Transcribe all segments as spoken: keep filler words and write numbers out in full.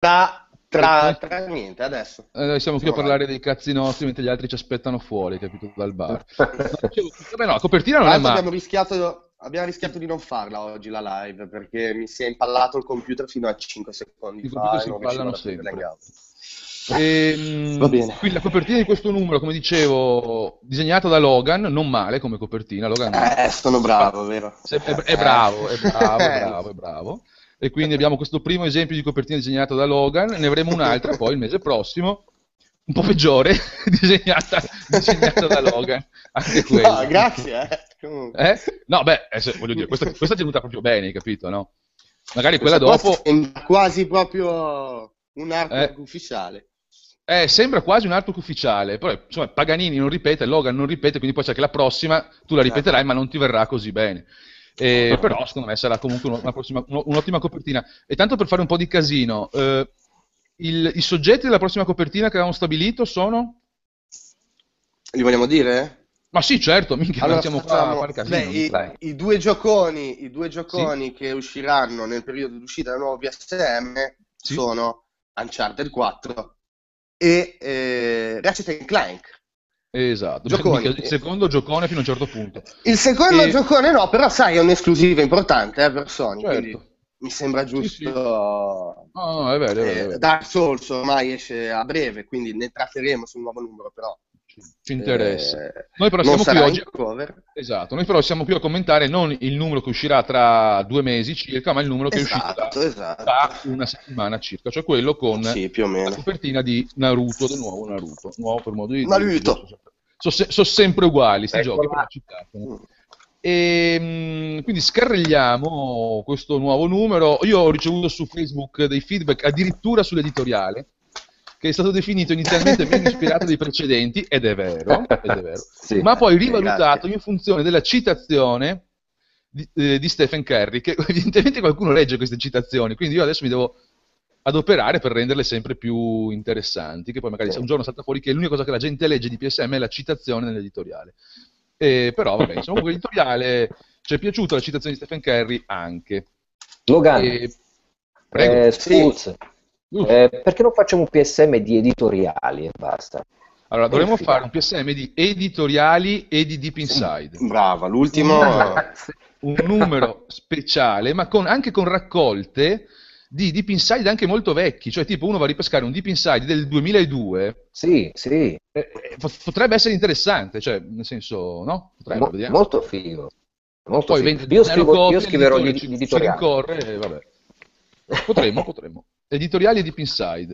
tra, tra, Eh, tra niente, adesso. eh, noi siamo qui a Sono parlare avanti. dei cazzi nostri mentre gli altri ci aspettano fuori, capito, dal bar. No, dicevo, vabbè, no, la copertina Tra non è l'altro abbiamo male. rischiato, abbiamo Sì, rischiato di non farla oggi la live perché mi si è impallato il computer fino a cinque secondi i computer fa e si non riuscivo impallano ad aprire sempre. l'hangout. Va Ehm, bene. quindi la copertina di questo numero, come dicevo, disegnata da Logan, non male come copertina. Logan Eh, sono fa- bravo, vero? se- è, è bravo, è bravo, è Eh. bravo, è bravo. E quindi abbiamo questo primo esempio di copertina disegnata da Logan, ne avremo un'altra poi il mese prossimo, un po' peggiore, disegnata, disegnata da Logan, anche No, quella. grazie, eh. Comunque. Eh? No, beh, eh, se- voglio dire, questa, questa è tenuta proprio bene, hai capito, no? Magari quella Questa qua dopo... sembra quasi proprio un eh, artwork ufficiale. Eh, sembra quasi un artwork ufficiale, però insomma Paganini non ripete, Logan non ripete, quindi può essere che la prossima tu la ripeterai, Esatto. ma non ti verrà così bene. Eh, però secondo me sarà comunque una prossima- uno- un'ottima copertina. E tanto per fare un po' di casino, eh, il- i soggetti della prossima copertina che avevamo stabilito sono? Li vogliamo dire? Ma sì, certo, minchia, non Allora siamo qua a facciamo, fare beh, casino, mica. i, Dai. i due gioconi, i due Sì? gioconi che usciranno nel periodo di uscita del nuovo P S M Sì? sono Uncharted quattro e eh, Ratchet and Clank. Esatto, minchia, Gioconi. il secondo giocone fino a un certo punto. Il secondo E giocone no, però sai, è un'esclusiva importante eh, per Sony, quindi certo, mi sembra sì, sì. giusto. No, no, è vero, è vero, è eh, vero. Dark Souls ormai esce a breve, quindi ne tratteremo sul nuovo numero, però Ci, ci interessa. eh, Noi però non siamo qui sarà in oggi, cover. esatto, noi però siamo qui a commentare non il numero che uscirà tra due mesi circa, ma il numero che è uscito da, Esatto, esatto. da una settimana circa, cioè quello con Sì, più o la meno. copertina di Naruto, del nuovo Naruto, nuovo per modo di dire, Naruto. sono sempre, so se- so sempre uguali, sti giochi, però Eccola. ci piacciono. Mm. E mh, quindi scarregliamo questo nuovo numero. Io ho ricevuto su Facebook dei feedback addirittura sull'editoriale, che è stato definito inizialmente meno ispirato dei precedenti, ed è vero, ed è vero, Sì. ma poi Eh, rivalutato grazie. in funzione della citazione di, eh, di Stephen Curry, che evidentemente qualcuno legge queste citazioni, quindi io adesso mi devo adoperare per renderle sempre più interessanti, che poi magari se un giorno salta fuori che l'unica cosa che la gente legge di P S M è la citazione nell'editoriale. Eh, però vabbè, insomma, comunque l'editoriale ci è piaciuta, la citazione di Stephen Curry anche. Logan, E... Prego. eh, Sì. Spuz, Uh. eh, perché non facciamo un P S M di editoriali e basta? Allora, dovremmo Efficace. fare un P S M di editoriali e di Deep Inside. Brava, Un l'ultimo. numero, Sì. un numero speciale, ma con- anche con raccolte di Deep Inside anche molto vecchi, cioè tipo uno va a ripescare un Deep Inside del duemiladue, Sì, sì, eh, eh, pot- potrebbe essere interessante, cioè nel senso, no? Potrebbe, Mo- vediamo. molto figo, molto Poi figo. vende Io zero scrivo, io copie, scriverò gli, l'editore ed- ci, gli ci editoriali. rincorre e vabbè. Potremmo, potremmo. Editoriali e Deep Inside.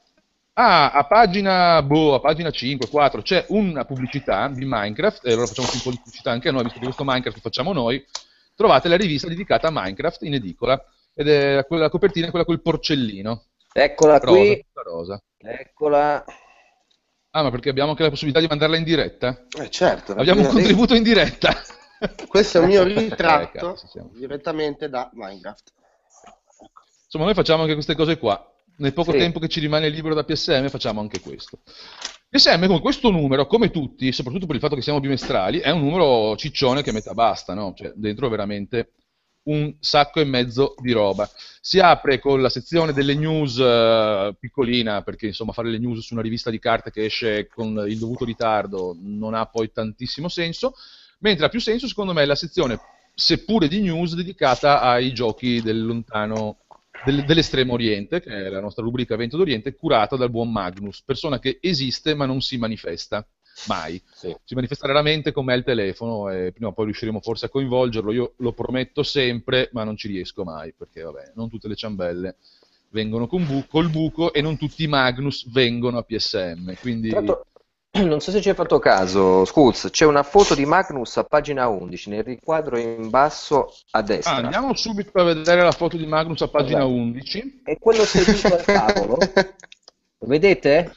Ah, a pagina, boh, a pagina cinque, quattro c'è una pubblicità di Minecraft, e allora facciamo un po' di pubblicità anche a noi, visto che questo Minecraft lo facciamo noi. Trovate la rivista dedicata a Minecraft in edicola, ed è quella copertina, è quella col porcellino, Eccola rosa, qui, tutta rosa. eccola. Ah, ma perché abbiamo anche la possibilità di mandarla in diretta? Eh, certo, Abbiamo un perché- contributo in diretta. Questo è un mio Eh, ritratto cazzo, siamo- direttamente da Minecraft. Insomma, noi facciamo anche queste cose qua. Nel poco Sì. tempo che ci rimane libero da P S M facciamo anche questo. P S M con questo numero, come tutti, soprattutto per il fatto che siamo bimestrali, è un numero ciccione che a metà basta, no? Cioè, dentro veramente un sacco e mezzo di roba. Si apre con la sezione delle news eh, piccolina, perché insomma fare le news su una rivista di carte che esce con il dovuto ritardo non ha poi tantissimo senso, mentre ha più senso secondo me la sezione, seppure di news, dedicata ai giochi del lontano del- dell'estremo oriente, che è la nostra rubrica Vento d'Oriente, curata dal buon Magnus, persona che esiste ma non si manifesta mai. Sì. Si manifesta raramente come al telefono e prima o poi riusciremo forse a coinvolgerlo, io lo prometto sempre, ma non ci riesco mai, perché vabbè, non tutte le ciambelle vengono con bu- col buco e non tutti i Magnus vengono a P S M, quindi... Tra l'altro, non so se ci hai fatto caso, Scuz, c'è una foto di Magnus a pagina undici, nel riquadro in basso a Ah, destra. andiamo subito a vedere la foto di Magnus a pagina Esatto. undici. E quello seduto al tavolo, lo vedete?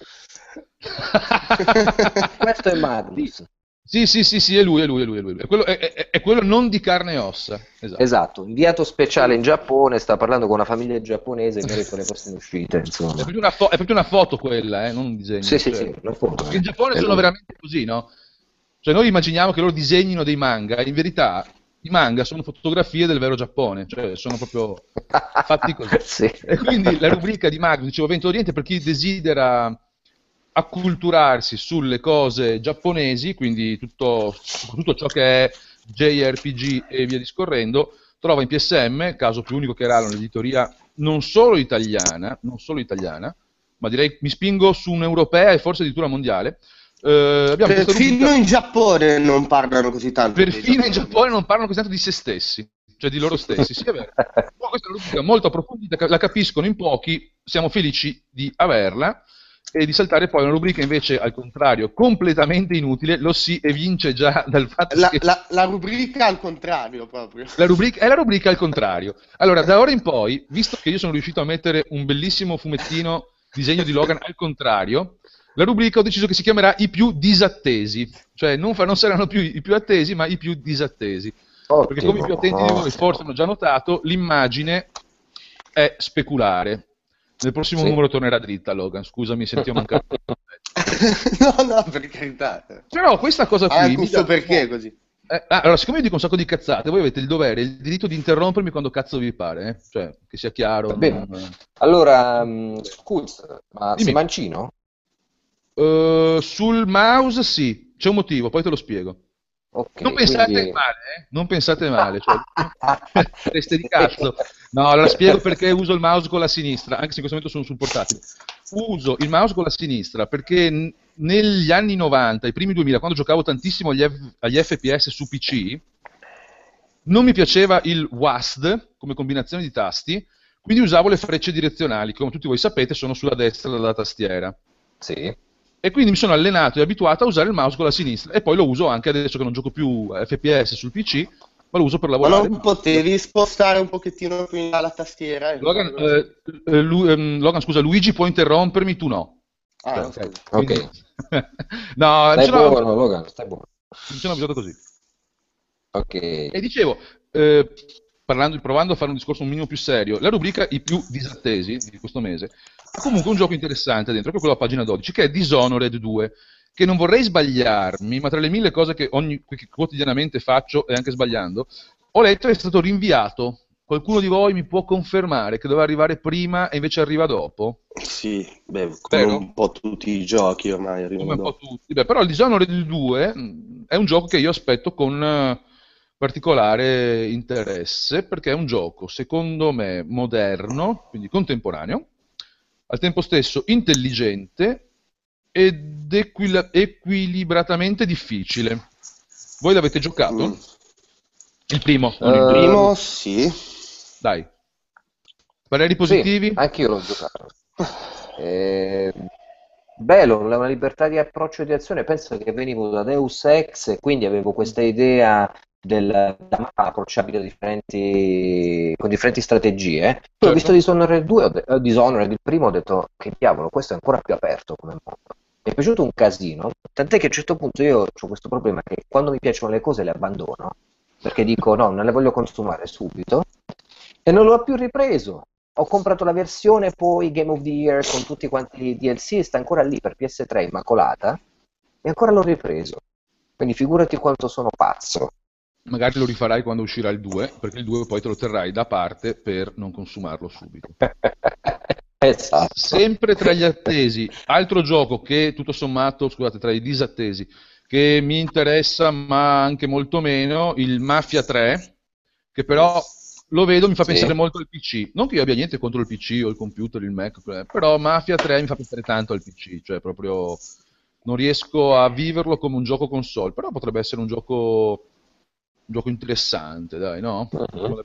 Questo è Magnus. Sì, sì, sì, sì, è lui, è lui, è lui, è lui. È quello, è, è- è quello non di carne e ossa. Esatto. Esatto, inviato speciale in Giappone, sta parlando con una famiglia giapponese in merito alle prossime uscite, È insomma. proprio una, fo- è proprio una foto quella, eh, non un disegno. Sì, sì, cioè. sì, una foto. Perché in Giappone È sono lui. veramente così, no? Cioè noi immaginiamo che loro disegnino dei manga, in verità i manga sono fotografie del vero Giappone, cioè sono proprio fatti così. Sì. E quindi la rubrica di Magnus, dicevo, Vento d'Oriente, per chi desidera acculturarsi sulle cose giapponesi, quindi tutto, soprattutto ciò che è J R P G e via discorrendo, trova in P S M, caso più unico che raro, un'editoria non solo italiana, non solo italiana, ma direi mi spingo su un'europea e forse addirittura mondiale. Eh, abbiamo questa Perfino rubrica- in Giappone non parlano così tanto. dei perfino in giapponesi. Giappone non parlano così tanto di se stessi, cioè di loro stessi, sì è vero. Però questa è una rubrica molto approfondita, la capiscono in pochi, siamo felici di averla e di saltare poi una rubrica invece al contrario completamente inutile, lo si evince già dal fatto La, che la- la rubrica al contrario proprio. la rubrica, è la rubrica al contrario. Allora, da ora in poi, visto che io sono riuscito a mettere un bellissimo fumettino disegno di Logan al contrario, la rubrica ho deciso che si chiamerà I più disattesi, cioè non, fa- non saranno più i più attesi, ma i più disattesi. Perché come i più attenti di voi forse hanno già notato, l'immagine è speculare. Nel prossimo Sì. numero tornerà dritta, Logan, scusami se ti ho mancato. No, no, per carità. Però questa cosa qui... Ha anche mi un suo dà- perché così. Eh, ah, allora, siccome io dico un sacco di cazzate, voi avete il dovere, il diritto di interrompermi quando cazzo vi pare, eh? Cioè, che sia chiaro. Va bene. non- Allora, mh, Scuz, ma Dimmi. sei mancino? Eh, sul mouse sì, c'è un motivo, poi te lo spiego. Ok, Non pensate quindi... male, eh? Non pensate male, cioè, teste di cazzo. No, allora spiego perché uso il mouse con la sinistra, anche se in questo momento sono sul portatile. Uso il mouse con la sinistra perché n- negli anni novanta, i primi duemila, quando giocavo tantissimo agli, F- agli F P S su P C, non mi piaceva il W A S D come combinazione di tasti, quindi usavo le frecce direzionali, che come tutti voi sapete sono sulla destra della tastiera. Sì. E quindi mi sono allenato e abituato a usare il mouse con la sinistra e poi lo uso anche adesso che non gioco più F P S sul P C, ma lo uso per Ma lavorare. non potevi spostare un pochettino più in là la tastiera? e Logan, fare così? eh, eh, Lu- ehm, Logan, scusa, Luigi può interrompermi, tu no. Ah, Cioè, scusa. Ok. quindi- no, mi Stai sono, buono, Logan, stai buono. mi sono abituato così. Ok. E dicevo, eh, parlando, provando a fare un discorso un minimo più serio, la rubrica I più disattesi di questo mese ha comunque un gioco interessante dentro, che è quello a pagina dodici, che è Dishonored due, che non vorrei sbagliarmi, ma tra le mille cose che, ogni, che quotidianamente faccio, e anche sbagliando, ho letto che è stato rinviato. Qualcuno di voi mi può confermare che doveva arrivare prima e invece arriva dopo? Sì, beh, come Vero? un po' tutti i giochi ormai arrivano Come un po' dopo. tutti. Beh, però il Dishonored due mh, è un gioco che io aspetto con eh, particolare interesse, perché è un gioco, secondo me, moderno, quindi contemporaneo, al tempo stesso intelligente ed equil- equilibratamente difficile. Voi l'avete giocato? Mm. Il primo, non il Eh, due. Primo, sì. Dai. Pareri Sì, positivi? anche io l'ho giocato. Eh, bello, una libertà di approccio e di azione. Penso che venivo da Deus Ex e quindi avevo questa idea del, della mappa approcciabile a differenti, con differenti strategie. Poi Certo. ho visto Dishonored due, ho de- eh, Dishonored il primo, ho detto che diavolo, questo è ancora più aperto come mondo. Mi è piaciuto un casino, tant'è che a un certo punto io ho questo problema che quando mi piacciono le cose le abbandono, perché dico no, non le voglio consumare subito e non l'ho più ripreso. Ho comprato la versione poi Game of the Year con tutti quanti i D L C, sta ancora lì per P S tre immacolata e ancora l'ho ripreso. Quindi figurati quanto sono pazzo. Magari lo rifarai quando uscirà il due, perché il due poi te lo terrai da parte per non consumarlo subito. Esatto. Sempre tra gli attesi, altro gioco che tutto sommato, scusate, tra i disattesi, che mi interessa ma anche molto meno, il Mafia tre, che però lo vedo, mi fa Sì. pensare molto al P C. Non che io abbia niente contro il P C o il computer, il Mac, eh, però Mafia tre mi fa pensare tanto al P C, cioè proprio non riesco a viverlo come un gioco console, però potrebbe essere un gioco, un gioco interessante, dai, no? Mhm.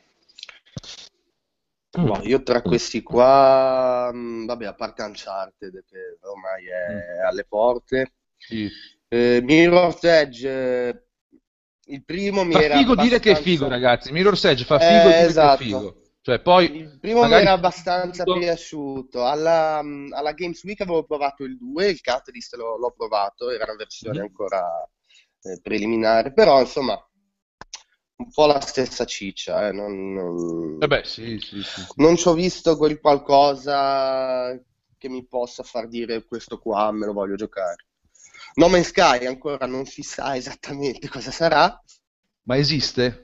Boh, io tra questi qua, mh, vabbè, a parte Uncharted che ormai è alle porte, Sì. eh, Mirror's Edge, eh, il primo mi Fa era figo dire che è abbastanza... figo, ragazzi. Mirror's Edge fa Eh, figo dire esatto. che è figo. Cioè, poi Il primo mi magari era abbastanza tutto- piaciuto. Alla, mh, alla Games Week avevo provato il due, il Catalyst l'ho l'ho provato, era una versione Mhm. ancora eh, preliminare, però insomma un po' la stessa ciccia, eh, non, non... Eh beh, sì, sì, sì. non ci ho visto quel qualcosa che mi possa far dire questo qua me lo voglio giocare. No Man's Sky ancora non si sa esattamente cosa sarà. Ma esiste?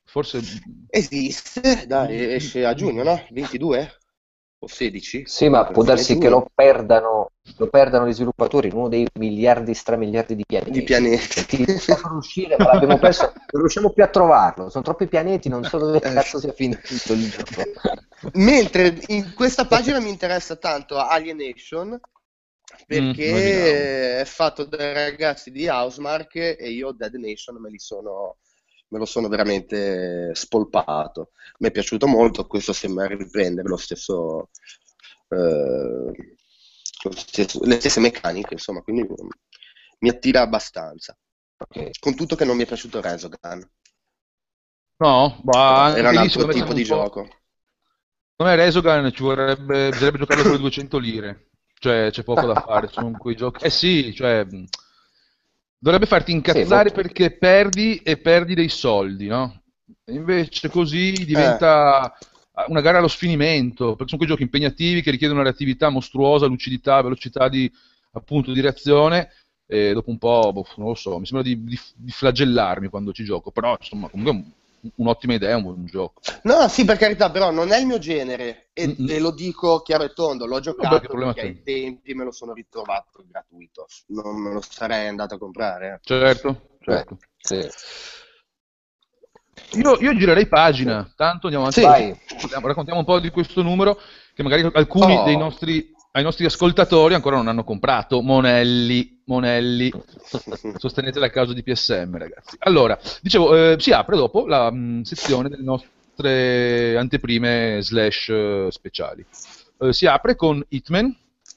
Forse... Esiste, dai, esce a giugno, no? ventidue? O sedici? Sì, ma può Fine darsi che giugno. lo perdano, lo perdano gli sviluppatori in uno dei miliardi, stramiliardi di Di pianeti. pianeti. Cioè, ti sta per uscire, ma l'abbiamo perso, non riusciamo più a trovarlo. Sono troppi pianeti, non so dove Eh, cazzo sia finito il gioco. Mentre in questa pagina mi interessa tanto Alienation, Mm, immaginavo. perché è fatto dai ragazzi di Housemarque e io Dead Nation me li sono, me lo sono veramente spolpato. Mi è piaciuto molto, questo sembra riprendere lo stesso, eh, lo stesso- le stesse meccaniche, insomma, quindi mi attira abbastanza. Ok. Con tutto che non mi è piaciuto Resogun, No, ma però era un anche lì altro secondo me siamo tipo un di po'... gioco. Secondo me Resogun ci vorrebbe, bisognerebbe giocarlo con le duecento lire, cioè c'è poco da fare, sono quei giochi... Eh sì, cioè... mh, dovrebbe farti Sì, incazzare molto. perché perdi e perdi dei soldi, no? E invece così Eh, diventa una gara allo sfinimento, perché sono quei giochi impegnativi che richiedono una reattività mostruosa, lucidità, velocità di, appunto, di reazione, e dopo un po', boh, non lo so, mi sembra di, di- di flagellarmi quando ci gioco, però insomma comunque è un- un'ottima idea, è un buon gioco. No, sì, per carità, però non è il mio genere e, Mm-mm. e lo dico chiaro e tondo, l'ho Vabbè, che giocato problema perché c'è? ai tempi me lo sono ritrovato gratuito, non me lo sarei andato a comprare. Certo, Beh, certo. sì. Io, io girerei Sì. pagina, tanto andiamo avanti Sì. così, Vai. raccontiamo, raccontiamo un po' di questo numero, che magari alcuni dei Oh. nostri, ai nostri ascoltatori ancora non hanno comprato. Monelli, Monelli, sostenete la causa di P S M, ragazzi. Allora, dicevo, eh, si apre dopo la mh, sezione delle nostre anteprime slash eh, speciali. Eh, si apre con Hitman.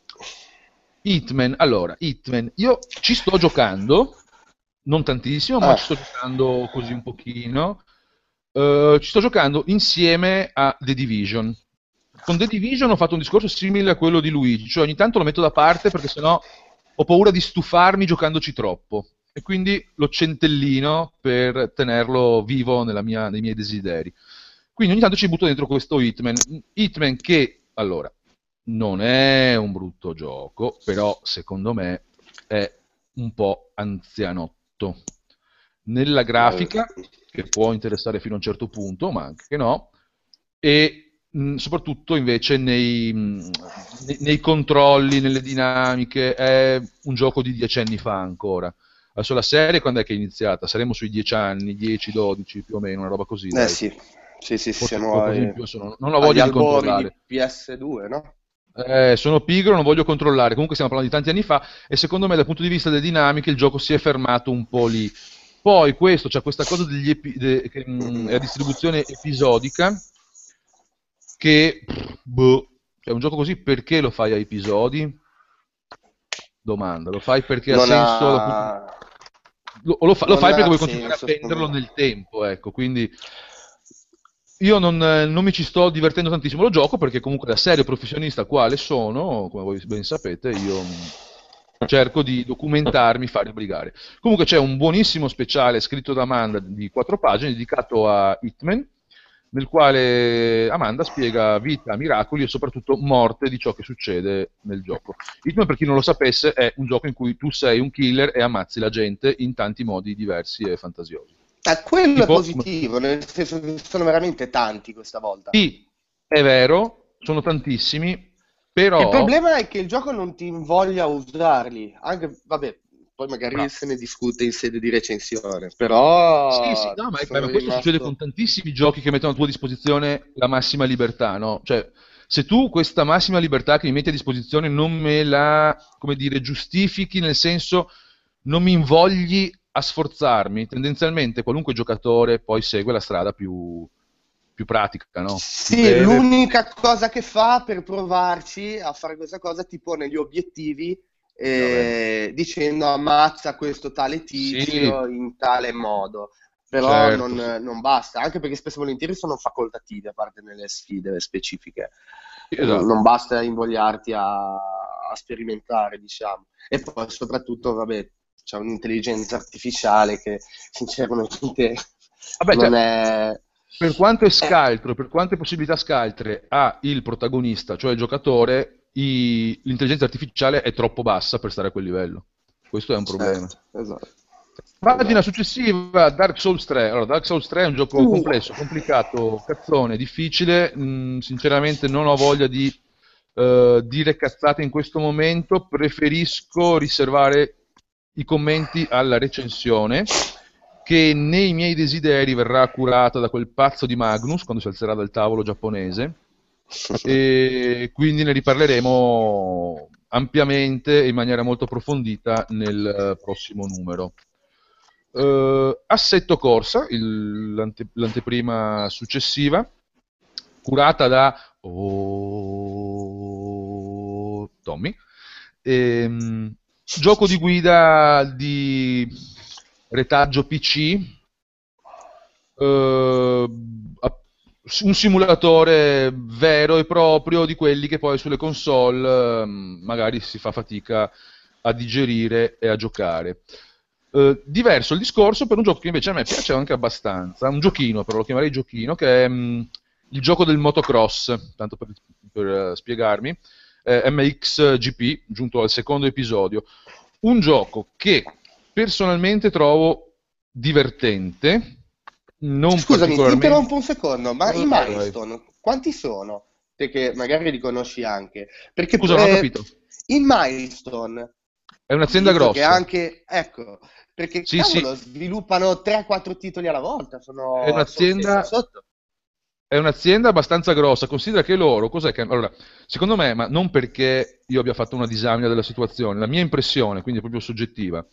Hitman, allora, Hitman, io ci sto giocando, non tantissimo, ma Ah. ci sto giocando così un pochino. Eh, ci sto giocando insieme a The Division. Con The Division ho fatto un discorso simile a quello di Luigi, cioè ogni tanto lo metto da parte perché sennò ho paura di stufarmi giocandoci troppo. E quindi lo centellino per tenerlo vivo nella mia- nei miei desideri. Quindi ogni tanto ci butto dentro questo Hitman. Hitman che, allora, non è un brutto gioco, però secondo me è un po' anzianotto. Nella grafica, che può interessare fino a un certo punto, ma anche no, e mh, soprattutto invece nei, mh, nei, nei controlli, nelle dinamiche, è un gioco di dieci anni fa ancora. Adesso la serie quando è che è iniziata? Saremo sui dieci anni, dieci dodici più o meno, una roba così, Eh dai. sì, sì, sì, Forse siamo qualcosa in ai- più, adesso non, non ho agli voglia di albori di controllare. P S due, no? Eh, sono pigro, non voglio controllare. Comunque stiamo parlando di tanti anni fa e secondo me dal punto di vista delle dinamiche il gioco si è fermato un po' lì. Poi questo, c'è questa cosa degli epi- de- che mh, è a distribuzione episodica che, pff, boh, cioè un gioco così perché lo fai a episodi? Domanda, lo fai perché ha Non ha, senso? dal punto di- Lo, o lo, fa- lo non fai perché ha vuoi continuare a senso, secondo venderlo me. nel tempo, ecco, quindi io non, eh, non mi ci sto divertendo tantissimo, lo gioco perché comunque da serio professionista quale sono, come voi ben sapete, io mh, cerco di documentarmi, fare brigare. Comunque c'è un buonissimo speciale scritto da Amanda di quattro pagine dedicato a Hitman, nel quale Amanda spiega vita, miracoli e soprattutto morte di ciò che succede nel gioco. Hitman, per chi non lo sapesse, è un gioco in cui tu sei un killer e ammazzi la gente in tanti modi diversi e fantasiosi. Ah, quello è Tipo, positivo, nel senso che sono veramente tanti questa volta. sì, è vero, sono tantissimi, Il però... problema è che il gioco non ti invoglia a usarli, anche, vabbè, poi magari Bravo. se ne discute in sede di recensione, Sì, sì, però no, ma, è- sono ma questo succede rimasto... con tantissimi giochi che mettono a tua disposizione la massima libertà, no? Cioè, se tu questa massima libertà che mi metti a disposizione non me la, come dire, giustifichi, nel senso non mi invogli a sforzarmi, tendenzialmente qualunque giocatore poi segue la strada più, più pratica, no? Più Sì, breve. l'unica cosa che fa per provarci a fare questa cosa ti pone gli obiettivi Vabbè. eh, dicendo ammazza questo tale Sì, tizio in tale modo, però non, certo, sì. non basta, anche perché spesso e volentieri sono facoltative a parte nelle sfide specifiche. Non, Esatto. non basta invogliarti a, a sperimentare, diciamo. E poi soprattutto, vabbè, c'è un'intelligenza artificiale che sinceramente Vabbè, non cioè, è... per quanto è è- scaltro, per quante possibilità scaltre ha il protagonista, cioè il giocatore, i- l'intelligenza artificiale è troppo bassa per stare a quel livello. Questo è un problema. Certo, esatto. Pagina successiva, Dark Souls tre. Allora, Dark Souls tre è un gioco Uh. complesso, complicato, cazzone, difficile. Mm, sinceramente non ho voglia di eh, dire cazzate in questo momento. Preferisco riservare i commenti alla recensione, che nei miei desideri verrà curata da quel pazzo di Magnus quando si alzerà dal tavolo giapponese. E quindi ne riparleremo ampiamente e in maniera molto approfondita nel eh, prossimo numero. Uh, Assetto Corsa, il- l'ante- l'anteprima successiva, curata da oh, Tommy. Ehm, gioco di guida di retaggio P C, eh, a- un simulatore vero e proprio di quelli che poi sulle console ehm, magari si fa fatica a digerire e a giocare. Eh, diverso il discorso per un gioco che invece a me piace anche abbastanza, un giochino, però lo chiamerei giochino, che è mh, il gioco del motocross, tanto per, per, eh, spiegarmi, eh, M X G P, giunto al secondo episodio. Un gioco che personalmente trovo divertente, non Scusami, ti particolarmente... interrompo un secondo, ma i Vai, vai. milestone quanti sono? Te che magari li conosci anche. Perché Scusa, non ho eh, capito. i milestone, È un'azienda visto che grossa. anche, ecco, perché Sì, sì, cavolo, sviluppano tre quattro titoli alla volta, è sono, sono, sì, sono un'azienda sotto. è un'azienda abbastanza grossa. Considera che loro, cos'è che... Allora, secondo me, ma non perché io abbia fatto una disamina della situazione, la mia impressione, quindi è proprio soggettiva,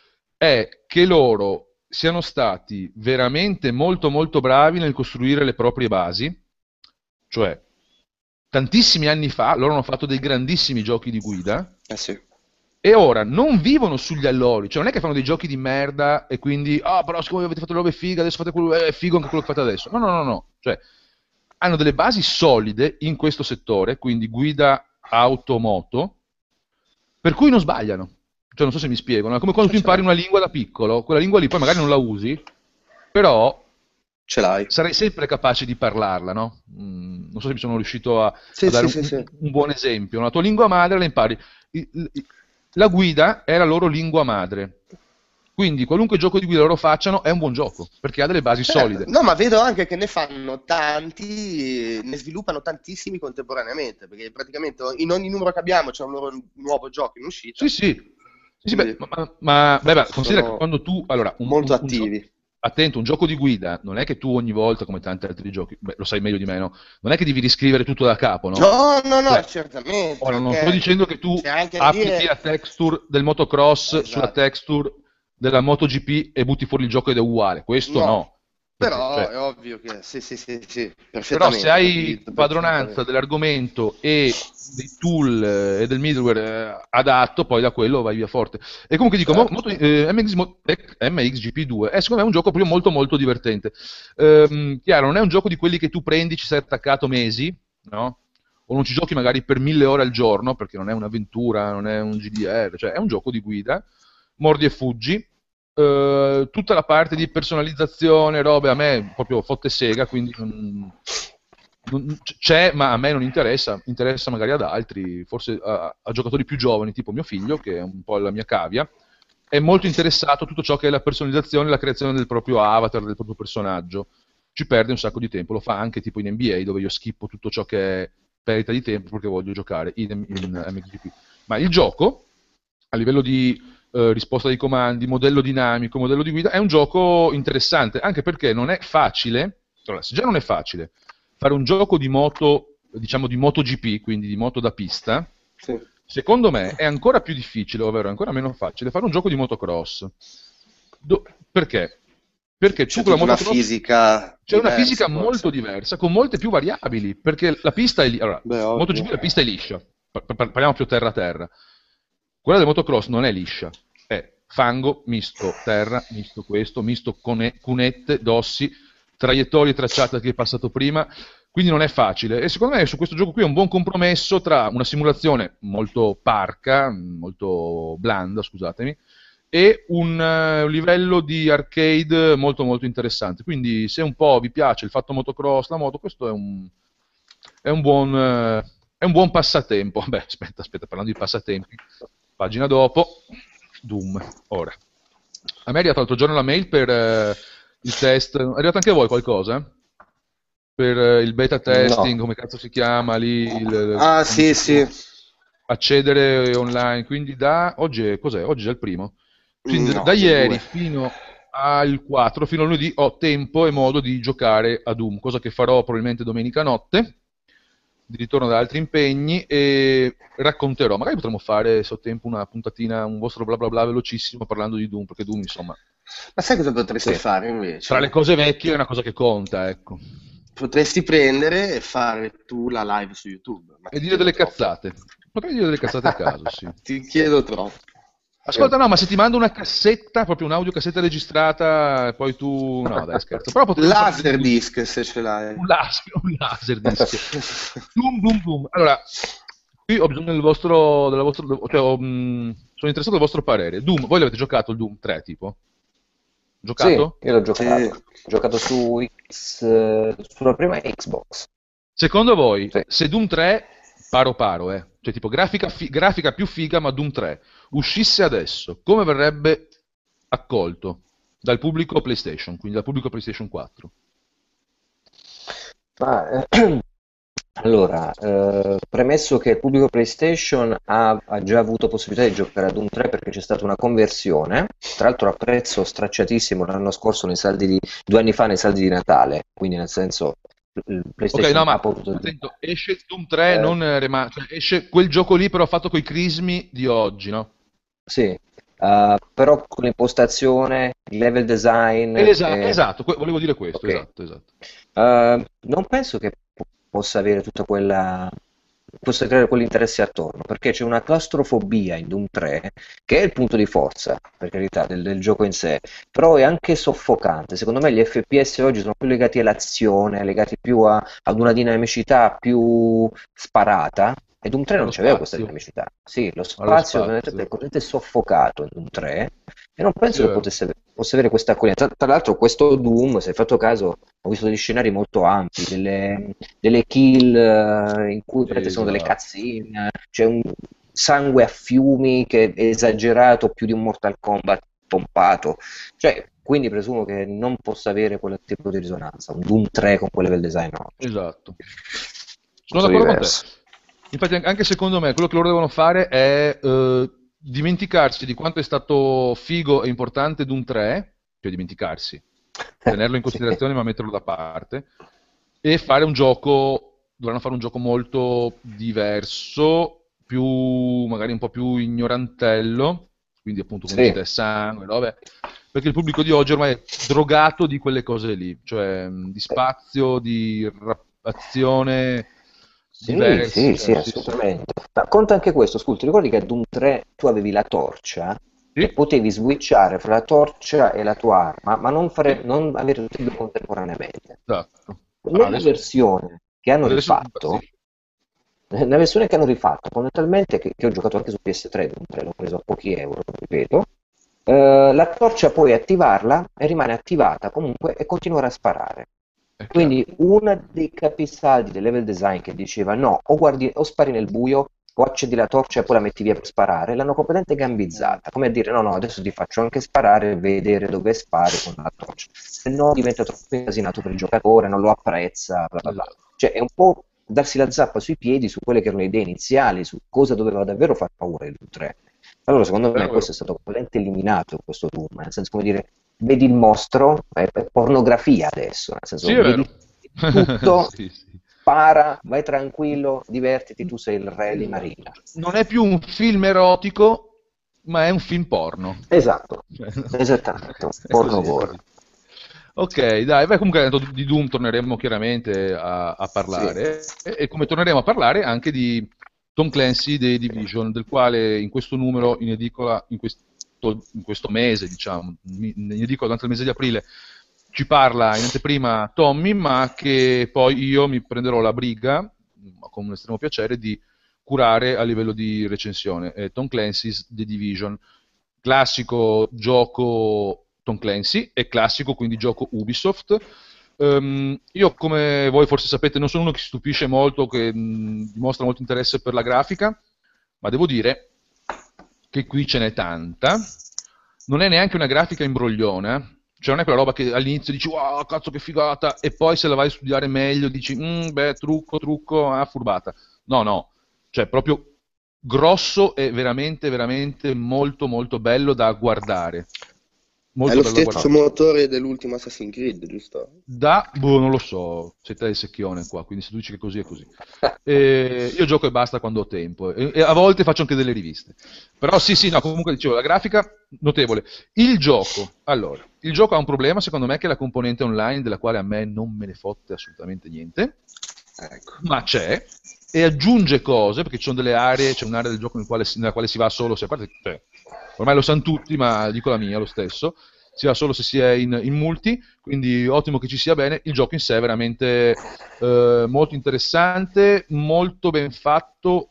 è che loro siano stati veramente molto molto bravi nel costruire le proprie basi, cioè tantissimi anni fa loro hanno fatto dei grandissimi giochi di guida Eh sì. e ora non vivono sugli allori, cioè non è che fanno dei giochi di merda e quindi, ah, però siccome avete fatto le robe fighe, adesso fate quello, è figo anche quello che fate adesso. No, no, no, no, cioè hanno delle basi solide in questo settore, quindi guida auto-moto, per cui non sbagliano. Cioè, non so se mi spiego, no? È come quando tu Ce impari l'hai. una lingua da piccolo, quella lingua lì poi magari non la usi, però Ce l'hai. sarai sempre capace di parlarla, no? Mm, non so se mi sono riuscito a, Sì, a dare sì, un, sì, sì. un buon esempio. La tua lingua madre la impari. I- i- La guida è la loro lingua madre. Quindi qualunque gioco di guida loro facciano è un buon gioco, perché ha delle basi Certo. solide. No, ma vedo anche che ne fanno tanti, ne sviluppano tantissimi contemporaneamente, perché praticamente in ogni numero che abbiamo c'è un loro nuovo gioco in uscita, Sì, sì. Sì, sì, beh, quindi ma, ma- ma- beh, beh, considera che sono quando tu, allora, un, molto un- un gio- attivi. attento, un gioco di guida non è che tu ogni volta, come tanti altri giochi, beh, lo sai meglio di me, no? Non è che devi riscrivere tutto da capo, no? No, no, no, Cioè, certamente, ora non sto ok. dicendo che tu C'è anche da applichi dire, la texture del motocross sulla esatto, texture della MotoGP e butti fuori il gioco ed è uguale, questo no, no. Perché, però cioè, è ovvio che sì, sì, sì, sì, però se perfettamente, hai capito, padronanza perfettamente. dell'argomento e dei tool eh, e del middleware eh, adatto, poi da quello vai via forte. E comunque dico, mo- Certo, moto- certo. eh, M X, mo- eh, M X G P due è secondo me un gioco proprio molto molto divertente. Ehm, chiaro, non è un gioco di quelli che tu prendi, ci sei attaccato mesi, no? O non ci giochi magari per mille ore al giorno, perché non è un'avventura, non è un G D R, cioè è un gioco di guida, mordi e fuggi. Eh, tutta la parte di personalizzazione, robe, a me proprio fotte sega, quindi non- non- c'è, ma a me non interessa, interessa magari ad altri, forse a, a giocatori più giovani, tipo mio figlio, che è un po' la mia cavia, è molto interessato a tutto ciò che è la personalizzazione e la creazione del proprio avatar, del proprio personaggio. Ci perde un sacco di tempo, lo fa anche tipo in N B A, dove io schippo tutto ciò che è perdita di tempo perché voglio giocare in, in M X G P. Ma il gioco, a livello di eh, risposta ai comandi, modello dinamico, modello di guida, è un gioco interessante, anche perché non è facile, allora, se già non è facile fare un gioco di moto, diciamo di MotoGP, quindi di moto da pista, Sì. secondo me è ancora più difficile, ovvero è ancora meno facile fare un gioco di motocross. Do- perché? Perché tu C'è con la tutta una motocross fisica c'è una fisica diversa, molto forse. diversa, con molte più variabili, perché la pista è lì. Allora, Beh, MotoGP ovvio. la pista è liscia, Pa- pa- parliamo più terra a terra. Quella del motocross non è liscia, è fango, misto terra, misto questo, misto cone- cunette, dossi, traiettorie tracciate da chi è passato prima, quindi non è facile. E secondo me su questo gioco qui è un buon compromesso tra una simulazione molto parca, molto blanda, scusatemi, e un eh, livello di arcade molto molto interessante. Quindi se un po' vi piace il fatto motocross, la moto, questo è un, è un buon, eh, è un buon passatempo. Beh, aspetta, aspetta, parlando di passatempi, pagina dopo, Doom, ora. A me è arrivato l'altro giorno la mail per eh, il test. È arrivato anche a voi qualcosa? Per eh, il beta testing, No. come cazzo si chiama lì, il- Ah, in cui sì, si può sì. accedere online. Quindi da oggi, è- cos'è? Oggi è il primo. Quindi da No, da oggi è il ieri due. fino al quattro, fino a lunedì, ho tempo e modo di giocare a Doom, cosa che farò probabilmente domenica notte, di ritorno da altri impegni, e racconterò. Magari potremmo fare, se ho tempo, una puntatina, un vostro bla bla bla velocissimo parlando di Doom, perché Doom, insomma, Ma sai cosa potresti Sì. fare tra le invece? cose vecchie è una cosa che conta, ecco. Potresti prendere e fare tu la live su YouTube, ma E ti dire chiedo delle troppo. cazzate. Potrei dire delle cazzate a caso, sì. Ti chiedo troppo. Ascolta, no, ma se ti mando una cassetta, proprio un'audiocassetta registrata, e poi tu... No, dai, scherzo. Però potremmo parlare di Doom. Laserdisc se ce l'hai. Un laser, un laser disc. Doom, Doom, Doom. Allora, qui ho bisogno del vostro... Della vostro, cioè, ho, mh, sono interessato al vostro parere. Doom, voi l'avete giocato il Doom tre, tipo? Sì, Giocato? io l'ho Sì. giocato. Ho giocato su X, eh, sulla prima Xbox. Secondo voi, Sì. se Doom tre, paro paro, eh, cioè tipo grafica, fi- grafica più figa, ma Doom tre, uscisse adesso, come verrebbe accolto dal pubblico PlayStation, quindi dal pubblico PlayStation quattro? Ma, eh, allora, eh, premesso che il pubblico PlayStation ha, ha già avuto possibilità di giocare ad un tre perché c'è stata una conversione, tra l'altro a prezzo stracciatissimo l'anno scorso, nei saldi di, due anni fa nei saldi di Natale, quindi nel senso il Ok, PlayStation no, ha ma potuto attento, giocare. esce Doom tre, Eh, non eh, rema- cioè, esce quel gioco lì, però fatto con i crismi di oggi, no? sì, eh, però con l'impostazione, il level design, Esa- eh, esatto, que- volevo dire questo, ok. esatto, esatto. Eh, non penso che po- possa avere tutta quella, possa creare quell'interesse attorno, perché c'è una claustrofobia in Doom tre, che è il punto di forza, per carità, del, del gioco in sé, però è anche soffocante. Secondo me gli F P S oggi sono più legati all'azione, legati più a- ad una dinamicità più sparata, e Doom tre non Allo c'aveva questa spazio, dinamicità. Sì, lo allo spazio è spazio. completamente soffocato in Doom tre, e non Sì, penso è che vero. potesse, possa avere questa accoglienza. Tra, tra l'altro questo Doom, se hai fatto caso, ho visto degli scenari molto ampi, delle, delle kill eh, in cui praticamente sono delle Esatto. cutscene, c'è un sangue a fiumi che è esagerato, più di un Mortal Kombat pompato. Cioè, quindi presumo che non possa avere quel tipo di risonanza, un Doom tre con quel level design oggi. Esatto. Sono Molto d'accordo con te. diverso. Infatti, an- anche secondo me, quello che loro devono fare è eh, dimenticarsi di quanto è stato figo e importante Doom tre, cioè dimenticarsi, tenerlo in Sì. considerazione ma metterlo da parte, e fare un gioco, dovranno fare un gioco molto diverso, più, magari un po' più ignorantello, quindi appunto come dici Sì. te, sangue, robe, perché il pubblico di oggi ormai è drogato di quelle cose lì, cioè mh, di Eh, spazio, di ra- azione Sì, diversi, sì, cioè sì, sì, sì. assolutamente. Ma conta anche questo, scusa, ti ricordi che a Doom tre tu avevi la torcia e Sì, potevi switchare fra la torcia e la tua arma, ma non, fare, sì, non avere tutte e due contemporaneamente. esatto. Ah, Nella adesso, versione che hanno adesso sono rifatto, impazzito. nella versione che hanno rifatto, fondamentalmente, che, che ho giocato anche su P S tre, Doom tre, l'ho preso a pochi euro, ripeto, eh, la torcia puoi attivarla e rimane attivata comunque e continuare a sparare. È chiaro. Quindi uno dei capisaldi del level design che diceva no, o, guardi, o spari nel buio o accendi la torcia e poi la metti via per sparare, l'hanno completamente Mm. gambizzata, come a dire no, no, adesso ti faccio anche sparare e vedere dove spari con la torcia, se no diventa troppo incasinato per il giocatore, non lo apprezza, bla bla bla. Esatto. Cioè è un po' darsi la zappa sui piedi su quelle che erano le idee iniziali, su cosa doveva davvero far paura il tre. Allora secondo me Vero, questo vero. è stato completamente eliminato in questo Doom, nel senso come dire vedi il mostro, è, è pornografia adesso, nel Sì, senso è vero. vedi tutto, Sì, sì. para, vai tranquillo, divertiti, tu sei il re di Esatto. Marina. Non è più un film erotico, ma è un film porno. Esatto, Cioè, esattamente, un è porno così, è gore. così. Ok, dai, beh, comunque tanto di Doom torneremo chiaramente a, a Sì. parlare e, e come torneremo a parlare anche di Tom Clancy The Division, del quale in questo numero in edicola, in questo, in questo mese, diciamo, in edicola durante il mese di aprile, ci parla in anteprima Tommy, ma che poi io mi prenderò la briga, con un estremo piacere, di curare a livello di recensione. Eh, Tom Clancy's The Division, classico gioco Tom Clancy, e classico quindi gioco Ubisoft. Um, io, come voi forse sapete, non sono uno che si stupisce molto, che mh, dimostra molto interesse per la grafica, ma devo dire che qui ce n'è tanta. non è neanche una grafica imbrogliona, cioè non è quella roba che all'inizio dici wow, cazzo che figata, e poi se la vai a studiare meglio dici mm, beh, trucco, trucco, ah, furbata. No, no, cioè proprio grosso e veramente, veramente molto, molto bello da guardare. Molto È lo bello da stesso guardare. motore dell'ultimo Assassin's Creed, giusto? Da, boh, non lo so, sei te il secchione qua, quindi se tu dici che così è così. E io gioco e basta quando ho tempo, e, e a volte faccio anche delle riviste. Però sì, sì, no, comunque dicevo, la grafica notevole. Il gioco, allora, il gioco ha un problema secondo me che è la componente online della quale a me non me ne fotte assolutamente niente, Ecco. ma c'è, e aggiunge cose, perché ci sono delle aree, c'è un'area del gioco nel quale si- nella quale si va solo, se a parte, cioè, ormai lo sanno tutti, ma dico la mia lo stesso, si va solo se si è in, in multi, quindi ottimo che ci sia bene. Il gioco in sé è veramente eh, molto interessante, molto ben fatto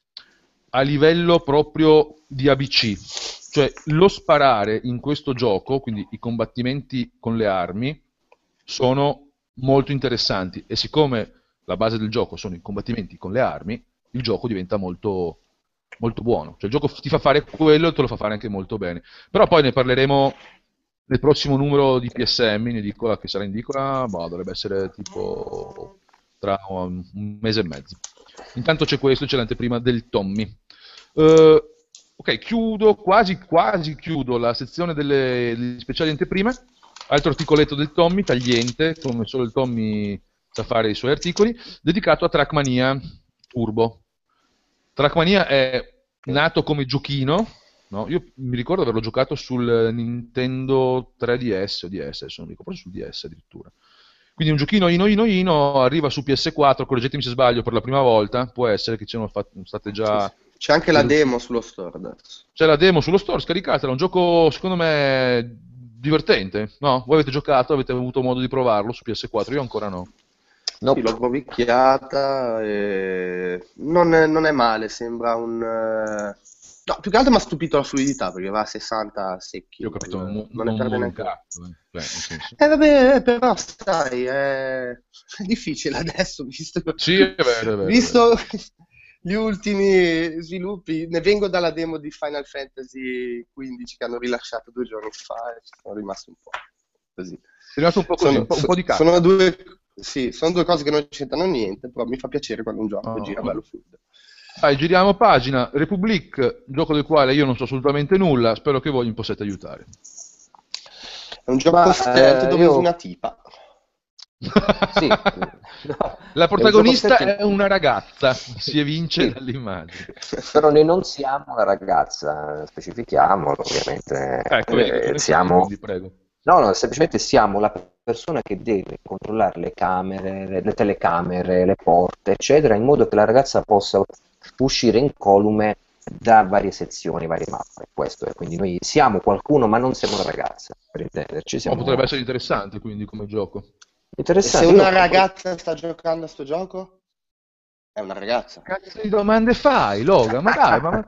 a livello proprio di A B C, cioè lo sparare in questo gioco, quindi i combattimenti con le armi, sono molto interessanti, e siccome la base del gioco sono i combattimenti con le armi, il gioco diventa molto, molto buono, cioè il gioco ti fa fare quello e te lo fa fare anche molto bene. Però poi ne parleremo nel prossimo numero di P S M in edicola, che sarà in edicola, boh, dovrebbe essere tipo tra un, un mese e mezzo. Intanto c'è questo, c'è l'anteprima del Tommy. Uh, ok, chiudo, quasi quasi chiudo la sezione delle, degli speciali anteprime. Altro articoletto del Tommy, tagliente, come solo il Tommy sa fare i suoi articoli, dedicato a Trackmania Turbo. Trackmania è nato come giochino, no? Io mi ricordo averlo giocato sul Nintendo tre D S o D S, adesso non mi ricordo, forse sul D S addirittura. Quindi un giochino ino ino ino, arriva su P S quattro, correggetemi se sbaglio, per la prima volta, può essere che siano state già... Sì, sì. C'è anche la demo sullo store adesso. C'è la demo sullo store, scaricatela, è un gioco secondo me divertente, no? Voi avete giocato, avete avuto modo di provarlo su P S quattro, io ancora no. Nope. Sì, l'ho provicchiata e non è, non è male, sembra un... eh, No, più che altro mi ha stupito la fluidità, perché va a sessanta secchi, Io ho capito, non, non, non ne non perde muovi un neanche uno. cazzo, eh. Cioè, nel senso. Eh vabbè, eh, però sai, è, è difficile adesso, visto, Sì, è vero, è vero, è visto gli ultimi sviluppi. Ne vengo dalla demo di Final Fantasy quindici che hanno rilasciato due giorni fa e ci sono rimasto un po' così. È arrivato un po' così, Sono, un po', un po' di cazzo. sono due, sì, sono due cose che non c'entrano niente, però mi fa piacere quando un gioco Oh. gira bello fluido. Dai, giriamo pagina. Republic, gioco del quale io non so assolutamente nulla, spero che voi mi possiate aiutare. È un gioco Ma, stealth eh, dove io- usi una tipa. Sì. La protagonista È un gioco è una ragazza, si evince Sì. dall'immagine. Però noi non siamo la ragazza, specifichiamolo ovviamente. Ecco, vedi, Eh, tu ne sai, siamo... quindi prego. No, no, semplicemente siamo la persona che deve controllare le camere, le, le telecamere, le porte, eccetera, in modo che la ragazza possa uscire incolume da varie sezioni, varie mappe. Questo è, quindi noi siamo qualcuno, ma non siamo la ragazza, per intenderci. No, Siamo potrebbe essere interessante quindi come gioco. E se interessanti. una Io- ragazza sta giocando a sto gioco? È una ragazza. Cazzo di domande fai, Logan? Ma dai, ma...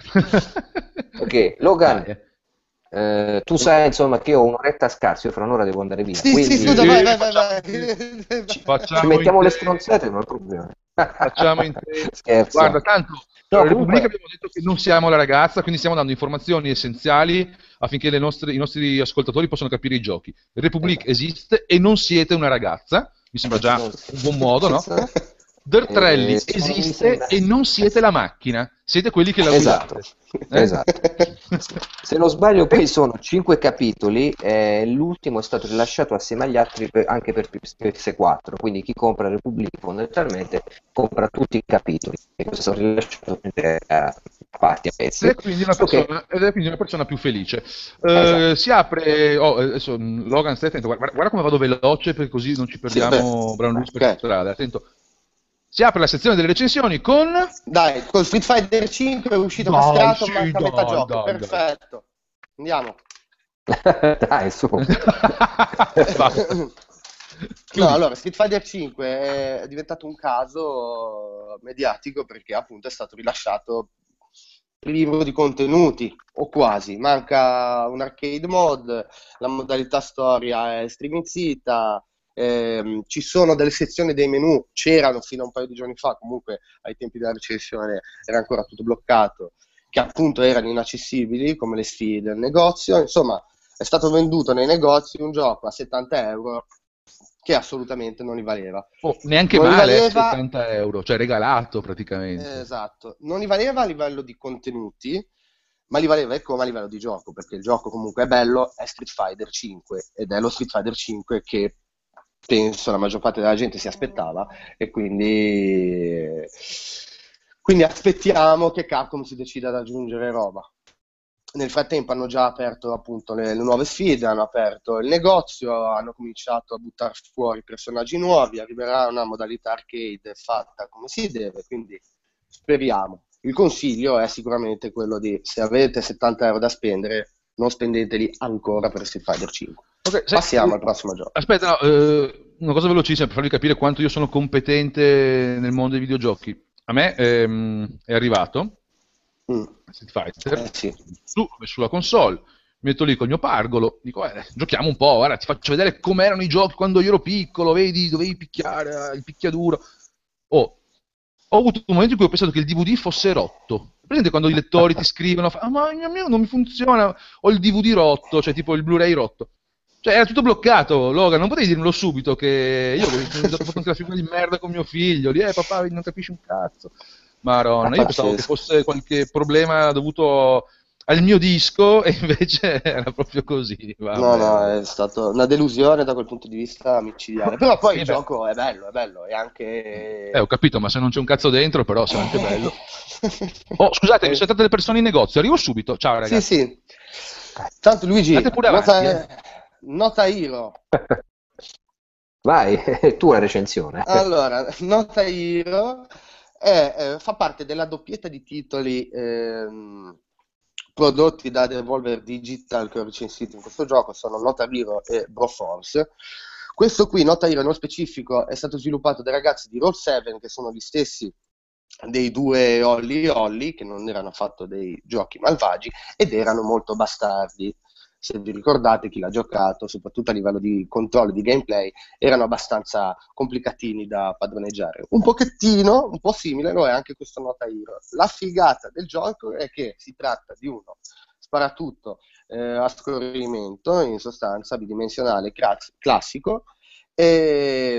Ok, Logan, Dai, eh. eh, tu sai insomma che io ho un'oretta scarsa, io fra un'ora devo andare via, Sì, quindi sì, scusa, vai, vai, vai, Facciamo- vai. ci, Facciamo ci mettiamo in le tre- stronzate, non è problema. Facciamo in tre. Scherzo. Guarda, tanto No, la Repubblica comunque- abbiamo detto che non siamo la ragazza, quindi stiamo dando informazioni essenziali affinché le nostre- i nostri ascoltatori possano capire i giochi. Republic Esatto. esiste e non siete una ragazza, mi sembra già Non- un buon modo, no? Esatto. Dirtrelli Eh, sono- mi esiste sembra- e non siete la macchina, siete quelli che la Esatto, guidate. Eh? esatto. Se non sbaglio poi sono cinque capitoli e l'ultimo è stato rilasciato assieme agli altri per- anche per P S quattro, quindi chi compra Repubblica fondamentalmente compra tutti i capitoli e questo è stato rilasciato eh, a parti a pezzi. Ed è quindi una Ok. persona, ed è quindi una persona più felice. Eh, Esatto. Si apre. Oh, adesso, mh, Logan, stai attento, guarda, guarda come vado veloce, perché così non ci perdiamo Sì, Brown Lewis per ok. strada. Attento. Si apre la sezione delle recensioni con. Dai, con Street Fighter cinque è uscito Dai, castrato, sì, manca dai, metà gioco. dai, dai. Perfetto. Andiamo. Dai, su. Basta. No, Chiudi. allora, Street Fighter cinque è diventato un caso mediatico perché appunto è stato rilasciato privo di contenuti, o quasi. Manca un arcade mode, la modalità storia è striminzita, ehm, ci sono delle sezioni dei menu, c'erano fino a un paio di giorni fa, comunque ai tempi della recensione era ancora tutto bloccato, che appunto erano inaccessibili, come le sfide del negozio. Insomma, è stato venduto nei negozi un gioco a settanta euro che assolutamente non li valeva. Oh, neanche Non li male, valeva, settanta euro, cioè regalato praticamente. esatto, non li valeva a livello di contenuti, ma li valeva come a livello di gioco, perché il gioco comunque è bello, è Street Fighter cinque, ed è lo Street Fighter cinque che penso la maggior parte della gente si aspettava, e quindi, quindi aspettiamo che Capcom si decida ad aggiungere roba. Nel frattempo hanno già aperto appunto le, le nuove sfide, hanno aperto il negozio, hanno cominciato a buttare fuori personaggi nuovi, arriverà una modalità arcade fatta come si deve, quindi speriamo. Il consiglio è sicuramente quello di, se avete settanta euro da spendere, non spendeteli ancora per Street Fighter cinque. Okay, sai, Passiamo eh, al prossimo gioco. Aspetta, no, eh, una cosa velocissima per farvi capire quanto io sono competente nel mondo dei videogiochi. A me ehm, è arrivato Mm. Street Fighter Eh, sì. su, sulla console, mi metto lì col mio pargolo, dico eh, giochiamo un po', guarda, ti faccio vedere com'erano i giochi quando io ero piccolo, vedi, dovevi picchiare, il picchiaduro. Oh, ho avuto un momento in cui ho pensato che il D V D fosse rotto. Presente quando i lettori ti scrivono, ah, ma il mio non mi funziona, ho il D V D rotto, cioè tipo il Blu-ray rotto. Cioè era tutto bloccato, Logan, non potevi dirmelo subito che io ho fatto anche la figura di merda con mio figlio, lì, eh papà non capisci un cazzo. Maronna, io pensavo che fosse qualche problema dovuto al mio disco e invece era proprio così. Vabbè. No, no, è stata una delusione da quel punto di vista micidiale. Però poi Sì, il beh. gioco è bello, è bello, è anche... Eh, ho capito, ma se non c'è un cazzo dentro, però sarà anche bello. Oh, scusate, mi saltate le persone in negozio, arrivo subito. Ciao ragazzi. Sì, sì. Tanto Luigi, Andate pure avanti, nota, eh. nota Hero. Vai, è tua recensione. Allora, Nota Hero è, eh, fa parte della doppietta di titoli ehm, prodotti da Devolver Digital che ho recensito in questo gioco, sono Nota Hero e Broforce. Questo qui, Nota Hero nello specifico, è stato sviluppato dai ragazzi di Roll sette, che sono gli stessi dei due Holly Holly, che non erano affatto dei giochi malvagi ed erano molto bastardi. Se vi ricordate, chi l'ha giocato, soprattutto a livello di controllo di gameplay, erano abbastanza complicatini da padroneggiare. Un pochettino, un po' simile lo è anche questo Nota Hero. La figata del gioco è che si tratta di uno sparatutto eh, a scorrimento, in sostanza bidimensionale classico, e,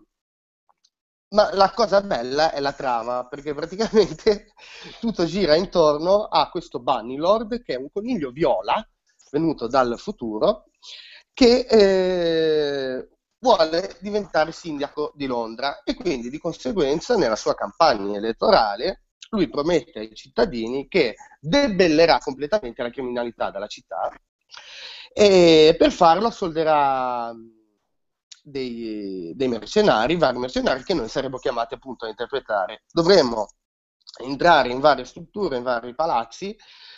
ma la cosa bella è la trama, perché praticamente tutto gira intorno a questo Bunny Lord, che è un coniglio viola venuto dal futuro, che eh, vuole diventare sindaco di Londra, e quindi di conseguenza nella sua campagna elettorale lui promette ai cittadini che debellerà completamente la criminalità dalla città, e per farlo solderà dei, dei mercenari, vari mercenari che noi saremmo chiamati appunto a interpretare. Dovremmo entrare in varie strutture, in vari palazzi,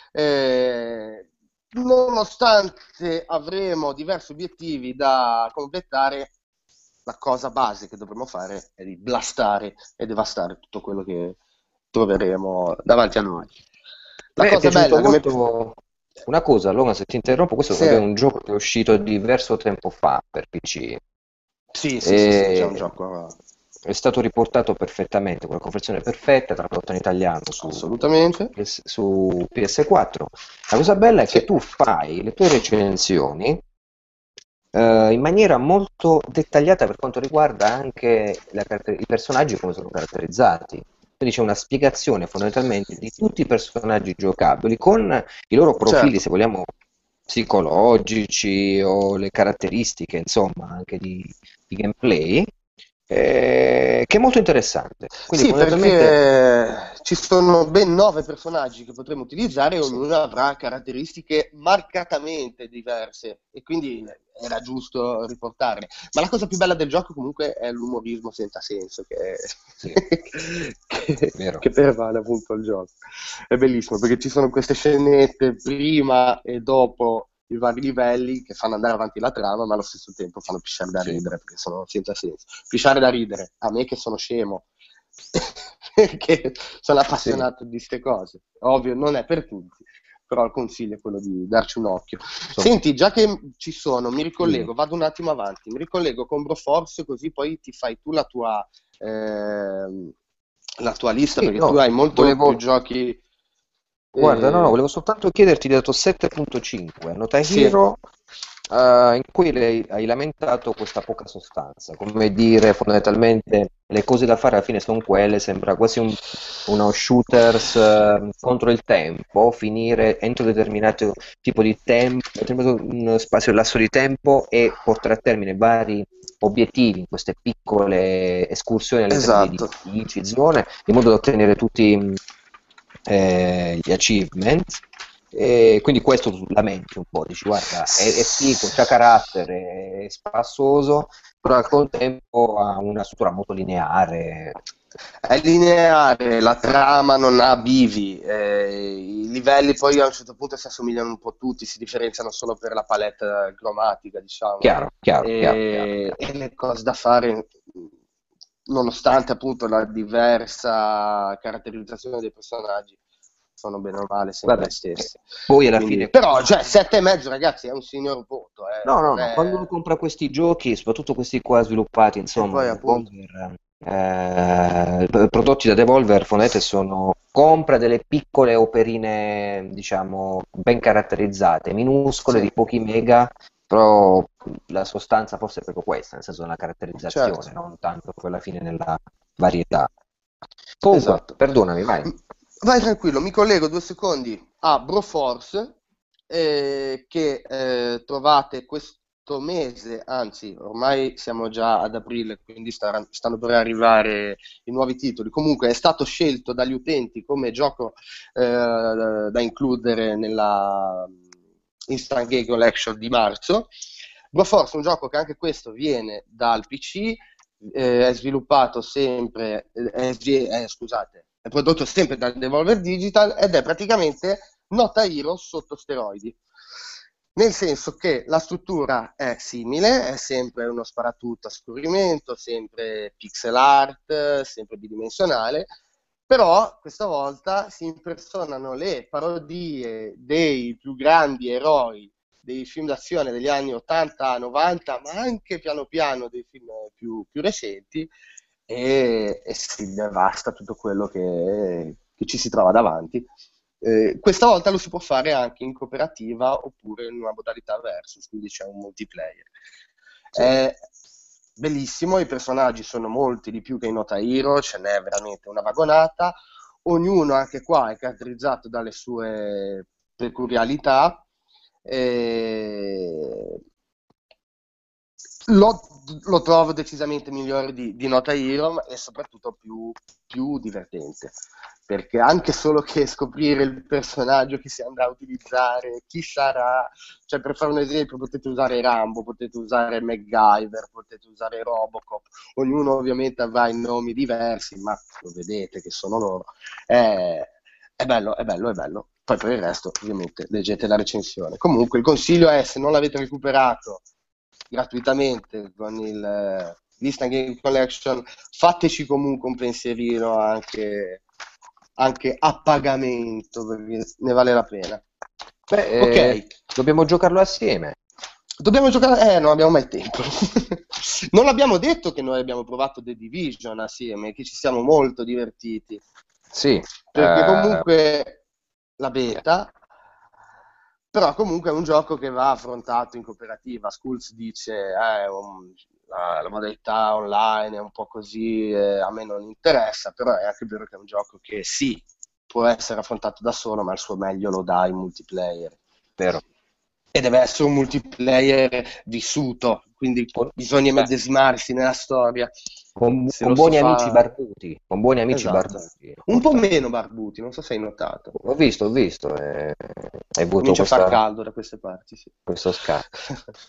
eh, nonostante avremo diversi obiettivi da completare. La cosa base che dovremo fare è di blastare e devastare tutto quello che troveremo davanti a noi. La A me è cosa piaciuto bella che mi- molto una cosa, Logan, se ti interrompo, questo Sì. è un gioco che è uscito diverso tempo fa per P C. Sì, sì, sì, sì, c'è un E gioco, è stato riportato perfettamente, con la conversione perfetta, tradotto in italiano su, assolutamente. P S su P S quattro. La cosa bella è Sì. che tu fai le tue recensioni eh, in maniera molto dettagliata per quanto riguarda anche la caratter- i personaggi come sono caratterizzati. Quindi c'è una spiegazione fondamentalmente di tutti i personaggi giocabili con i loro profili, Certo. se vogliamo, psicologici o le caratteristiche, insomma, anche di, di gameplay, eh, che è molto interessante. Quindi Sì, fondamentalmente perché ci sono ben nove personaggi che potremo utilizzare e sì, ognuno avrà caratteristiche marcatamente diverse, e quindi era giusto riportarle. Ma la cosa più bella del gioco comunque è l'umorismo senza senso che, sì, che, vero. che pervade appunto il gioco. È bellissimo perché ci sono queste scenette prima e dopo i vari livelli che fanno andare avanti la trama, ma allo stesso tempo fanno pisciare da Sì. ridere, perché sono senza senso. Pisciare da ridere, a me che sono scemo, perché sono appassionato di ste cose. Ovvio, non è per tutti, però il consiglio è quello di darci un occhio. Insomma, Senti, già che ci sono, mi ricollego, vado un attimo avanti, mi ricollego con Broforce, così poi ti fai tu la tua, ehm, la tua lista, sì, perché no, tu hai molto volevo, più giochi. Guarda, no, no, E- volevo soltanto chiederti, hai dato sette punto cinque, Nota sì, Hero, eh, in cui le- hai lamentato questa poca sostanza, come dire, fondamentalmente le cose da fare alla fine sono quelle, sembra quasi un- uno shooters eh, contro il tempo, finire entro determinato tipo di tempo, determinato mm, spazio e lasso di tempo e portare a termine vari obiettivi in queste piccole escursioni all'interno di esatto, edifici, zone, in modo da ottenere tutti mh, eh, gli achievement. E quindi questo tu lamenti un po', dici guarda, è, è figo, c'ha carattere, è spassoso, però al contempo ha una struttura molto lineare. è lineare, la trama non ha bivi, eh, i livelli poi a un certo punto si assomigliano un po' tutti, si differenziano solo per la palette cromatica, diciamo, Chiaro, chiaro, chiaro, chiaro, e, chiaro. e le cose da fare, nonostante appunto la diversa caratterizzazione dei personaggi, sono bene o male sempre Vabbè, le stesse. poi alla Quindi, fine però, cioè, sette e mezzo, ragazzi, è un signor voto, eh, no, no, non no, quando uno è... compra questi giochi, soprattutto questi qua sviluppati, E insomma, poi da appunto, Devolver, eh, p- prodotti da Devolver, fondamentalmente sono compra delle piccole operine, diciamo, ben caratterizzate, minuscole, sì, di pochi mega, però la sostanza forse è proprio questa, nel senso della certo, caratterizzazione, non tanto poi alla fine nella varietà. Comunque, esatto. perdonami, vai. M- Vai tranquillo, mi collego due secondi a Broforce, eh, che eh, trovate questo mese, anzi ormai siamo già ad aprile, quindi sta- stanno per arrivare i nuovi titoli. Comunque è stato scelto dagli utenti come gioco eh, da includere nella Instant Game Collection di marzo. Broforce è un gioco che anche questo viene dal P C, eh, è sviluppato sempre, eh, è, svi- eh, scusate, è prodotto sempre da Devolver Digital ed è praticamente Nota Hero sotto steroidi. Nel senso che la struttura è simile, è sempre uno sparatutto a scorrimento, sempre pixel art, sempre bidimensionale, però questa volta si impersonano le parodie dei più grandi eroi dei film d'azione degli anni ottanta novanta, ma anche piano piano dei film più, più recenti, e, e si devasta tutto quello che, che ci si trova davanti. Eh, questa volta lo si può fare anche in cooperativa oppure in una modalità versus, quindi c'è un multiplayer. Sì. È bellissimo, i personaggi sono molti di più che in Nota Hero, ce n'è veramente una vagonata, ognuno anche qua è caratterizzato dalle sue peculiarità. E lo, lo trovo decisamente migliore di, di Nota Hero e soprattutto più, più divertente, perché anche solo che scoprire il personaggio che si andrà a utilizzare, chi sarà, cioè per fare un esempio potete usare Rambo, potete usare MacGyver, potete usare Robocop, ognuno ovviamente avrà i nomi diversi, ma lo vedete che sono loro, è, è bello, è bello, è bello. Poi per il resto ovviamente leggete la recensione. Comunque il consiglio è, se non l'avete recuperato gratuitamente con il eh, l'Instant Game Collection, fateci comunque un pensierino anche, anche a pagamento, perché ne vale la pena. Beh, eh, Ok, dobbiamo giocarlo assieme. dobbiamo giocare, eh, non abbiamo mai tempo. Non abbiamo detto che noi abbiamo provato The Division assieme, che ci siamo molto divertiti, Sì, perché eh, comunque la beta, però comunque è un gioco che va affrontato in cooperativa. Skulls dice eh, um, la, la modalità online è un po' così, eh, a me non interessa, però è anche vero che è un gioco che sì, può essere affrontato da solo, ma il suo meglio lo dà in multiplayer. vero. E deve essere un multiplayer vissuto, quindi Con, bisogna eh, immedesimarsi nella storia. con- Se con lo si buoni amici fa... barbuti, con buoni amici Esatto. barbuti, è Un po' importante. meno barbuti, non so se hai notato. Ho visto, ho visto, eh, hai avuto Comincia a far questa, caldo da queste parti, sì. questo scatto.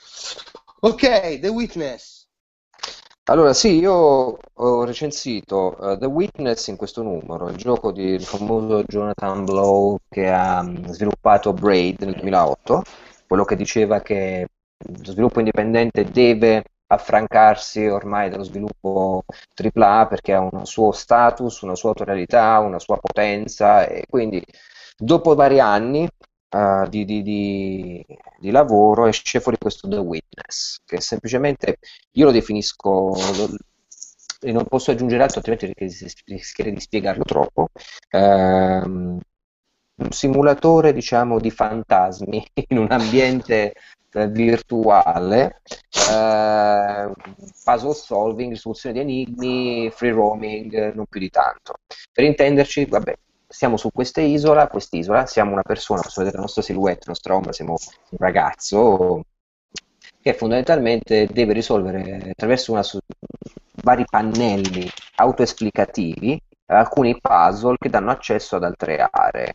Ok, The Witness. Allora, sì, io ho recensito eh, The Witness in questo numero, il gioco del famoso Jonathan Blow che ha mm, sviluppato Braid nel duemilaotto, quello che diceva che lo sviluppo indipendente deve affrancarsi ormai dallo sviluppo tripla A perché ha un suo status, una sua autorialità, una sua potenza e quindi dopo vari anni eh, di, di- di- di lavoro esce fuori questo The Witness, che semplicemente io lo definisco, lo- e non posso aggiungere altro, altrimenti ris- rischierei di spiegarlo troppo. Ehm, un simulatore, diciamo, di fantasmi in un ambiente eh, virtuale, eh, puzzle solving, risoluzione di enigmi, free roaming, eh, non più di tanto. Per intenderci, vabbè, siamo su questa isola, quest'isola, siamo una persona, possiamo vedere la nostra silhouette, la nostra ombra, siamo un ragazzo che fondamentalmente deve risolvere attraverso una, su- vari pannelli autoesplicativi alcuni puzzle che danno accesso ad altre aree,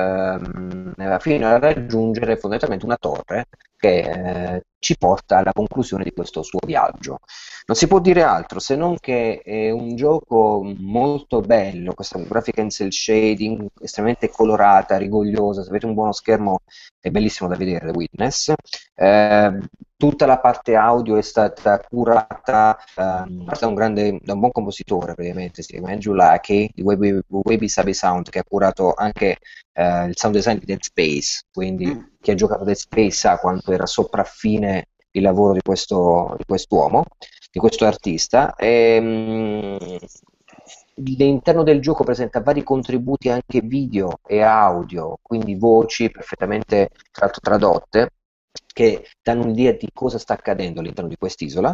ehm, fino a raggiungere fondamentalmente una torre che eh, ci porta alla conclusione di questo suo viaggio. Non si può dire altro se non che è un gioco molto bello, questa grafica in cel shading estremamente colorata, rigogliosa. Se avete un buono schermo è bellissimo da vedere, The Witness. Eh, Tutta la parte audio è stata curata ehm, da un grande, da un buon compositore, praticamente, si chiama Andrew Lucky di Wabi, Wabi Sabi Sound, che ha curato anche eh, il sound design di Dead Space, quindi Mm. chi ha giocato Dead Space sa quanto era sopraffine il lavoro di questo, di quest'uomo, di questo artista. E, mm, L'interno del gioco presenta vari contributi anche video e audio, quindi voci perfettamente tra- tradotte, che danno un'idea di cosa sta accadendo all'interno di quest'isola.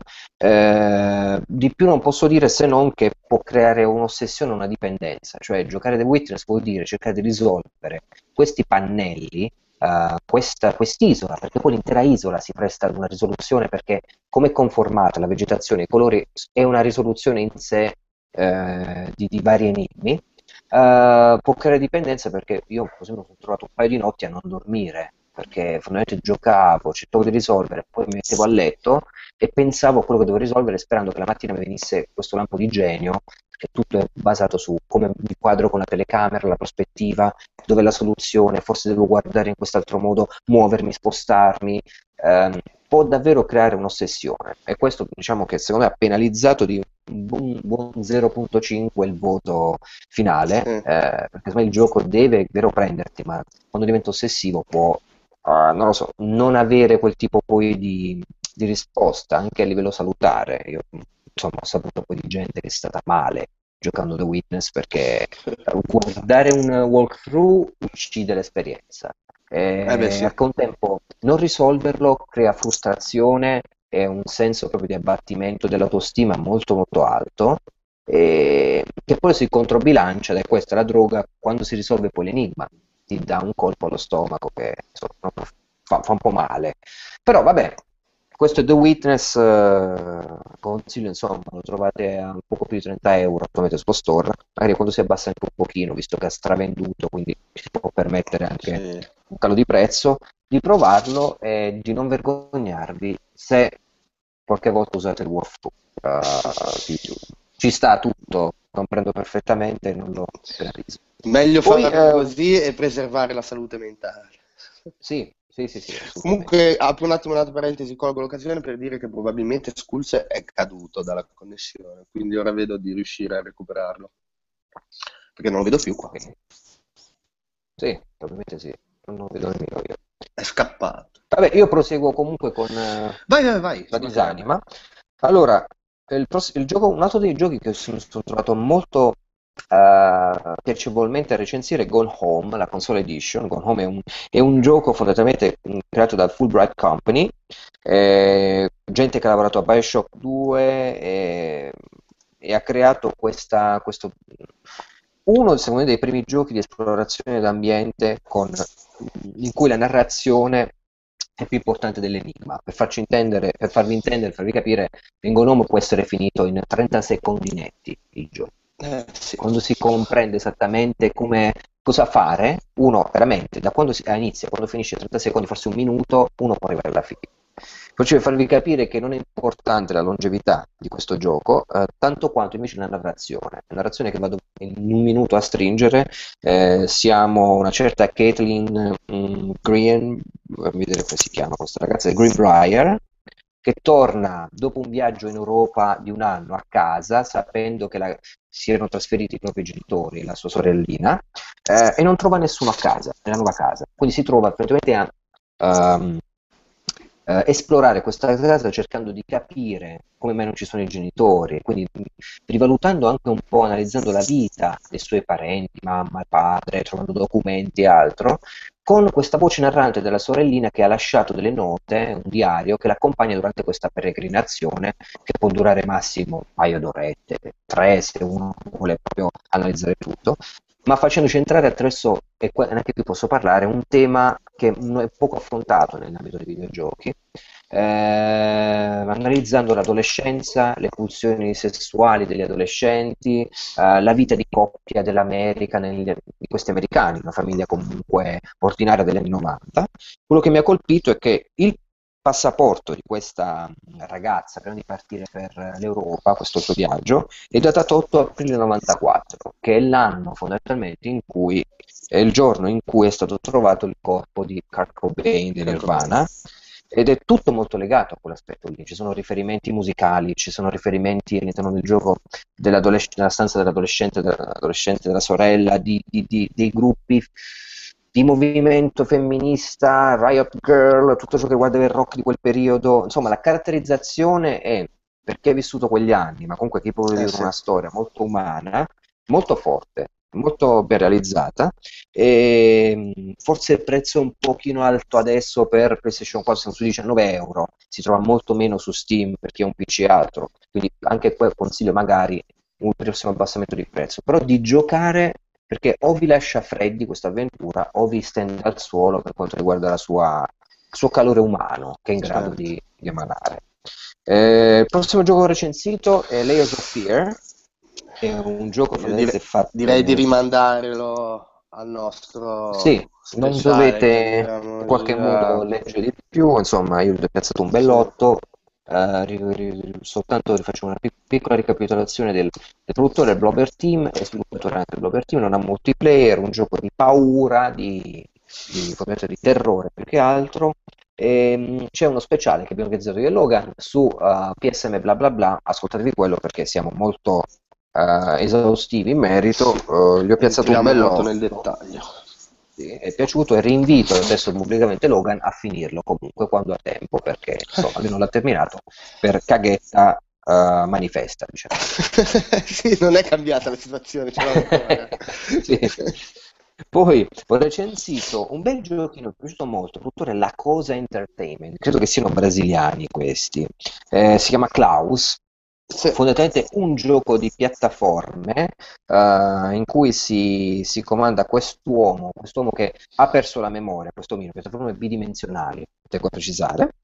Eh, di più non posso dire se non che può creare un'ossessione, una dipendenza, cioè giocare The Witness vuol dire cercare di risolvere questi pannelli, eh, questa, quest'isola, perché poi l'intera isola si presta ad una risoluzione, perché come è conformata la vegetazione, i colori, è una risoluzione in sé eh, di, di vari enigmi. Eh, può creare dipendenza, perché io per esempio ho trovato un paio di notti a non dormire perché fondamentalmente giocavo, cercavo di risolvere, poi mi mettevo a letto e pensavo a quello che dovevo risolvere, sperando che la mattina mi venisse questo lampo di genio, perché tutto è basato su come mi quadro con la telecamera, la prospettiva, dove è la soluzione, forse devo guardare in quest'altro modo, muovermi, spostarmi. Ehm, può davvero creare un'ossessione, e questo diciamo che secondo me ha penalizzato di un buon, buon zero virgola cinque il voto finale, Sì. eh, perché secondo me il gioco deve davvero prenderti, ma quando diventa ossessivo può, eh, non lo so, non avere quel tipo poi di, di risposta anche a livello salutare. Io insomma ho saputo poi di gente che è stata male giocando The Witness, perché guardare un walkthrough uccide l'esperienza. Eh beh, E sì. al contempo non risolverlo crea frustrazione e un senso proprio di abbattimento dell'autostima molto molto alto, e che poi si controbilancia, ed è questa la droga, quando si risolve poi l'enigma ti dà un colpo allo stomaco che insomma, proprio fa, fa un po' male. Però vabbè, questo è The Witness, eh, consiglio, insomma, lo trovate a un poco più di trenta euro attualmente sullo store, magari quando si abbassa anche un pochino, visto che ha stravenduto, quindi si può permettere anche Sì. un calo di prezzo, di provarlo e di non vergognarvi se qualche volta usate il walkthrough. Uh, ci, ci sta tutto, comprendo perfettamente e non lo penalizzo. Meglio Poi, fare eh, così e preservare la salute mentale. sì, sì, sì, sì, assolutamente. Comunque, apro un attimo una parentesi, colgo l'occasione per dire che probabilmente Skulls è caduto dalla connessione, quindi ora vedo di riuscire a recuperarlo, perché non lo vedo più qua. Ok. Sì, probabilmente sì, non lo vedo nemmeno io. È scappato. Vabbè, io proseguo comunque con eh, Vai, vai, vai, la ci mancherebbe. disanima. Allora, il, pross- il gioco, un altro dei giochi che sono, sono trovato molto eh, piacevolmente a recensire è Gone Home, la console edition. Gone Home è un, è un gioco fondamentalmente mh, creato da Fulbright Company, eh, gente che ha lavorato a BioShock due, e, e ha creato questa, questo, uno secondo me dei primi giochi di esplorazione d'ambiente con, in cui la narrazione è più importante dell'enigma. Per farci intendere, per farvi intendere, farvi capire, Ringonome può essere finito in trenta secondi netti il gioco. Eh, sì. Quando si comprende esattamente come, cosa fare, uno veramente, da quando si, ah, inizia, quando finisce trenta secondi, forse un minuto, uno può arrivare alla fine. Poi per farvi capire che non è importante la longevità di questo gioco, eh, tanto quanto invece la narrazione. La narrazione che vado in un minuto a stringere, eh, siamo una certa Caitlin mm, Green, fammi vedere come si chiama questa ragazza, Greenbrier, che torna dopo un viaggio in Europa di un anno a casa, sapendo che la- si erano trasferiti i propri genitori e la sua sorellina, eh, e non trova nessuno a casa, nella nuova casa. Quindi si trova praticamente a, ehm, eh, esplorare questa casa cercando di capire come mai non ci sono i genitori, quindi mh, rivalutando anche un po', analizzando la vita dei suoi parenti, mamma, padre, trovando documenti e altro, con questa voce narrante della sorellina che ha lasciato delle note, un diario che l'accompagna durante questa peregrinazione che può durare massimo un paio d'orette, tre se uno vuole proprio analizzare tutto, ma facendoci entrare attraverso, e qua neanche più posso parlare, un tema che non è poco affrontato nell'ambito dei videogiochi, eh, analizzando l'adolescenza, le pulsioni sessuali degli adolescenti, eh, la vita di coppia dell'America, negli- di questi americani, una famiglia comunque ordinaria degli anni novanta. Quello che mi ha colpito è che il passaporto di questa ragazza prima di partire per l'Europa, questo suo viaggio, è datato otto aprile novantaquattro, che è l'anno fondamentalmente in cui è il giorno in cui è stato trovato il corpo di Kurt Cobain di Nirvana, ed è tutto molto legato a quell'aspetto lì. Ci sono riferimenti musicali, ci sono riferimenti all'interno del gioco dell'adolesc- della stanza dell'adolescente, dell'adolescente, della sorella, di, di- di- dei gruppi di movimento femminista, Riot Girl, tutto ciò che riguarda il rock di quel periodo. Insomma, la caratterizzazione è, perché hai vissuto quegli anni, ma comunque chi può Eh vivere sì. una storia molto umana, molto forte, molto ben realizzata. E mh, forse il prezzo è un pochino alto adesso per PlayStation quattro, siamo su diciannove euro, si trova molto meno su Steam per chi ha un P C e altro, quindi anche qua consiglio magari un prossimo abbassamento di prezzo, però di giocare, perché o vi lascia freddi questa avventura o vi stende al suolo per quanto riguarda la sua, il suo calore umano che è in grado Certo. di, di emanare. Eh, il prossimo gioco recensito è Layers of Fear, è un gioco Io fondamentalmente dire- fatto. direi di rimandarlo al nostro Sì, non speciale che dovete in abbiamo qualche modo già. leggere di più, insomma, io vi ho piazzato un Sì. bell'otto, eh, ri- ri- soltanto facciamo una pic- piccola ricapitolazione del, del produttore, il Blobber Team, è sviluppatore anche il Blobber Team, non ha multiplayer, un gioco di paura, di, di, fondamentalmente di terrore più che altro. E, c'è uno speciale che abbiamo organizzato io e Logan su eh, P S M bla bla bla, ascoltatevi quello perché siamo molto eh, esaustivi in merito. Eh, gli ho piazzato un Entriamo molto bello nel dettaglio. sì, è piaciuto e rinvito adesso pubblicamente Logan a finirlo comunque quando ha tempo perché insomma lui non l'ha terminato per caghetta eh, manifesta, diciamo. Sì, non è cambiata la situazione, ce l'ho ancora. Sì. Poi ho recensito un bel giochino che mi è piaciuto molto, produttore La Cosa Entertainment, credo che siano brasiliani questi. Eh, si chiama Klaus, Sì. fondamentalmente un gioco di piattaforme eh, in cui si, si comanda quest'uomo, quest'uomo che ha perso la memoria, questo mino, piattaforme bidimensionali, tengo a precisare,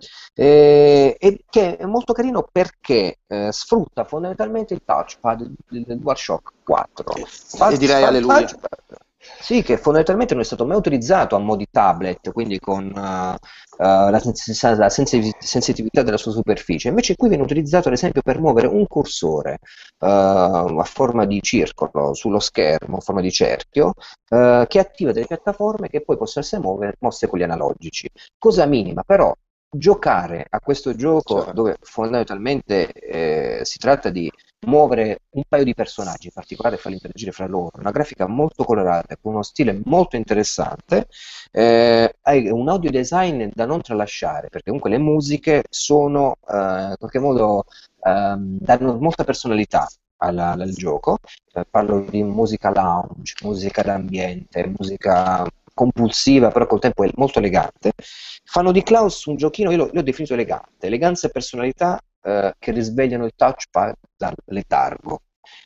e, e che è molto carino perché eh, sfrutta fondamentalmente il touchpad del, del DualShock quattro. E Fa- direi fa- alleluia. touchpad. Sì, che fondamentalmente non è stato mai utilizzato a mo' di tablet, quindi con eh, eh, la, sens- la sensi- sensitività della sua superficie. Invece qui viene utilizzato ad esempio per muovere un cursore eh, a forma di circolo sullo schermo, a forma di cerchio, eh, che attiva delle piattaforme che poi possono essere muove- mosse con gli analogici. Cosa minima, però giocare a questo gioco Certo. dove fondamentalmente eh, si tratta di muovere un paio di personaggi in particolare e farli interagire fra loro, una grafica molto colorata, con uno stile molto interessante, eh, hai un audio design da non tralasciare, perché comunque le musiche sono eh, in qualche modo ehm, danno molta personalità alla- al gioco. Eh, parlo di musica lounge, musica d'ambiente, musica compulsiva, però col tempo è molto elegante. Fanno di Klaus un giochino, io l'ho, l'ho definito elegante, eleganza e personalità eh, che risvegliano il touchpad dal letargo.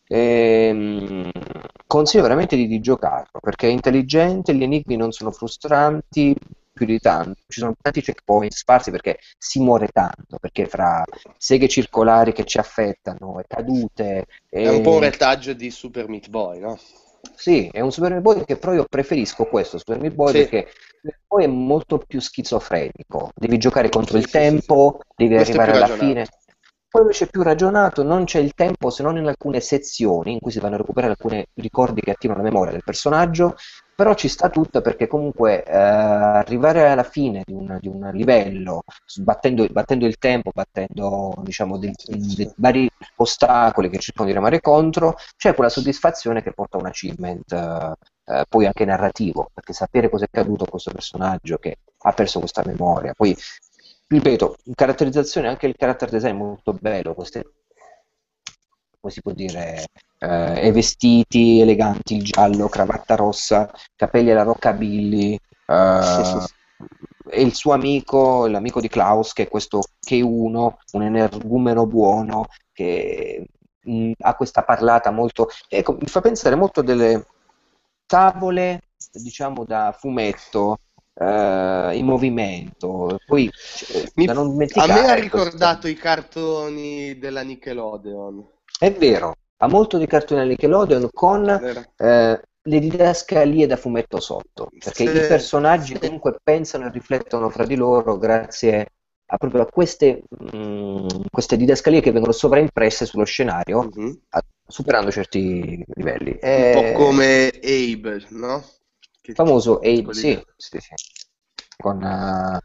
Ehm, consiglio veramente di, di giocarlo perché è intelligente, gli enigmi non sono frustranti più di tanto, ci sono tanti checkpoint sparsi perché si muore tanto, perché fra seghe circolari che ci affettano e cadute, È un po' un e retaggio di Super Meat Boy, no? sì, è un Super Meat Boy che però io preferisco questo Super Meat Boy Sì, perché poi è molto più schizofrenico. Devi giocare contro sì, il sì, sì, sì. tempo, devi Questo è arrivare più alla fine. ragionato. Poi invece è più ragionato, non c'è il tempo se non in alcune sezioni in cui si vanno a recuperare alcuni ricordi che attivano la memoria del personaggio, però ci sta tutto perché comunque eh, arrivare alla fine di un, di un livello, battendo, battendo il tempo, battendo diciamo dei, Sì, dei sì. vari ostacoli che cercano di remare contro, c'è quella soddisfazione che porta a un achievement eh, eh, poi anche narrativo, perché sapere cosa è accaduto a questo personaggio che ha perso questa memoria, poi ripeto, caratterizzazione, anche il character design è molto bello, queste, come si può dire, eh, e vestiti eleganti, il giallo, cravatta rossa, capelli alla rockabilly, eh, e il suo amico, l'amico di Klaus, che è questo K uno, un energumeno buono, che mh, ha questa parlata molto, ecco, mi fa pensare molto delle tavole, diciamo, da fumetto, eh, in movimento, poi cioè, Mi- da non A me ha dimenticare questo. ricordato i cartoni della Nickelodeon, È vero, ha molto di cartone Nickelodeon con vero? eh, le didascalie da fumetto sotto, perché i Sì, personaggi sì. comunque pensano e riflettono fra di loro grazie a, proprio a queste, mh, queste didascalie che vengono sovraimpresse sullo scenario, Mhm. a- superando certi livelli. Un po' È come Abe, no? Che- famoso Abe, quelli sì, là. sì, sì. Con, eh,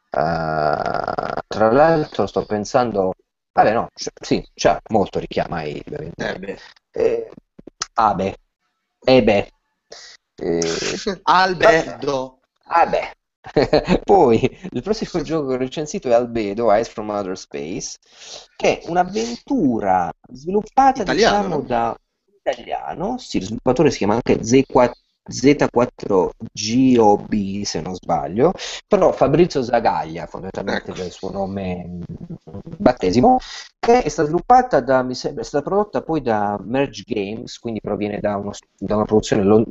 eh, tra l'altro sto pensando, vabbè no, c- sì, c'è molto richiama Abe, Eh evidentemente. beh. Eh, ah beh, eh beh, eh, vabbè, Albedo. ah beh. Poi il prossimo gioco che ho recensito è Albedo, Eyes from Outer Space, che è un'avventura sviluppata, Italiano, diciamo, no? da un italiano, sì, il sviluppatore si chiama anche Z quattro Z quattro G O B se non sbaglio, però Fabrizio Zagaglia, fondamentalmente Ecco. che è il suo nome mh, battesimo, che è stata sviluppata da, mi sembra, è stata prodotta poi da Merge Games, quindi proviene da, uno- da una produzione lon-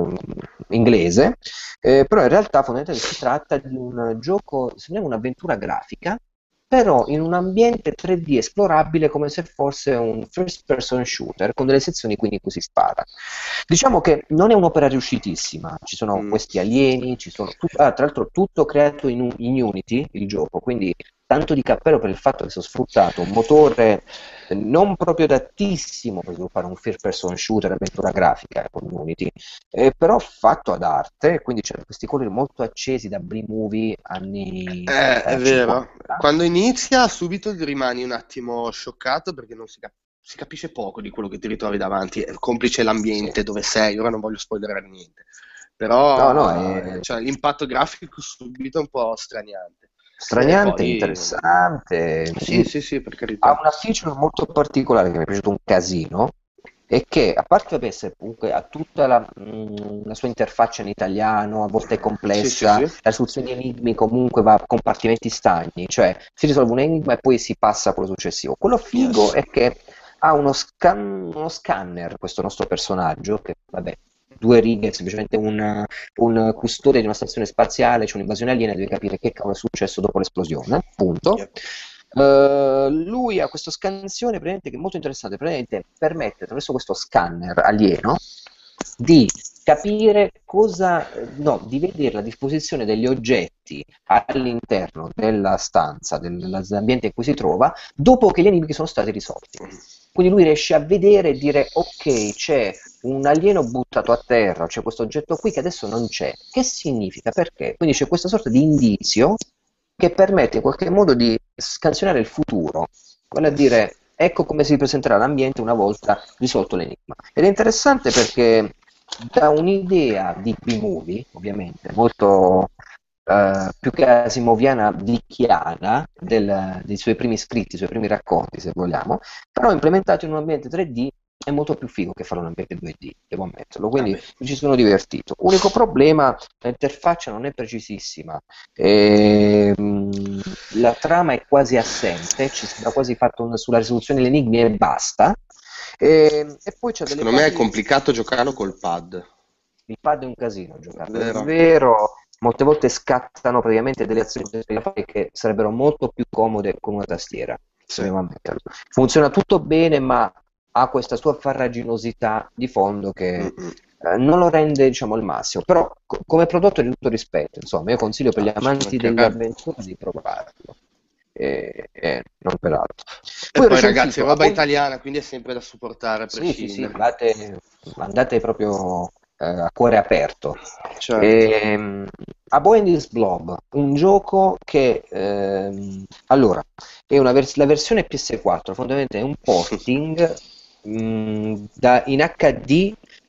inglese, eh, però in realtà fondamentalmente si tratta di un gioco, se non è un'avventura grafica, però in un ambiente tre D esplorabile come se fosse un first person shooter con delle sezioni quindi in cui si spara. Diciamo che non è un'opera riuscitissima, ci sono Mm. questi alieni, ci sono tut- ah, tra l'altro tutto creato in, in Unity, il gioco, quindi tanto di cappello per il fatto che si è sfruttato un motore eh, non proprio adattissimo per sviluppare un first person shooter avventura grafica eh, con Unity, eh, però fatto ad arte, quindi c'erano questi colori molto accesi da B-movie anni Eh, è eh, vero. cinquanta. Quando inizia subito rimani un attimo scioccato perché non si, cap- si capisce poco di quello che ti ritrovi davanti, è complice Sì. l'ambiente dove sei, ora non voglio spoilerare niente, No, no, però eh, è cioè, l'impatto grafico subito è un po' straniante. E straniante, poi interessante. sì, sì, sì, per Ha carità. una feature molto particolare che mi è piaciuto un casino, e che a parte vabbè, essere comunque ha tutta la, mh, la sua interfaccia in italiano, a volte è Sì, sì, complessa, sì. la risoluzione di enigmi comunque va a compartimenti stagni, cioè si risolve un enigma e poi si passa a quello successivo. Quello figo Yes. è che ha uno, scan- uno scanner, questo nostro personaggio, che vabbè, due righe, semplicemente un, un custode di una stazione spaziale, c'è un'invasione aliena, deve capire che cavolo è successo dopo l'esplosione, punto. Yep. Eh, lui ha questa scansione praticamente che è molto interessante, praticamente permette attraverso questo scanner alieno di capire cosa, eh, no, di vedere la disposizione degli oggetti all'interno della stanza, del- dell'ambiente in cui si trova, dopo che gli enigmi sono stati risolti. Quindi lui riesce a vedere e dire: ok, c'è un alieno buttato a terra, c'è questo oggetto qui che adesso non c'è. Che significa? Perché? Quindi c'è questa sorta di indizio che permette in qualche modo di scansionare il futuro, vale a Yes. dire ecco come si presenterà l'ambiente una volta risolto l'enigma. Ed è interessante perché dà un'idea di B-movie, ovviamente, molto eh, più che asimoviana, dicchiana, del- dei suoi primi scritti, dei suoi primi racconti, se vogliamo, però implementato in un ambiente tre D è molto più figo che fare un ambiente due D, devo ammetterlo, Ah quindi beh. mi ci sono divertito. Unico problema, l'interfaccia non è precisissima, ehm, la trama è quasi assente, ci sembra quasi fatto un- sulla risoluzione degli enigmi e basta, e, e poi c'è delle Secondo me è fasi, complicato giocarlo col pad, il pad è un casino giocarlo, è vero? vero, molte volte scattano praticamente delle azioni da fare che sarebbero molto più comode con una tastiera, Sì. dobbiamo ammetterlo. Funziona tutto bene, ma ha questa sua farraginosità di fondo che Mm-mm. eh, non lo rende, diciamo, il massimo, però co- come prodotto è di tutto rispetto, insomma, io consiglio per gli Ah, ci amanti delle mancherebbe. avventure di provarlo, e, e non per altro. E Poi ho poi ragazzi, recensito, a roba voi- italiana, quindi è sempre da supportare a sì, sì, sì, prescindere. andate, andate proprio eh, a cuore aperto. Certo. Ehm, A Boeing's Blob, un gioco che ehm, allora è una vers- la versione P S quattro, fondamentalmente è un porting mh, da- in H D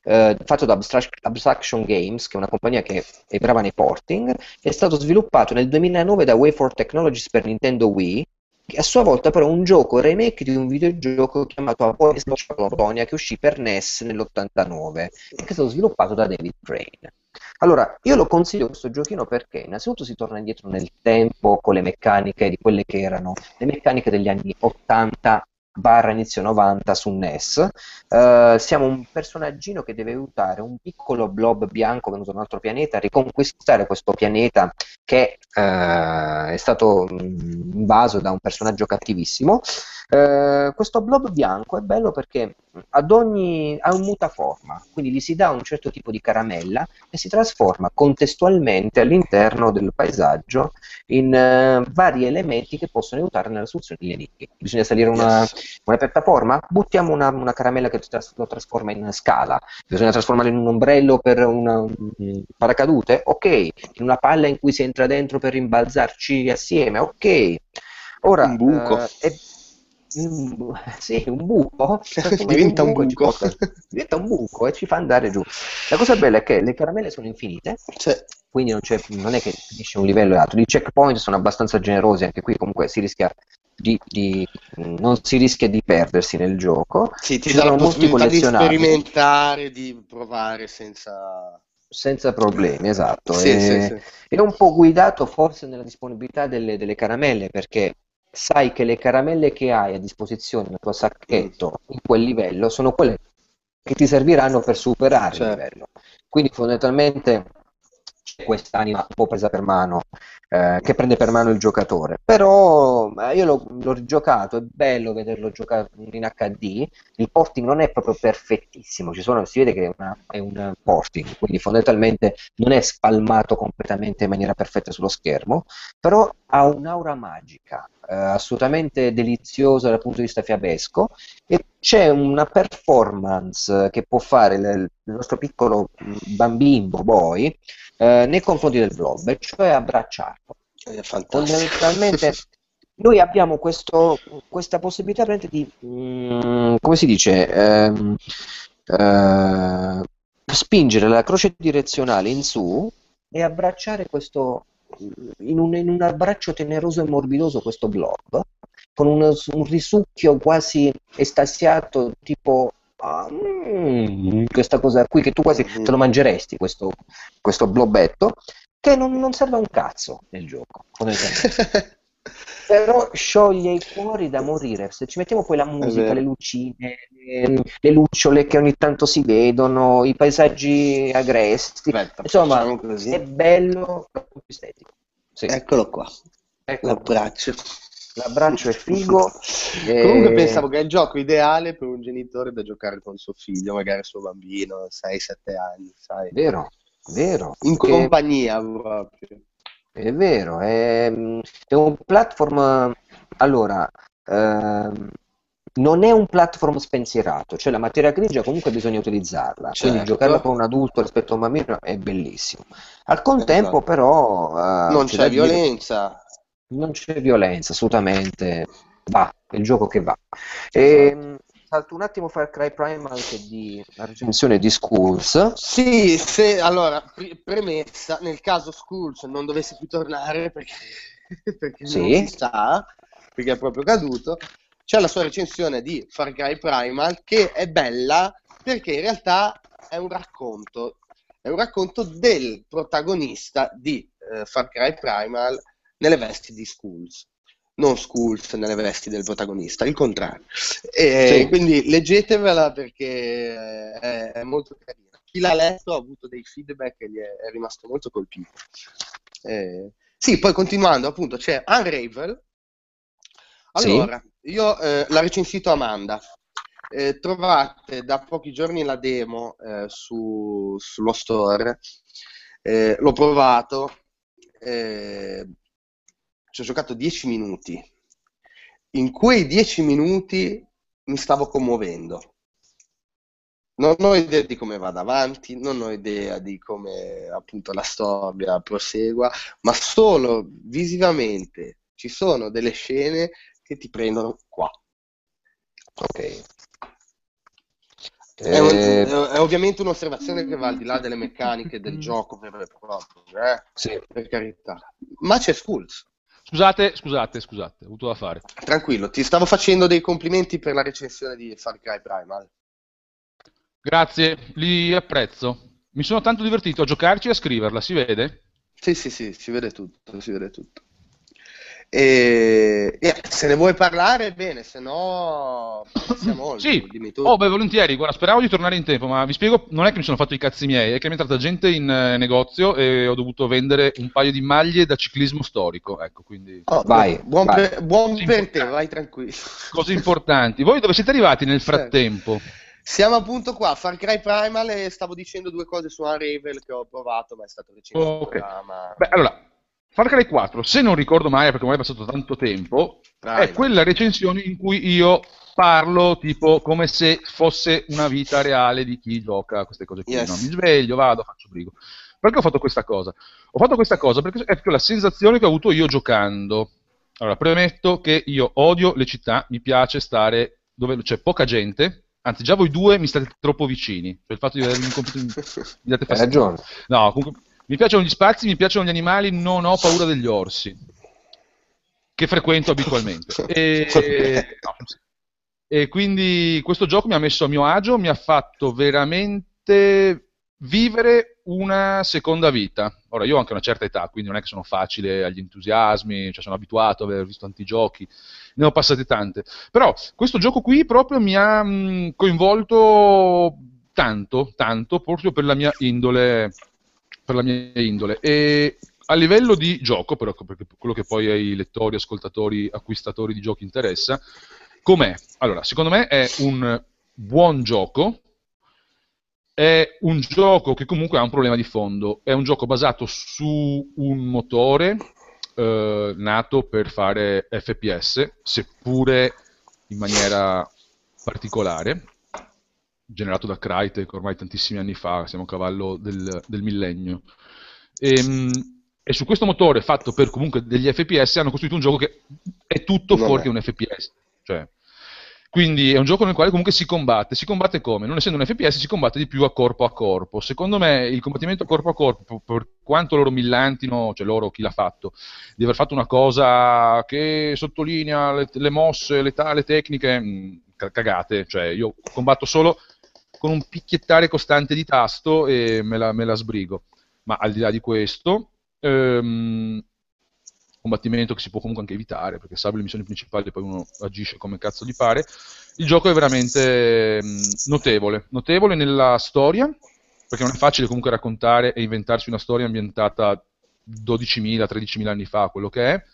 eh, fatto da Abstract- Abstraction Games, che è una compagnia che è brava nei porting. È stato sviluppato nel duemilanove da WayForward Technologies per Nintendo Wii, che a sua volta però è un gioco remake di un videogioco chiamato A Boy's Colonia, che uscì per N E S nell'ottantanove e che è stato sviluppato da David Crane. Allora, io lo consiglio questo giochino perché innanzitutto si torna indietro nel tempo con le meccaniche di quelle che erano le meccaniche degli anni ottanta barra inizio novanta su N E S. Eh, siamo un personaggino che deve aiutare un piccolo blob bianco venuto da un altro pianeta a riconquistare questo pianeta che eh, è stato mh, invaso da un personaggio cattivissimo. Eh, questo blob bianco è bello perché ad ogni, ha un mutaforma, quindi gli si dà un certo tipo di caramella e si trasforma contestualmente all'interno del paesaggio in eh, vari elementi che possono aiutare nella soluzione degli enigmi. Bisogna salire una, Yes. una piattaforma? Buttiamo una, una caramella che tras- lo trasforma in scala. Bisogna trasformarlo in un ombrello per una- un paracadute? Ok. In una palla in cui si entra dentro per rimbalzarci assieme? Ok. Un Ora, buco. eh, è- mm, sì, un buco si trasforma in un Diventa un buco e ci buco. porta, diventa un buco e ci fa andare giù. La cosa bella è che le caramelle sono infinite, Cioè, quindi non, c'è- non è che finisce un livello e altro. I checkpoint sono abbastanza generosi, anche qui comunque si rischia di, di- non si rischia di perdersi nel gioco. sì, ti Ci dà la sono molti possibilità di collezionabili sperimentare, di provare senza... senza problemi, esatto. Sì, sì, E- sì. È un po' guidato forse nella disponibilità delle, delle caramelle, perché sai che le caramelle che hai a disposizione nel tuo Mm, sacchetto in quel livello sono quelle che ti serviranno per superare il cioè, livello. Quindi fondamentalmente c'è quest'anima un po' presa per mano, eh, che prende per mano il giocatore. Però eh, io l'ho, l'ho rigiocato, è bello vederlo giocare in H D. Il porting non è proprio perfettissimo, ci sono, si vede che è, una- è un porting, quindi fondamentalmente non è spalmato completamente in maniera perfetta sullo schermo, però ha un'aura magica, eh, assolutamente deliziosa dal punto di vista fiabesco, e c'è una performance che può fare il, il nostro piccolo mh, bambino boy eh, nei confronti del blob, e cioè abbracciarlo. è fantastico. Fondamentalmente noi abbiamo questo- questa possibilità veramente di, mm, come si dice, ehm, eh, spingere la croce direzionale in su e abbracciare questo, in un, in un abbraccio teneroso e morbidoso questo blob, con un, un risucchio quasi estasiato, tipo ah, mm, questa cosa qui che tu quasi te Mhm. lo mangeresti, questo, questo blobetto, che non, non serve a un cazzo nel gioco, fondamentalmente. Però scioglie i cuori da morire. Se ci mettiamo poi la È musica, le vero. lucine, le, le lucciole che ogni tanto si vedono, i paesaggi agresti, Aspetta, insomma, facciamo è così. bello, è estetico. Sì, Eccolo qua, eccolo qua. l'abbraccio. L'abbraccio è figo. Comunque E... pensavo che è il gioco ideale per un genitore da giocare con suo figlio, magari suo bambino, sei sette anni, sai. Vero, vero, In perché compagnia proprio. è vero, è, è un platform, allora, ehm, non è un platform spensierato, cioè la materia grigia comunque bisogna utilizzarla, quindi giocarla Certo, con un adulto rispetto a un bambino è bellissimo. Al contempo esatto. però eh, Non c'è c'è da dire che violenza. non c'è violenza, assolutamente, va, è il gioco che va. Esatto. E, salto un attimo Far Cry Primal che è di la recensione di Schools. Sì, se allora, pre- premessa, nel caso Schools non dovesse più tornare perché, perché non si Sì, sa, perché è proprio caduto, c'è la sua recensione di Far Cry Primal che è bella perché in realtà è un racconto, è un racconto del protagonista di eh, Far Cry Primal nelle vesti di Schools, non Schools nelle vesti del protagonista, il contrario. E sì. quindi leggetevela perché è, è molto carina. Chi l'ha letto ha avuto dei feedback e gli è, è rimasto molto colpito. Eh, sì, poi continuando, appunto, c'è Unravel. Sì? Allora, io eh, l'ha recensito Amanda. Eh, trovate da pochi giorni la demo eh, su- sullo store. Eh, l'ho provato, eh, ci ho giocato dieci minuti. In quei dieci minuti mi stavo commuovendo. Non ho idea di come vada avanti, non ho idea di come appunto la storia prosegua, ma solo visivamente ci sono delle scene che ti prendono qua. Ok. È, un- Eh, è ovviamente un'osservazione che va al di là delle meccaniche del gioco vero e proprio, eh? sì. Per carità. Ma c'è Skulls. Scusate, scusate, scusate, ho avuto da fare. Tranquillo, ti stavo facendo dei complimenti per la recensione di Far Cry Primal. Grazie, li apprezzo. Mi sono tanto divertito a giocarci e a scriverla, si vede? Sì, sì, sì, si vede tutto, si vede tutto. E, e se ne vuoi parlare, bene, se no passiamo oltre, Sì, dimmi oh tu. beh, volentieri, guarda, speravo di tornare in tempo, ma vi spiego, non è che mi sono fatto i cazzi miei, è che mi è entrata gente in eh, negozio e ho dovuto vendere un paio di maglie da ciclismo storico, ecco, quindi Ottimo, Vai, buon vai. per, buon cose per te, importanti. vai tranquillo. Cose importanti. Voi dove siete arrivati nel Certo. frattempo? Siamo appunto qua, Far Cry Primal, e stavo dicendo due cose su Unravel che ho provato, ma è stato recensito Ok. da ma... Beh, allora, Far Cry quattro, se non ricordo male, perché ormai è passato tanto tempo, è Primal. quella recensione in cui io parlo tipo come se fosse una vita reale di chi gioca a queste cose qui, no? Mi Yes. sveglio, vado, faccio brigo. Perché ho fatto questa cosa? Ho fatto questa cosa perché è proprio la sensazione che ho avuto io giocando. Allora, premetto che io odio le città, mi piace stare dove c'è poca gente, anzi già voi due mi state troppo vicini, cioè il fatto di avermi in computer mi mi date Hai fastidio. ragione. No, comunque mi piacciono gli spazi, mi piacciono gli animali, non ho paura degli orsi, che frequento abitualmente. E, no, e quindi questo gioco mi ha messo a mio agio, mi ha fatto veramente vivere una seconda vita. Ora, io ho anche una certa età, quindi non è che sono facile agli entusiasmi, cioè sono abituato ad aver visto tanti giochi, ne ho passate tante. Però questo gioco qui proprio mi ha mh, coinvolto tanto, tanto, proprio per la mia indole, per la mia indole. E a livello di gioco, però, perché quello che poi ai lettori, ascoltatori, acquistatori di giochi interessa, com'è? Allora, secondo me è un buon gioco, è un gioco che comunque ha un problema di fondo, è un gioco basato su un motore eh, nato per fare F P S, seppure in maniera particolare, generato da Crytek ormai tantissimi anni fa, siamo a cavallo del, del millennio. E, e su questo motore fatto per comunque degli F P S hanno costruito un gioco che è tutto Non fuorché è. un F P S. Cioè, quindi è un gioco nel quale comunque si combatte. Si combatte come? Non essendo un F P S si combatte di più a corpo a corpo. Secondo me il combattimento a corpo a corpo, per quanto loro millantino, cioè loro chi l'ha fatto, di aver fatto una cosa che sottolinea le, le mosse, le, le tecniche, mh, cagate. Cioè io combatto solo con un picchiettare costante di tasto e me la, me la sbrigo. Ma al di là di questo, ehm, combattimento che si può comunque anche evitare, perché salvo le missioni principali poi uno agisce come cazzo gli pare. Il gioco è veramente mh, notevole, notevole nella storia, perché non è facile comunque raccontare e inventarsi una storia ambientata dodicimila tredicimila anni fa, quello che è.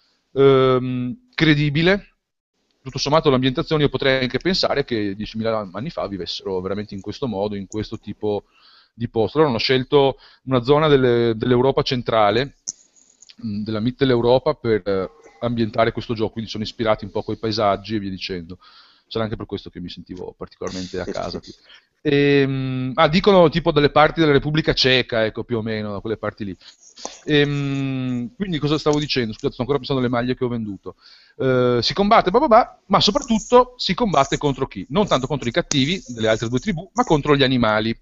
Ehm, credibile. Tutto sommato l'ambientazione io potrei anche pensare che diecimila anni fa vivessero veramente in questo modo, in questo tipo di posto. Loro hanno scelto una zona delle, dell'Europa centrale, mh, della Mitteleuropa, per eh, ambientare questo gioco, quindi sono ispirati un po' coi paesaggi e via dicendo. Sarà anche per questo che mi sentivo particolarmente a casa qui. E, mh, ah, dicono tipo dalle parti della Repubblica Ceca, ecco, più o meno, da quelle parti lì. E, mh, quindi cosa stavo dicendo? Scusate, sto ancora pensando alle maglie che ho venduto. Eh, si combatte, bah bah bah, ma soprattutto si combatte contro chi? Non tanto contro i cattivi delle altre due tribù, ma contro gli animali.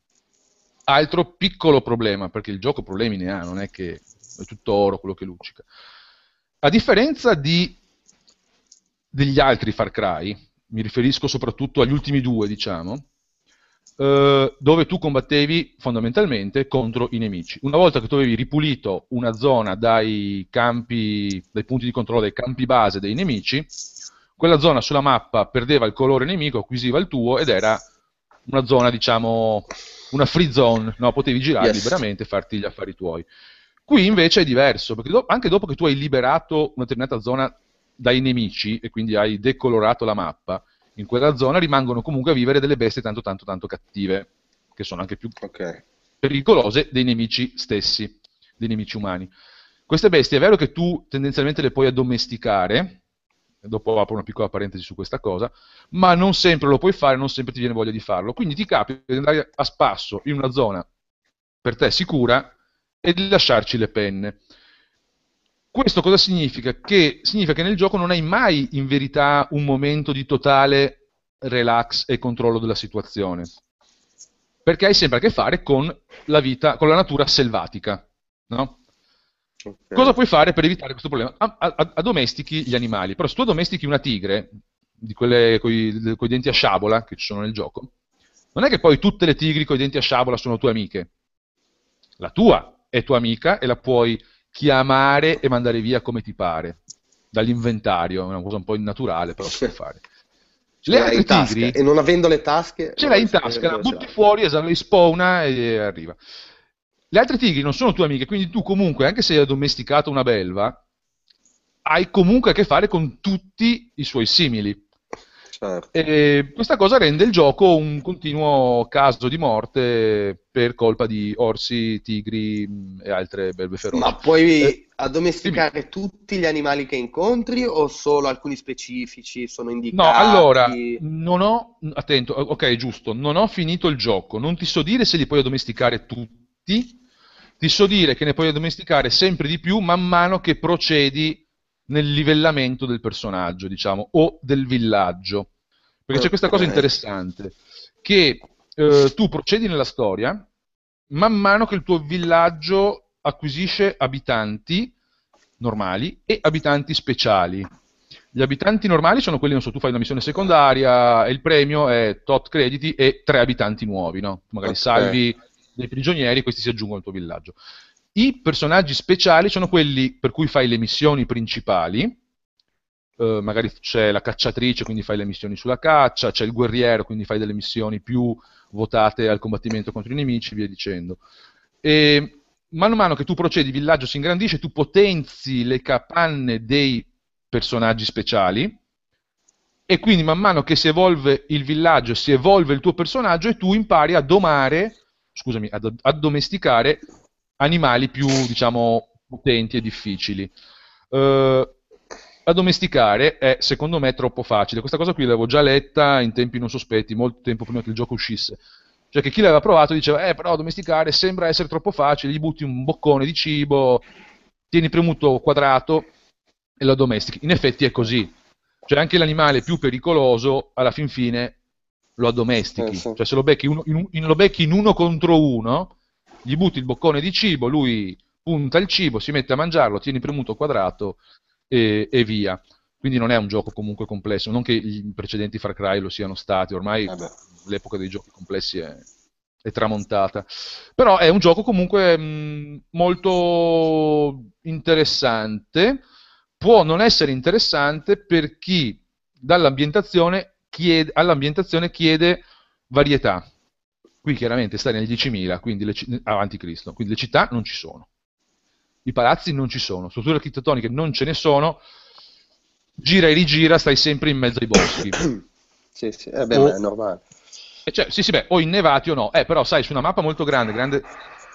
Altro piccolo problema, perché il gioco problemi ne ha, non è che è tutto oro quello che luccica. A differenza di, degli altri Far Cry, mi riferisco soprattutto agli ultimi due, diciamo, eh, dove tu combattevi fondamentalmente contro i nemici. Una volta che tu avevi ripulito una zona dai campi, dai punti di controllo, dai campi base dei nemici, quella zona sulla mappa perdeva il colore nemico, acquisiva il tuo ed era una zona, diciamo, una free zone, no? Potevi girare Yes. liberamente e farti gli affari tuoi. Qui invece è diverso, perché do- anche dopo che tu hai liberato una determinata zona dai nemici e quindi hai decolorato la mappa, in quella zona rimangono comunque a vivere delle bestie tanto tanto tanto cattive, che sono anche più Ok. pericolose dei nemici stessi, dei nemici umani. Queste bestie è vero che tu tendenzialmente le puoi addomesticare, dopo apro una piccola parentesi su questa cosa, ma non sempre lo puoi fare, non sempre ti viene voglia di farlo. Quindi ti capita di andare a spasso in una zona per te sicura e di lasciarci le penne. Questo cosa significa? Che significa che nel gioco non hai mai in verità un momento di totale relax e controllo della situazione, perché hai sempre a che fare con la vita, con la natura selvatica, no? Ok. Cosa puoi fare per evitare questo problema? A- a- Addomestichi gli animali, però se tu addomestichi una tigre, di quelle con i denti a sciabola che ci sono nel gioco, non è che poi tutte le tigri con i denti a sciabola sono tue amiche. La tua è tua amica e la puoi chiamare e mandare via come ti pare, dall'inventario, è una cosa un po' innaturale, però si può fare. Ce Le l'hai altre in tasca tigri, e non avendo le tasche ce non l'hai vuoi in sapere tasca, la dove ce butti l'hai. fuori, esatto, lei spawna e arriva. Le altre tigri non sono tue amiche, quindi tu comunque, anche se hai addomesticato una belva, hai comunque a che fare con tutti i suoi simili. Certo. E questa cosa rende il gioco un continuo caso di morte per colpa di orsi, tigri mh, e altre belve feroci. Ma puoi Eh, dimmi. addomesticare tutti gli animali che incontri o solo alcuni specifici sono No, allora, indicati? non ho, attento, ok, giusto, non ho finito il gioco, non ti so dire se li puoi addomesticare tutti, ti so dire che ne puoi addomesticare sempre di più man mano che procedi nel livellamento del personaggio, diciamo, o del villaggio. Perché c'è questa cosa Ok. interessante, che eh, tu procedi nella storia, man mano che il tuo villaggio acquisisce abitanti normali e abitanti speciali. Gli abitanti normali sono quelli, non so, tu fai una missione secondaria e il premio è tot crediti e tre abitanti nuovi, no? Tu magari Ok. salvi dei prigionieri e questi si aggiungono al tuo villaggio. I personaggi speciali sono quelli per cui fai le missioni principali, eh, magari c'è la cacciatrice, quindi fai le missioni sulla caccia, c'è il guerriero, quindi fai delle missioni più votate al combattimento contro i nemici, via dicendo. E mano a mano che tu procedi, il villaggio si ingrandisce, tu potenzi le capanne dei personaggi speciali e quindi man mano che si evolve il villaggio, si evolve il tuo personaggio e tu impari a domare, scusami, ad addomesticare animali più, diciamo, potenti e difficili. Uh, addomesticare è, secondo me, troppo facile. Questa cosa qui l'avevo già letta in tempi non sospetti, molto tempo prima che il gioco uscisse. Cioè che chi l'aveva provato diceva, eh, però addomesticare sembra essere troppo facile, gli butti un boccone di cibo, tieni premuto quadrato e lo addomestichi. In effetti è così. Cioè anche l'animale più pericoloso, alla fin fine, lo addomestichi. Eh, sì. Cioè se lo becchi, uno, in, in, lo becchi in uno contro uno, gli butti il boccone di cibo, lui punta il cibo, si mette a mangiarlo, tieni premuto quadrato e, e via. Quindi non è un gioco comunque complesso, non che i precedenti Far Cry lo siano stati, ormai Vabbè. l'epoca dei giochi complessi è, è tramontata. Però è un gioco comunque mh, molto interessante, può non essere interessante per chi dall'ambientazione chiede, all'ambientazione chiede varietà. Qui chiaramente stai nel diecimila, quindi le, avanti Cristo, quindi le città non ci sono. I palazzi non ci sono, strutture architettoniche non ce ne sono, gira e rigira, stai sempre in mezzo ai boschi. Sì, sì, eh beh, o, ma è normale. cioè, sì, sì, beh, o innevati o no. Eh, però sai, su una mappa molto grande, grande...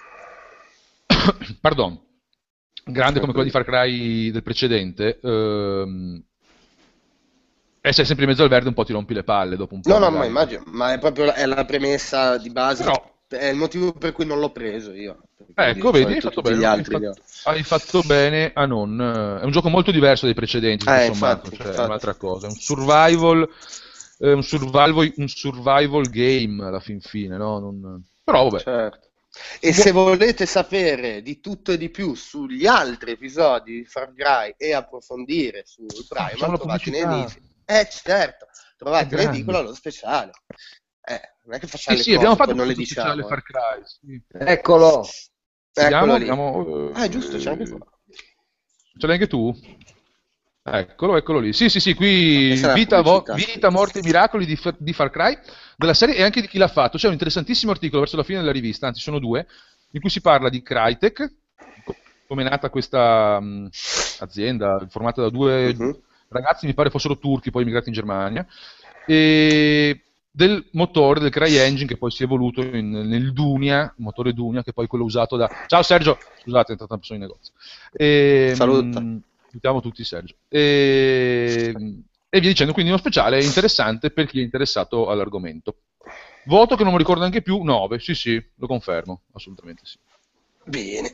Pardon, grande come quella di Far Cry del precedente, ehm, essere sempre in mezzo al verde un po' ti rompi le palle dopo un po'. No, no, ma magari. immagino, ma è proprio è la premessa di base, Però, è il motivo per cui non l'ho preso io. Quindi ecco, di vedi, hai solito fatto tutti gli bene, hai altri li ho. fatto, hai fatto bene a non... È un gioco molto diverso dai precedenti, tutto Eh, sommato, infatti, cioè è infatti. un'altra cosa, è un survival, è un survival, un survival game alla fin fine, no? Non... Però vabbè. Certo. E se volete sapere di tutto e di più sugli altri episodi di Far Cry e approfondire sul Ah, facciamo Primal, la trovate in pubblicità, edicola. Eh, certo, è trovate in edicola grande. lo speciale. Eh, non è che Sì, facciamo le sì, abbiamo cose, poi fatto non le questo speciale diciamo. Eh. Far Cry, sì. Eccolo! Eccolo Vediamo, lì. vediamo, Ah, è giusto, c'è anche eh, qua. ce l'hai anche tu? Eccolo, eccolo lì. Sì, sì, sì, qui Questa è la vita, vo- pubblicità. vita, morte e miracoli di, F- di Far Cry, della serie e anche di chi l'ha fatto. C'è un interessantissimo articolo verso la fine della rivista, anzi sono due, in cui si parla di Crytek, co- come è nata questa mh, azienda formata da due Mhm. ragazzi, mi pare fossero turchi, poi immigrati in Germania, e del motore del CryEngine che poi si è evoluto in- nel Dunia, il motore Dunia, che poi è quello usato da... Ciao Sergio, scusate, è entrata una persona in negozio. E, Saluta. mh, salutiamo tutti Sergio. E, e via dicendo, quindi uno speciale interessante per chi è interessato all'argomento. Voto che non mi ricordo neanche più, nove, sì sì, lo confermo, assolutamente sì. Bene.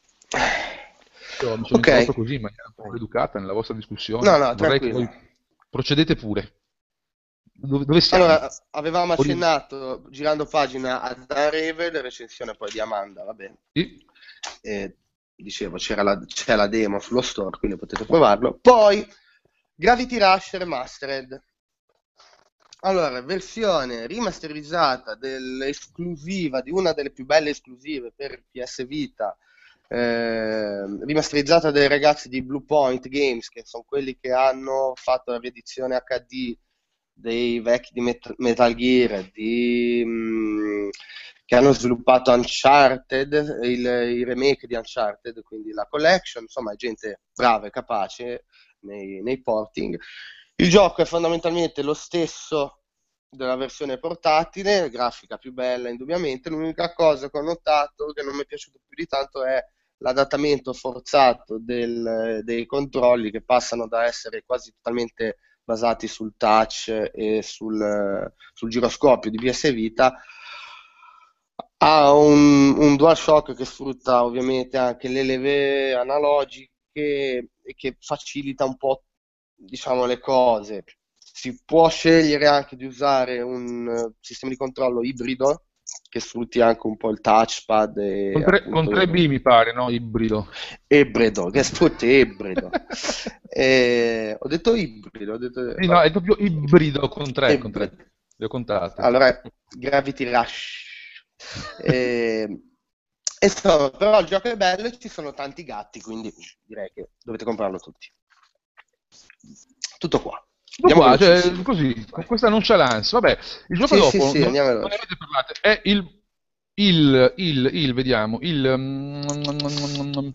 Io mi sono Ok. introdotto così in maniera un po' educata nella vostra discussione. No, no, Vorrei che tranquillo. voi procedete pure. Dove, dove siamo? Allora, avevamo Ori- accennato, girando pagina, a Daredevil, recensione poi di Amanda, va bene. Sì. Eh, dicevo, c'era la, c'è la demo sullo store, quindi potete provarlo. Poi, Gravity Rush Remastered. Allora, versione rimasterizzata dell'esclusiva, di una delle più belle esclusive per P S Vita, eh, rimasterizzata dai ragazzi di Blue Point Games, che sono quelli che hanno fatto la riedizione acca di dei vecchi di Met- Metal Gear, di, mh, che hanno sviluppato Uncharted, il, il remake di Uncharted, quindi la collection, insomma, è gente brava e capace nei, nei porting. Il gioco è fondamentalmente lo stesso della versione portatile, grafica più bella indubbiamente. L'unica cosa che ho notato che non mi è piaciuto più di tanto è l'adattamento forzato del- dei controlli, che passano da essere quasi totalmente basati sul touch e sul, sul giroscopio di P S Vita a un, un DualShock che sfrutta ovviamente anche le leve analogiche e che facilita un po', diciamo, le cose. Si può scegliere anche di usare un eh, sistema di controllo ibrido che sfrutti anche un po' il touchpad Con e tre, con appunto tre B mi pare, no? Ibrido. ibrido, che sfrutti ibrido. E ho detto ibrido, ho detto, Sì, no, vabbè. è proprio ibrido con tre, con tre. Ibrido. Le ho contate. Allora, Gravity Rush. E, insomma, però il gioco è bello e ci sono tanti gatti, quindi direi che dovete comprarlo tutti. Tutto qua. Tutto Andiamo qua, cioè, velocissimi. così, con Vai. questa nonchalance. Vabbè, il gioco Sì, sì, dopo, sì, non, andiamo non ne veloci. avete parlato, è il, il, il, il, vediamo, il, mm,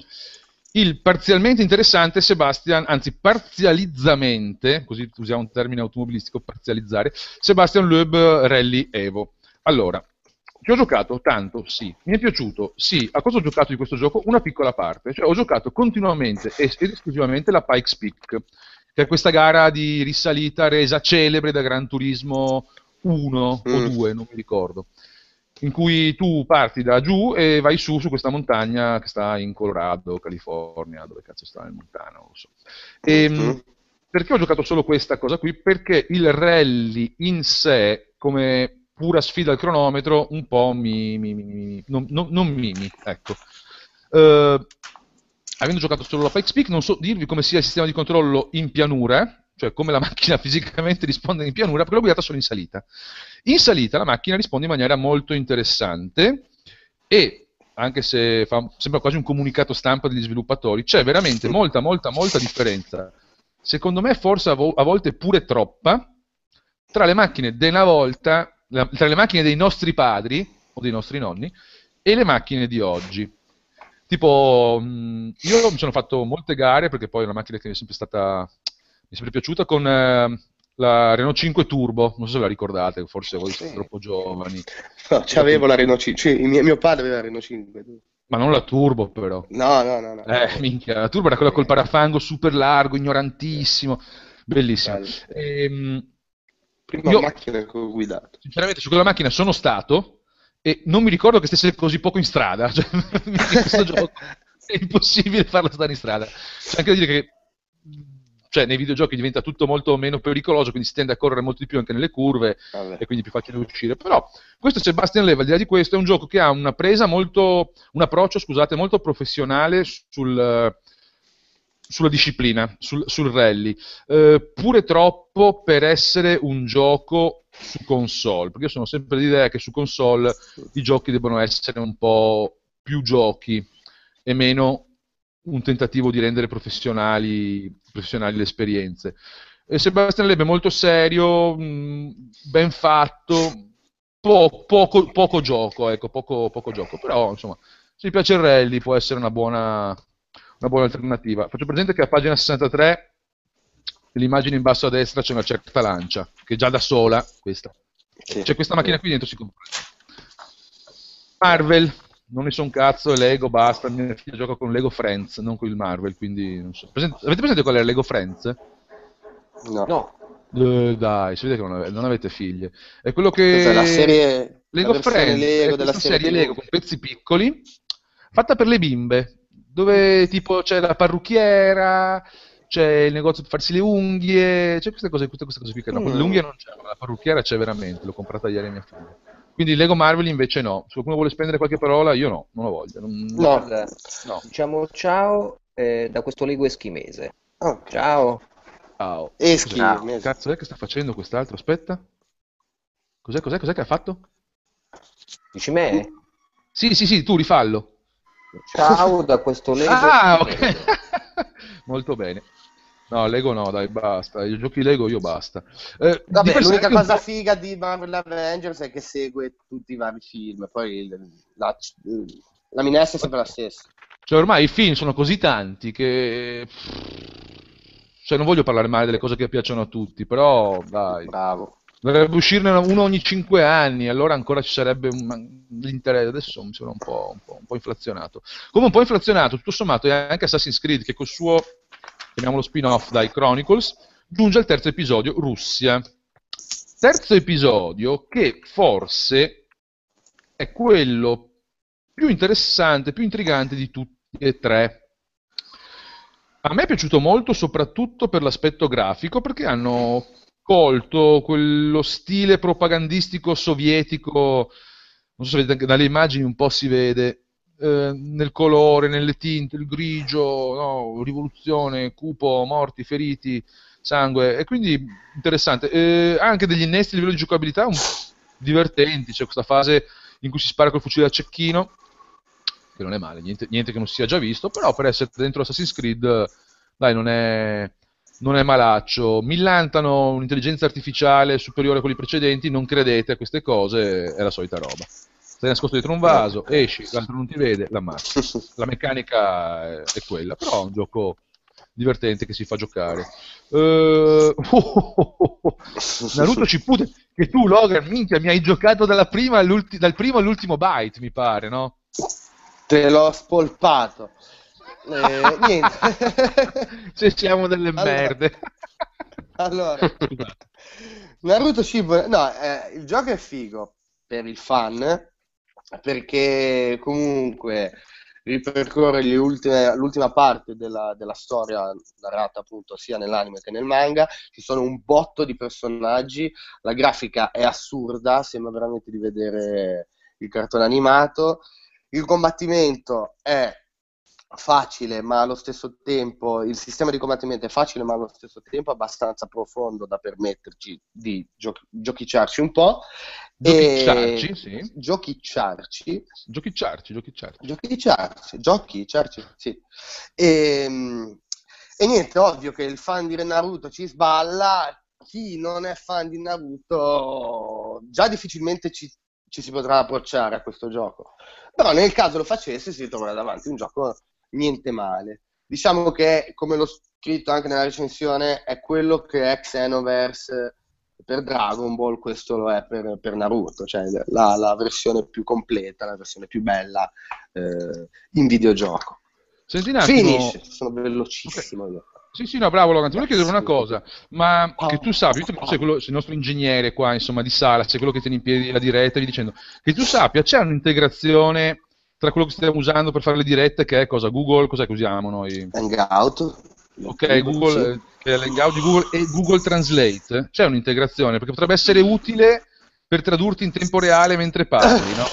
il parzialmente interessante Sebastian, anzi parzializzamente, così usiamo un termine automobilistico, parzializzare, Sebastian Loeb Rally Evo. Allora, ci ho giocato tanto, sì. Mi è piaciuto, sì. A cosa ho giocato di questo gioco? Una piccola parte. Cioè, ho giocato continuamente ed esclusivamente la Pikes Peak, che è questa gara di risalita resa celebre da Gran Turismo uno o Mm. due, non mi ricordo, in cui tu parti da giù e vai su su questa montagna che sta in Colorado, California, dove cazzo sta in Montana, non lo so. E, Mhm. perché ho giocato solo questa cosa qui? Perché il rally in sé, come pura sfida al cronometro, un po' mi, mi, mi, mi non, non, non mimi, ecco. Uh, avendo giocato solo la Pikes Peak, non so dirvi come sia il sistema di controllo in pianura, cioè come la macchina fisicamente risponde in pianura, perché l'ho guidata solo in salita. In salita la macchina risponde in maniera molto interessante e, anche se fa, sembra quasi un comunicato stampa degli sviluppatori, c'è veramente molta, molta, molta differenza, secondo me forse a, vo- a volte pure troppa, tra le macchine della volta, la, tra le macchine dei nostri padri o dei nostri nonni e le macchine di oggi. Tipo, mh, io mi sono fatto molte gare perché poi è una macchina che mi è sempre stata, mi è sempre piaciuta con eh, la Renault cinque Turbo, non so se la ricordate, forse voi siete Sì. troppo giovani. No, Quella con- c'avevo la Renault cinque, cioè, il mio, mio padre aveva la Renault cinque. Ma non la Turbo però. No, no, no, no. Eh, minchia, la Turbo era quella col parafango super largo, ignorantissimo, bellissima. Bello. Ehm, Prima io, macchina che ho guidato. sinceramente, su quella macchina sono stato e non mi ricordo che stesse così poco in strada. Cioè, in questo gioco è impossibile farla stare in strada. C'è anche da dire che cioè, nei videogiochi diventa tutto molto meno pericoloso, quindi si tende a correre molto di più anche nelle curve Vabbè. e quindi è più facile uscire. Però questo Sebastian Leva, al di là di questo, è un gioco che ha una presa molto, un approccio, scusate, molto professionale sul, sulla disciplina, sul, sul rally. Eh, pure troppo per essere un gioco su console, perché io sono sempre l'idea che su console i giochi debbano essere un po' più giochi e meno un tentativo di rendere professionali, professionali le esperienze. E Sebastian Leb è molto serio, mh, ben fatto, po- poco, poco gioco, ecco, poco, poco gioco, però insomma, se vi piace il rally può essere una buona, una buona alternativa. Faccio presente che a pagina sessantatré, nell'immagine in basso a destra, c'è una certa lancia, che già da sola, questa, Sì. c'è questa macchina qui dentro, si compra. Marvel, non ne so un cazzo, è Lego, basta, mia figlia gioca con Lego Friends, non con il Marvel, quindi non so. Presente, avete presente qual è Lego Friends? No. No, Eh, dai, si vede che non avete, non avete figlie. È quello Cos'è la che... serie, Lego la versione Friends Lego è della questa serie serie T V? Lego con pezzi piccoli, fatta per le bimbe, dove tipo c'è la parrucchiera, c'è il negozio per farsi le unghie, c'è queste cose, queste, queste cose qui che no, Mm. le unghie non c'è, ma la parrucchiera c'è veramente, l'ho comprata ieri a mia figlia. Quindi Lego Marvel invece no, se qualcuno vuole spendere qualche parola io no, non lo voglio. Non- No. Guarda, no. diciamo ciao eh, da questo Lego eschimese. Ok. Ciao. Ciao. Eschi, Ciao. mesi. Cazzo è che sta facendo quest'altro? Aspetta. Cos'è, cos'è, cos'è che ha fatto? Dici me? Sì, sì, sì, tu rifallo. Ciao da questo Lego Ah, eschimese. ok. Molto bene. No, Lego no, dai, basta. I giochi Lego io basta. Eh, di Vabbè, per sé l'unica anche un cosa po'- figa di Marvel Avengers è che segue tutti i vari film, poi il- la, la minestra è sempre la stessa. Cioè, ormai i film sono così tanti che... Cioè, non voglio parlare male delle cose che piacciono a tutti, però, dai, Bravo. dovrebbe uscirne uno ogni cinque anni, allora ancora ci sarebbe un- l'interesse. Adesso mi sembra un po', un po', un po' inflazionato. Come un po' inflazionato, tutto sommato, è anche Assassin's Creed, che col suo, chiamiamolo spin-off dai Chronicles, giunge al terzo episodio, Russia. Terzo episodio che forse è quello più interessante, più intrigante di tutti e tre. A me è piaciuto molto soprattutto per l'aspetto grafico, perché hanno colto quello stile propagandistico sovietico, non so se vedete, anche dalle immagini un po' si vede, eh, nel colore, nelle tinte, il grigio, no, rivoluzione, cupo, morti, feriti, sangue, e quindi interessante. Eh, ha anche degli innesti a livello di giocabilità un- divertenti, c'è questa fase in cui si spara col fucile a cecchino, che non è male, niente, niente che non si sia già visto, però per essere dentro Assassin's Creed, dai, non è, non è malaccio. Millantano un'intelligenza artificiale superiore a quelli precedenti, non credete a queste cose, è la solita roba. Stai nascosto dietro un vaso, esci, l'altro non ti vede, l'ammazzi. La meccanica è, è quella, però è un gioco divertente che si fa giocare. Eh, Naruto Shippuden, che tu, Logan, minchia, mi hai giocato dalla prima all'ulti- dal primo all'ultimo byte, mi pare, no? Te l'ho spolpato. Eh, niente. Se siamo delle Allora- merde. Allora, Scusate. Naruto Shippuden, no, eh, il gioco è figo per il fan, perché comunque ripercorre le ultime- l'ultima parte della, della storia narrata appunto sia nell'anime che nel manga. Ci sono un botto di personaggi, la grafica è assurda, sembra veramente di vedere il cartone animato. Il combattimento è facile, ma allo stesso tempo il sistema di combattimento è facile, ma allo stesso tempo abbastanza profondo da permetterci di gio- giochicciarci un po'. Giochicciarci, E- sì. Giochicciarci. Giochicciarci, giochicciarci. Giochicciarci, giochicciarci, sì. E, e niente, ovvio che il fan di Naruto ci sballa, chi non è fan di Naruto già difficilmente ci, ci si potrà approcciare a questo gioco. Però nel caso lo facesse si troverà davanti un gioco niente male. Diciamo che, come l'ho scritto anche nella recensione, è quello che è Xenoverse per Dragon Ball, questo lo è per, per Naruto, cioè la, la versione più completa, la versione più bella eh, in videogioco. Senti un attimo. Finish, sono velocissimo io. Sì, sì, no, bravo Logan, ti volevo chiedere una cosa, ma Ah. che tu sappia, visto che tu sei, quello, sei il nostro ingegnere qua, insomma, di sala, c'è quello che tiene in piedi la diretta e vi dicendo, che tu sappia, c'è un'integrazione tra quello che stiamo usando per fare le dirette, che è cosa? Google, cos'è che usiamo noi? Hangout. Ok, Google, Sì. eh, che è l'hangout di Google e Google Translate, c'è un'integrazione, perché potrebbe essere utile per tradurti in tempo reale mentre parli, no?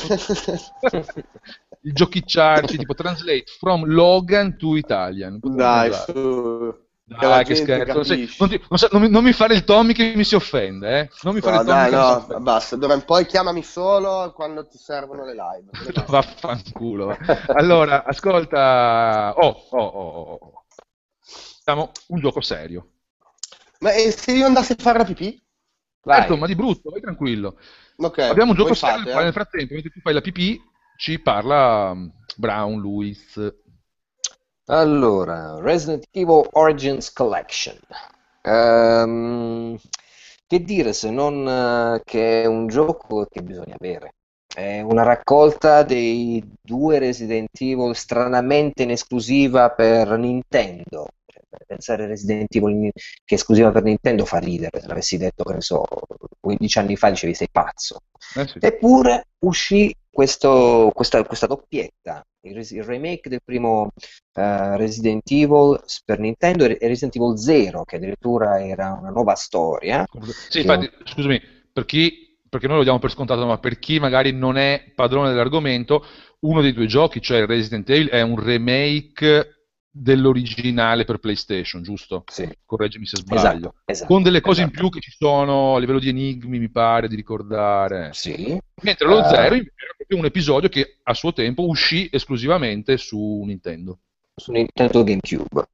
Il giochicciarci, tipo translate from Logan to Italian. Potremmo Dai, usare. su. Dai, Che la che gente scherzo. Non, sei- capisce. non ti- non sa- non mi, non mi fare il Tommy che mi si offende, eh? Non mi fare No, il Tommy dai, che mi si no, offende. basta. D'ora in poi chiamami solo quando ti servono le live. Vaffanculo. va. Allora, ascolta. Oh, oh, oh, oh, oh. Facciamo un gioco serio. Ma e se io andassi a fare la pipì? Vai. Certo, ma di brutto, vai tranquillo. Ok, Abbiamo un gioco voi serio fate, nel quale eh? nel frattempo, mentre tu fai la pipì, ci parla um, Brown Lewis. Allora, Resident Evil Origins Collection. Ehm, che dire se non eh, che è un gioco che bisogna avere. È una raccolta dei due Resident Evil stranamente in esclusiva per Nintendo. Cioè, per pensare a Resident Evil in- che è esclusiva per Nintendo fa ridere. Se l'avessi detto, che ne so, quindici anni fa dicevi sei pazzo. Eh sì. Eppure uscì questo, questa, questa doppietta, il, res- il remake del primo eh, Resident Evil per Nintendo e Resident Evil Zero, che addirittura era una nuova storia. Sì, che infatti, scusami, per chi, perché noi lo diamo per scontato, ma per chi magari non è padrone dell'argomento, uno dei due giochi, cioè Resident Evil, è un remake dell'originale per PlayStation, giusto? Sì. Correggimi se Esatto, sbaglio. esatto, Con delle cose in esatto. più che ci sono a livello di enigmi, mi pare di ricordare. Sì. Mentre lo Eh, Zero era proprio un episodio che a suo tempo uscì esclusivamente su Nintendo. su Nintendo GameCube.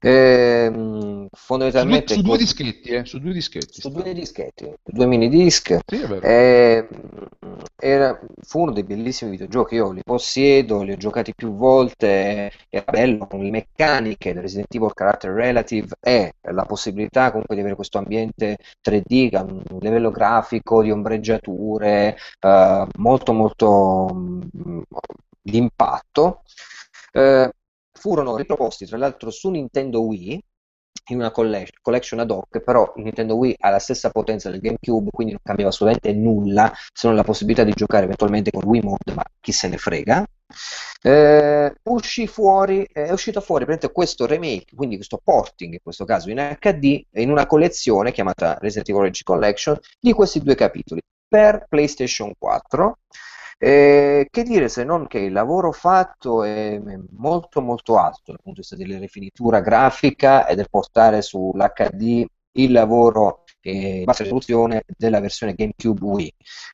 Ehm, Su due, fondamentalmente su due co- dischetti, eh, su due dischetti su sta. due dischetti, due mini disc. Sì, è vero. ehm, era, fu uno dei bellissimi videogiochi, io li possiedo, li ho giocati più volte, era bello con le meccaniche del Resident Evil Character Relative e la possibilità comunque di avere questo ambiente tre D, con un livello grafico, di ombreggiature, eh, molto molto mm, di impatto. Eh, furono riproposti tra l'altro su Nintendo Wii in una colle- collection ad hoc, però il Nintendo Wii ha la stessa potenza del GameCube, quindi non cambiava assolutamente nulla, se non la possibilità di giocare eventualmente con Wii Mode, ma chi se ne frega. Eh, uscì fuori, è uscito fuori praticamente questo remake, quindi questo porting in questo caso in H D, in una collezione chiamata Resident Evil Origin Collection di questi due capitoli per PlayStation quattro. Eh, che dire se non che il lavoro fatto è molto molto alto dal punto di vista della rifinitura grafica e del portare sull'H D il lavoro eh, bassa risoluzione della versione GameCube Wii.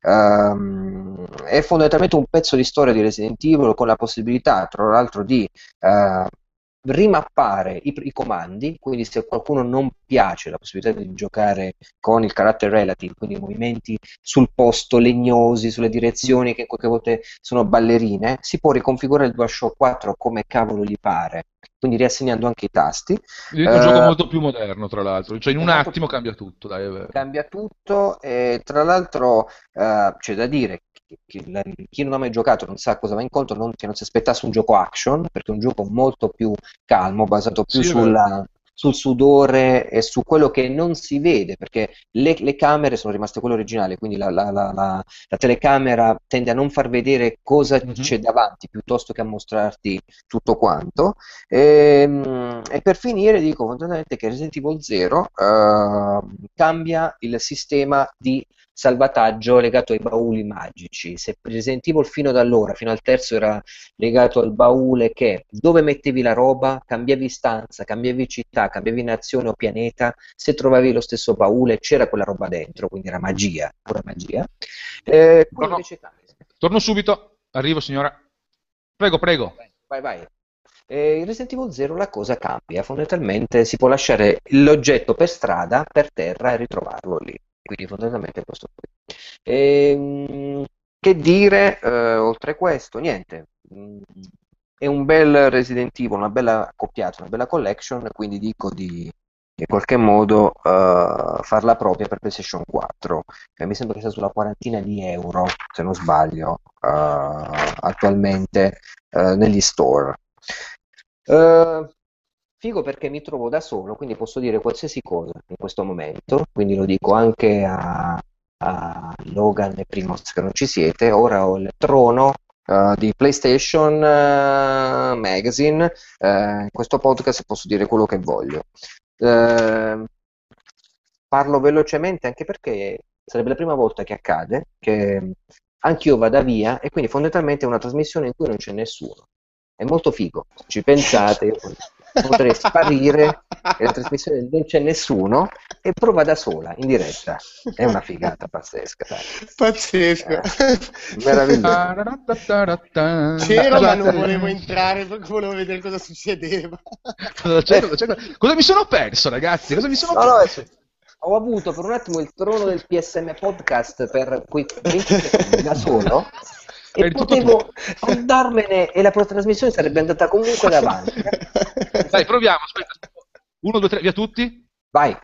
Um, è fondamentalmente un pezzo di storia di Resident Evil con la possibilità tra l'altro di uh, rimappare i, i comandi, quindi se qualcuno non piace la possibilità di giocare con il character relative, quindi i movimenti sul posto legnosi, sulle direzioni che qualche volta sono ballerine, si può riconfigurare il DualShock quattro come cavolo gli pare, quindi riassegnando anche i tasti. Diventa un gioco Eh, molto più moderno, tra l'altro. Cioè, in è un molto attimo cambia tutto, dai, è vero. cambia tutto e tra l'altro eh, c'è da dire che, che la- chi non ha mai giocato non sa cosa va incontro, non, che non si aspettasse un gioco action, perché è un gioco molto più calmo, basato più Sì, è vero. sulla- sul sudore e su quello che non si vede, perché le, le camere sono rimaste quelle originali, quindi la, la- la- la- la telecamera tende a non far vedere cosa Mhm. c'è davanti piuttosto che a mostrarti tutto quanto. E, e per finire dico fondamentalmente che Resident Evil Zero eh, cambia il sistema di salvataggio legato ai bauli magici. Se Resident Evil fino ad allora, fino al terzo, era legato al baule che dove mettevi la roba, cambiavi stanza, cambiavi città, cambiavi nazione o pianeta, se trovavi lo stesso baule c'era quella roba dentro, quindi era magia, pura magia. Eh, qui Torno, invece cambia. torno subito. Arrivo, signora. Prego, prego. Vai, vai. Eh, in Resident Evil Zero la cosa cambia, fondamentalmente si può lasciare l'oggetto per strada, per terra e ritrovarlo lì. Quindi fondamentalmente è questo qui. Ehm, che dire, eh, oltre questo, niente. Mm, È un bel Resident Evil, una bella accoppiata, una bella collection, quindi dico di in qualche modo eh, farla propria per PlayStation quattro. Eh, mi sembra che sia sulla quarantina di euro, se non sbaglio, eh, attualmente eh, negli store. Eh, figo perché mi trovo da solo, quindi posso dire qualsiasi cosa in questo momento, quindi lo dico anche a, a Logan e Primos che non ci siete. Ora ho il trono eh, di PlayStation eh, Magazine, eh, in questo podcast posso dire quello che voglio. Eh, parlo velocemente anche perché sarebbe la prima volta che accade che anch'io vada via e quindi fondamentalmente è una trasmissione in cui non c'è nessuno. È molto figo, se ci pensate, io potrei sparire e la trasmissione non c'è nessuno e prova da sola, in diretta. È una figata pazzesca, dai. Pazzesco. Eh, meraviglioso. Taratatata. C'ero ma non Scusate. volevo entrare perché volevo vedere cosa succedeva. Cosa c'è, cosa c'è? Cosa mi sono perso, ragazzi? Cosa mi sono No, no, perso? è- ho avuto per un attimo il trono del P S M podcast per quei venti secondi da solo e Eri tutto tu. potevo andarmene e la trasmissione sarebbe andata comunque davanti. Dai, proviamo. Aspetta. Uno, due, tre, via tutti. Vai.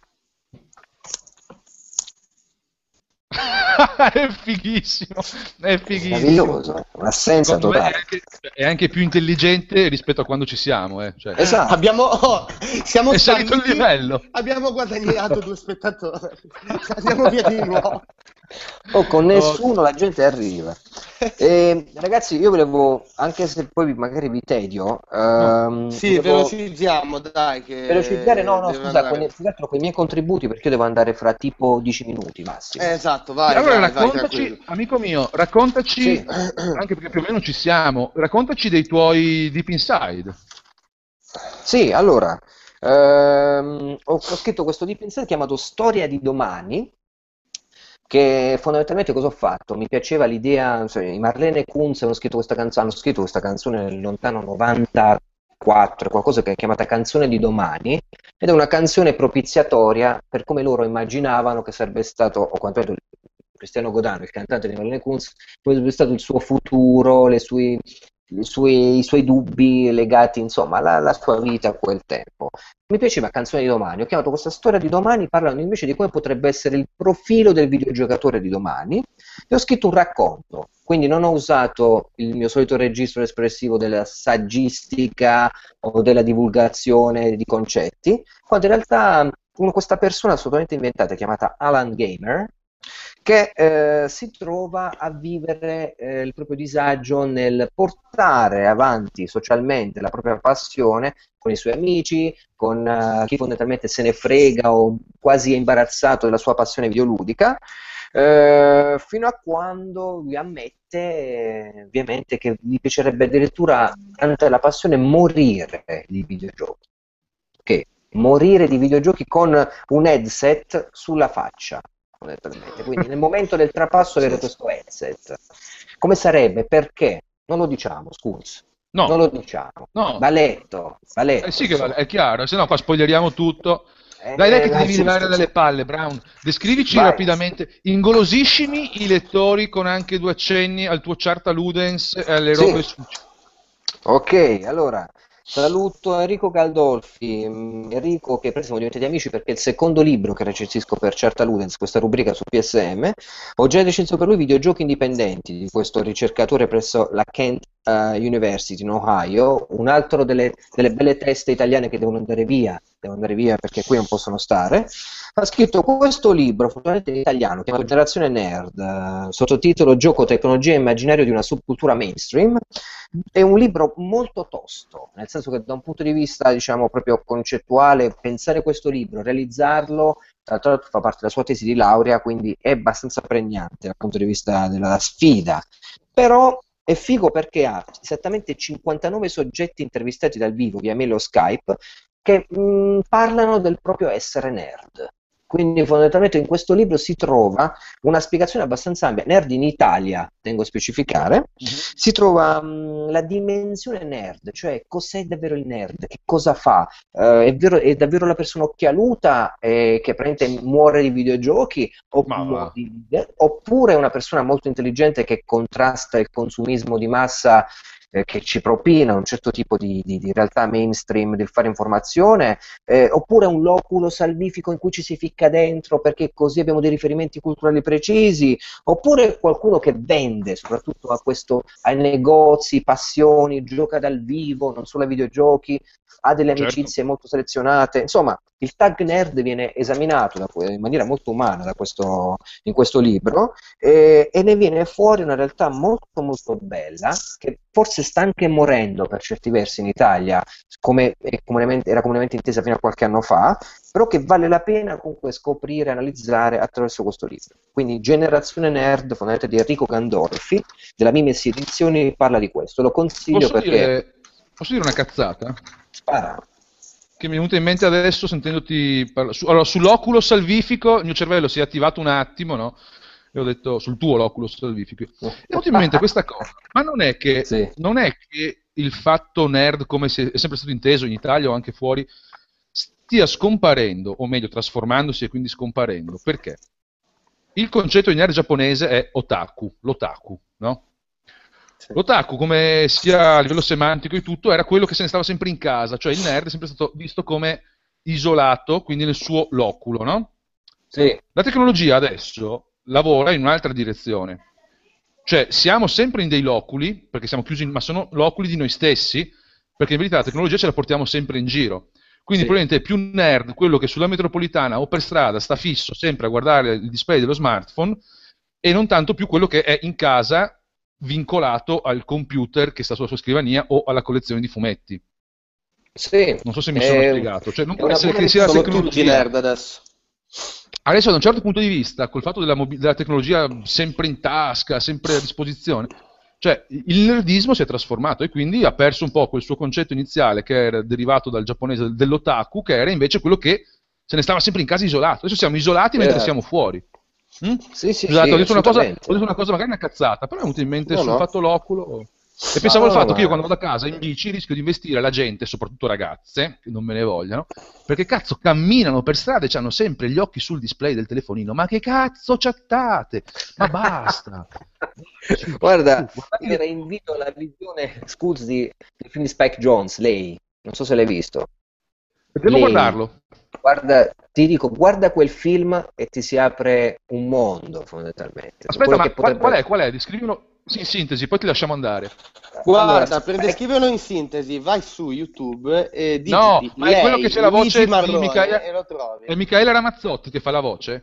È fighissimo. È fighissimo. Meraviglioso, un'assenza Secondo me è totale. anche, è anche più intelligente rispetto a quando ci siamo. Eh. Cioè, Esatto. Abbiamo, oh, siamo è salito il spariti, livello. abbiamo guadagnato due spettatori, andiamo via di nuovo. O con nessuno Oh. la gente arriva. E, ragazzi, io volevo, anche se poi magari vi tedio, No. ehm, Sì, volevo velocizziamo, dai, velocizzare, no, che no, deve scusa, con, andare. più che altro con i miei contributi, perché io devo andare fra tipo dieci minuti Eh, massimo. esatto, Sì, vai, allora vai, vai, raccontaci, tranquillo. amico mio, raccontaci, Sì. anche perché più o meno ci siamo, raccontaci dei tuoi Deep Inside. Sì, allora, ehm, ho, ho scritto questo deep inside chiamato Storia di domani, che fondamentalmente cosa ho fatto? Mi piaceva l'idea, insomma, i Marlene Kunz hanno scritto questa canzone, hanno scritto questa canzone nel lontano novantaquattro, qualcosa che è chiamata Canzone di domani, ed è una canzone propiziatoria per come loro immaginavano che sarebbe stato, o quantomeno Cristiano Godano, il cantante di Marlene Kunz, come sarebbe stato il suo futuro, le sue, i suoi, i suoi dubbi legati, insomma, alla, alla sua vita a quel tempo. Mi piaceva Canzone di domani, ho chiamato questa storia di domani parlando invece di come potrebbe essere il profilo del videogiocatore di domani e ho scritto un racconto, quindi non ho usato il mio solito registro espressivo della saggistica o della divulgazione di concetti, quando in realtà uno- questa persona assolutamente inventata chiamata Alan Gamer che eh, si trova a vivere eh, il proprio disagio nel portare avanti socialmente la propria passione con i suoi amici, con uh, chi fondamentalmente se ne frega o quasi è imbarazzato della sua passione videoludica, eh, fino a quando vi ammette eh, ovviamente che gli piacerebbe addirittura, ante la passione, morire di videogiochi. Che morire di videogiochi con un headset sulla faccia, fondamentalmente. Quindi nel momento del trapasso avere questo headset. Come sarebbe? Perché? Non lo diciamo, scusa. Non No, lo diciamo. no, Va letto, va eh letto, sì che vale, insomma. è chiaro, se no qua spoileriamo tutto. Dai, dai Eh, che ti è devi levare giusto, dalle insomma. palle, Brown. Descrivici Vai. rapidamente, ingolosiscimi i lettori con anche due accenni al tuo Charta Ludens e alle Sì. robe succe. Ok, allora saluto Enrico Galdolfi. Mm, Enrico, che poi siamo diventati amici perché è il secondo libro che recensisco per Certa Ludens, questa rubrica su P S M. Ho già recenso per lui videogiochi indipendenti di questo ricercatore presso la Kent eh, University in Ohio, un altro delle, delle belle teste italiane che devono andare via, devono andare via perché qui non possono stare. Ha scritto questo libro, fortunatamente in italiano, chiamato Generazione Nerd, eh, sottotitolo Gioco, tecnologia e immaginario di una subcultura mainstream. È un libro molto tosto, nel senso che da un punto di vista, diciamo, proprio concettuale, pensare questo libro, realizzarlo, tra l'altro fa parte della sua tesi di laurea, quindi è abbastanza pregnante dal punto di vista della sfida. Però è figo perché ha esattamente cinquantanove soggetti intervistati dal vivo via mail o Skype che mh, parlano del proprio essere nerd. Quindi fondamentalmente in questo libro si trova una spiegazione abbastanza ampia. Nerd in Italia, tengo a specificare, Mhm. si trova mh, la dimensione nerd, cioè cos'è davvero il nerd, che cosa fa, eh, è, vero, è davvero la persona occhialuta eh, che praticamente muore di videogiochi o Ma muore va. di video, oppure è una persona molto intelligente che contrasta il consumismo di massa eh, che ci propina un certo tipo di, di, di realtà mainstream del fare informazione, eh, oppure un loculo salvifico in cui ci si ficca dentro perché così abbiamo dei riferimenti culturali precisi, oppure qualcuno che vende soprattutto a questo, ai negozi, passioni, gioca dal vivo, non solo ai videogiochi, ha delle Certo. amicizie molto selezionate. Insomma, il tag nerd viene esaminato da, in maniera molto umana da questo, in questo libro e, e ne viene fuori una realtà molto molto bella che forse sta anche morendo per certi versi in Italia, come è comunemente, era comunemente intesa fino a qualche anno fa, però che vale la pena comunque scoprire e analizzare attraverso questo libro. Quindi Generazione Nerd, fondamentalmente di Enrico Gandolfi, della Mimes Edizioni, parla di questo. Lo consiglio Posso perché dire, posso dire una cazzata? spara. Che mi è venuta in mente adesso sentendoti parlare. Su, allora, sull'oculo salvifico il mio cervello si è attivato un attimo, no? E ho detto, sul tuo oculo salvifico. Mi è venuta in mente questa cosa, ma non è che, Sì. non è che il fatto nerd, come si è sempre stato inteso in Italia o anche fuori, stia scomparendo, o meglio, trasformandosi e quindi scomparendo. Perché? Il concetto di nerd giapponese è otaku, l'otaku, no? Sì. L'otaku, come sia a livello semantico e tutto, era quello che se ne stava sempre in casa, cioè il nerd è sempre stato visto come isolato, quindi nel suo loculo, no? Sì. La tecnologia adesso lavora in un'altra direzione, cioè siamo sempre in dei loculi, perché siamo chiusi, in, ma sono loculi di noi stessi, perché in verità la tecnologia ce la portiamo sempre in giro. Quindi Sì. probabilmente è più nerd quello che sulla metropolitana o per strada sta fisso sempre a guardare il display dello smartphone e non tanto più quello che è in casa vincolato al computer che sta sulla sua scrivania o alla collezione di fumetti. Sì, Non so se mi sono è, spiegato. Cioè, non è può una essere buona che sia la Sono tutti tecnologia. nerd adesso. Adesso, da un certo punto di vista, col fatto della, mobi- della tecnologia sempre in tasca, sempre a disposizione, cioè il nerdismo si è trasformato e quindi ha perso un po' quel suo concetto iniziale che era derivato dal giapponese dell'otaku, che era invece quello che se ne stava sempre in casa isolato. Adesso siamo isolati mentre siamo Certo. fuori. Mm? Sì, sì, Scusate, sì, ho detto una cosa, ho assolutamente. detto una cosa magari una cazzata, però è venuto in mente No, sul no. fatto loculo. E No, pensavo al no, no, fatto che io ma quando vado a casa in bici rischio di investire la gente, soprattutto ragazze, che non me ne vogliano, perché cazzo camminano per strada e hanno sempre gli occhi sul display del telefonino. Ma che cazzo chattate? Ma basta! Su, guarda, su, guardate io che- reinvito la visione, scusi, del film di Spike Jonze, lei, non so se l'hai visto. Devo Lei, guardarlo. guarda, ti dico, guarda quel film e ti si apre un mondo, fondamentalmente. Aspetta, Quello ma che qual, qual potrebbe... è? Qual è? Descrivilo in sintesi, poi ti lasciamo andare. Allora, Guarda, per Spike... descriverlo in sintesi, vai su YouTube e No, digiti ma è quello che lei, c'è la Luigi voce di Marrone e Michaela... lo trovi. È Michaela Ramazzotti che fa la voce?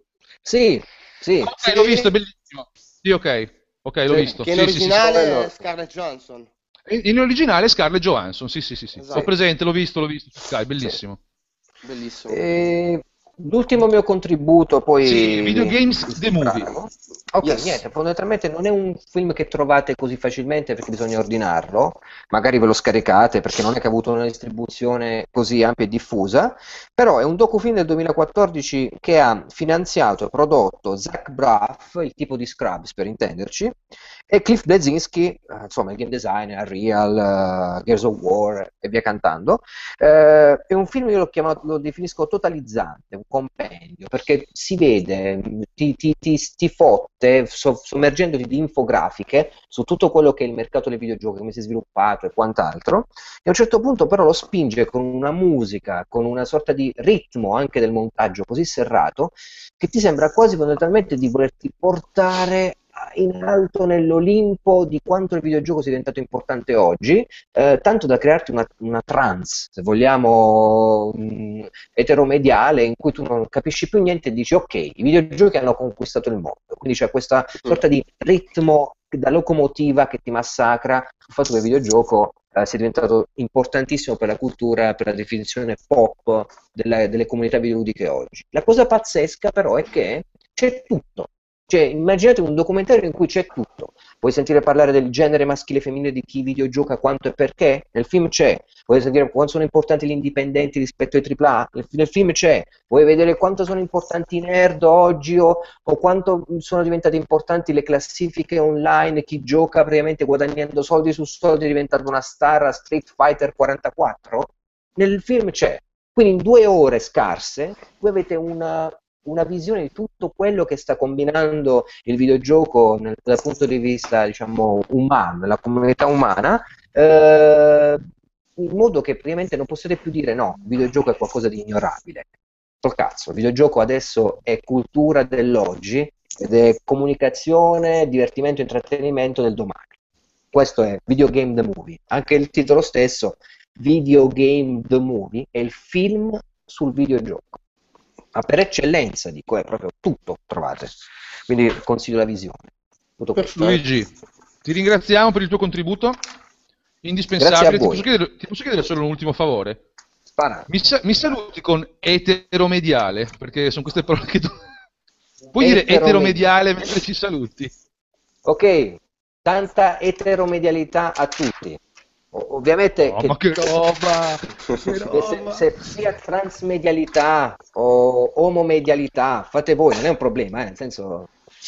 Sì, sì, Ah, ok, l'ho visto, è Sì, bellissimo. Sì, ok. Ok, l'ho sì, visto. che in Sì, sì, sì, sì. originale è quello... Scarlett Johansson. In in originale è Scarlett Johansson. Sì, sì, sì, sì. Ho Sì, Esatto, presente, l'ho visto, l'ho visto su Sky, sì. bellissimo. bellissimo. E l'ultimo mio contributo, Sì, poi Videogames ci The Movie. separamo. Ok, Yes. niente, fondamentalmente non è un film che trovate così facilmente perché bisogna ordinarlo, magari ve lo scaricate perché non è che ha avuto una distribuzione così ampia e diffusa, però è un docufilm del duemilaquattordici che ha finanziato e prodotto Zach Braff, il tipo di Scrubs per intenderci, e Cliff Bleszinski, eh, insomma il game designer, Unreal, uh, Gears of War e via cantando. Eh, è un film, io l'ho chiamato, lo definisco totalizzante, un compendio, perché si vede, ti, ti, ti, ti fotte so- sommergendoti di infografiche su tutto quello che è il mercato dei videogiochi, come si è sviluppato e quant'altro, e a un certo punto però lo spinge con una musica, con una sorta di ritmo anche del montaggio così serrato, che ti sembra quasi fondamentalmente di volerti portare in alto nell'Olimpo di quanto il videogioco sia diventato importante oggi, eh, tanto da crearti una, una trance, se vogliamo, mh, eteromediale, in cui tu non capisci più niente e dici ok, i videogiochi hanno conquistato il mondo, quindi c'è questa sorta di ritmo da locomotiva che ti massacra sul fatto che il videogioco eh, sia diventato importantissimo per la cultura, per la definizione pop della- delle comunità videoludiche oggi. La cosa pazzesca però è che c'è tutto. Cioè, immaginate un documentario in cui c'è tutto. Vuoi sentire parlare del genere maschile e femminile di chi videogioca, quanto e perché? Nel film c'è. Vuoi sentire quanto sono importanti gli indipendenti rispetto ai tripla A? Nel, nel film c'è. Vuoi vedere quanto sono importanti i nerd oggi o, o quanto sono diventate importanti le classifiche online, chi gioca praticamente guadagnando soldi su soldi diventando una star a Street Fighter quarantaquattro? Nel film c'è. Quindi in due ore scarse voi avete una, una visione di tutto quello che sta combinando il videogioco nel, dal punto di vista, diciamo, umano, la comunità umana, eh, in modo che praticamente non possiate più dire no, il videogioco è qualcosa di ignorabile. Col cazzo, il videogioco adesso è cultura dell'oggi ed è comunicazione, divertimento e intrattenimento del domani. Questo è Videogame the Movie. Anche il titolo stesso, Videogame the Movie, è il film sul videogioco. Ma per eccellenza, dico, è proprio tutto trovate. Quindi consiglio la visione. Tutto questo. Luigi, ti ringraziamo per il tuo contributo, Grazie a indispensabile. Ti posso voi. chiedere, ti posso chiedere solo un ultimo favore? Spara. Mi, sa- mi saluti con eteromediale, perché sono queste parole che tu... Puoi dire eteromediale mentre ci saluti? Ok, tanta eteromedialità a tutti. O- ovviamente Oh, che, ma che roba! Che che se, roba! se sia transmedialità o omomedialità, fate voi, non è un problema, eh, nel senso...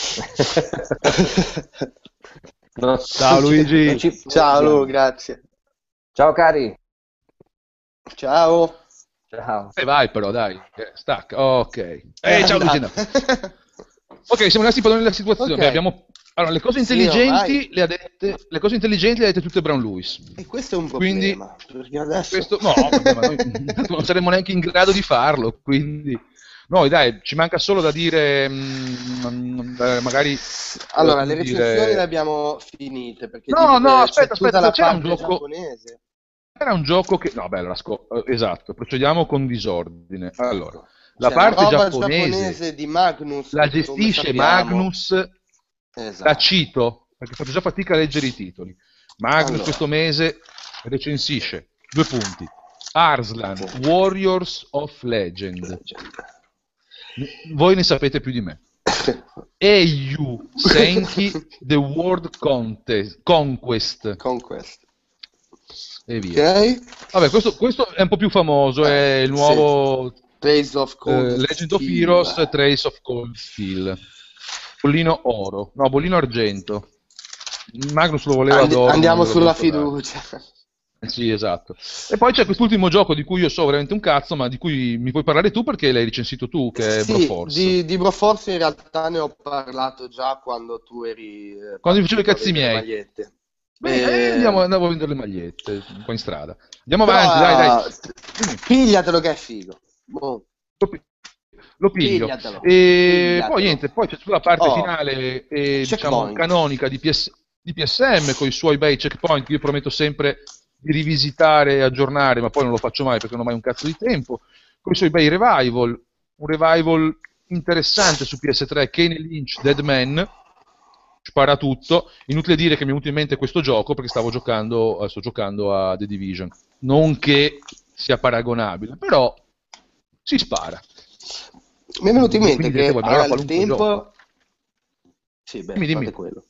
No, Ciao non ci- Luigi! non ci Ciao Lu, focalizziamo. grazie. Ciao cari. Ciao. Ciao. E vai però, dai, eh, stacca. Ok. È Ehi, ciao Luigi! andato. Ok, siamo rimasti padroni della situazione. Ok. Beh, abbiamo... Allora, le cose Sì, intelligenti ormai. le ha dette, le cose intelligenti le ha dette tutte Brown Lewis. E questo è un Quindi, problema, perché adesso... questo... No, vabbè, ma noi intanto non saremmo neanche in grado di farlo, quindi... Noi, dai, ci manca solo da dire, mm, eh, magari, eh, Allora, come le recensioni le dire... abbiamo finite, perché No, di- no, eh, c'è aspetta, tutta aspetta, la c'era un parte gioco... giapponese. Era un gioco che... No, beh, allora, sco- eh, esatto, procediamo con disordine. Allora, La Cioè, la parte roba giapponese giapponese di Magnus, la come gestisce sappiamo, Magnus, la esatto. cito, perché faccio già fatica a leggere i titoli. Magnus Allora, questo mese recensisce, due punti, Arslan, sì. Warriors of Legend. Voi ne sapete più di me. Eiyu Senki The World Contest, Conquest. Conquest. E via. Ok. Vabbè, questo, questo è un po' più famoso, è il Sì. nuovo Trace of Cold eh, Legend of Steel. Heroes, Trace of Cold Steel. Bollino oro, no, bollino argento. Magnus lo voleva Andi- d'oro. non andiamo glielo sulla voluto dare. fiducia. Eh Sì, esatto. E poi c'è quest'ultimo gioco di cui io so veramente un cazzo, ma di cui mi puoi parlare tu perché l'hai recensito tu, che è Sì, Broforce. di, di Broforce in realtà ne ho parlato già quando tu eri eh, Quando mi facevo i partito a cazzi vendere miei. magliette. Beh, eh, Eh, andiamo, andavo a vendere le magliette qua in strada. Andiamo però, avanti, dai, dai. eh, pigliatelo che è figo. Boh, Lo pi- Lo piglio. pigliatelo. E Pigliatelo. poi niente, poi c'è sulla parte Oh, finale, eh, diciamo, checkpoint. canonica di, P S di P S M con i suoi bei checkpoint che io prometto sempre di rivisitare e aggiornare, ma poi non lo faccio mai perché non ho mai un cazzo di tempo, con i suoi bei revival, un revival interessante su P S tre, Kane Lynch, Dead Man, spara tutto, inutile dire che mi è venuto in mente questo gioco perché stavo giocando, eh, sto giocando a The Division, non che sia paragonabile, però si spara. Mi è venuto in mente Quindi direte che voi, ma allora al qualunque tempo... gioco. Sì, beh, Dimmi, dimmi. fate quello.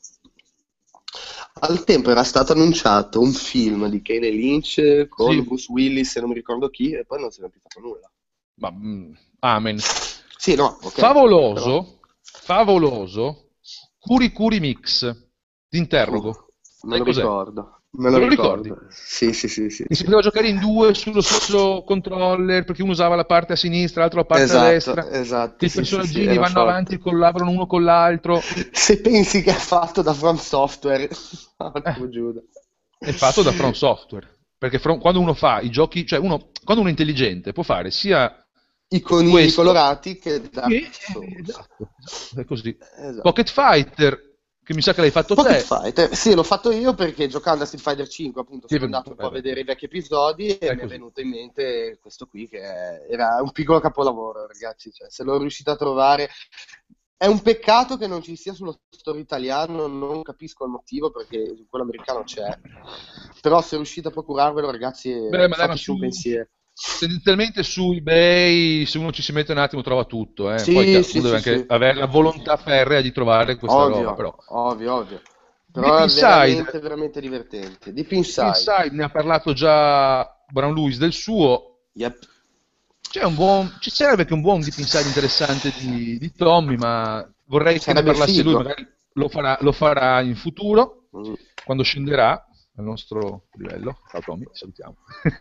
Al tempo era stato annunciato un film di Kane Lynch con Sì. Bruce Willis e non mi ricordo chi, e poi non si è più fatto nulla. Ma, mm, amen. Sì, no, ok. Favoloso, però- favoloso, Curi Curi Mix, ti interrogo. Uh, me Sai lo cos'è? ricordo. Me Te lo lo ricordo. ricordi? Sì, sì, sì, sì, Che si sì. poteva giocare in due sullo stesso controller perché uno usava la parte a sinistra, l'altro la parte a Esatto, destra, esatto, che i sì, sì, sì, personaggini era vanno forte. avanti e collaborano uno con l'altro. Se pensi che è fatto da From Software, porco Eh, Giuda. è fatto da From Software. Perché from- quando uno fa i giochi, cioè uno, quando uno è intelligente può fare sia I conigli questo colorati che che, Dark eh, Souls. esatto, esatto, è così. Esatto. Pocket Fighter, che mi sa che l'hai fatto Pocket te. Fighter, sì, l'ho fatto io perché giocando a Street Fighter cinque appunto Sì, sono andato un po' a vabbè. vedere i vecchi episodi e È mi è così. venuto in mente questo qui che è- era un piccolo capolavoro, ragazzi, cioè, se l'ho riuscito a trovare. È un peccato che non ci sia sullo store italiano, non capisco il motivo perché quello americano c'è, però se riuscite a procurarvelo, ragazzi, Beh, ma dai, ma fateci un su, pensiero. tendenzialmente su eBay, se uno ci si mette un attimo, trova tutto. Eh. Sì, Poi ca- sì, uno deve sì, anche sì. avere la volontà ferrea di trovare questa roba. Ovvio, Però ovvio, ovvio. Però Deep è Inside, veramente, veramente divertente. Deep Deep Inside. Inside ne ha parlato già Brown Lewis del suo. Yep. C'è un buon, ci sarebbe anche un buon Deep Inside interessante di, di Tommy, ma vorrei che ne Sarebbe parlasse lui, figo. magari lo farà, lo farà in futuro, Mm. quando scenderà al nostro livello. Ciao Tommy, ti salutiamo.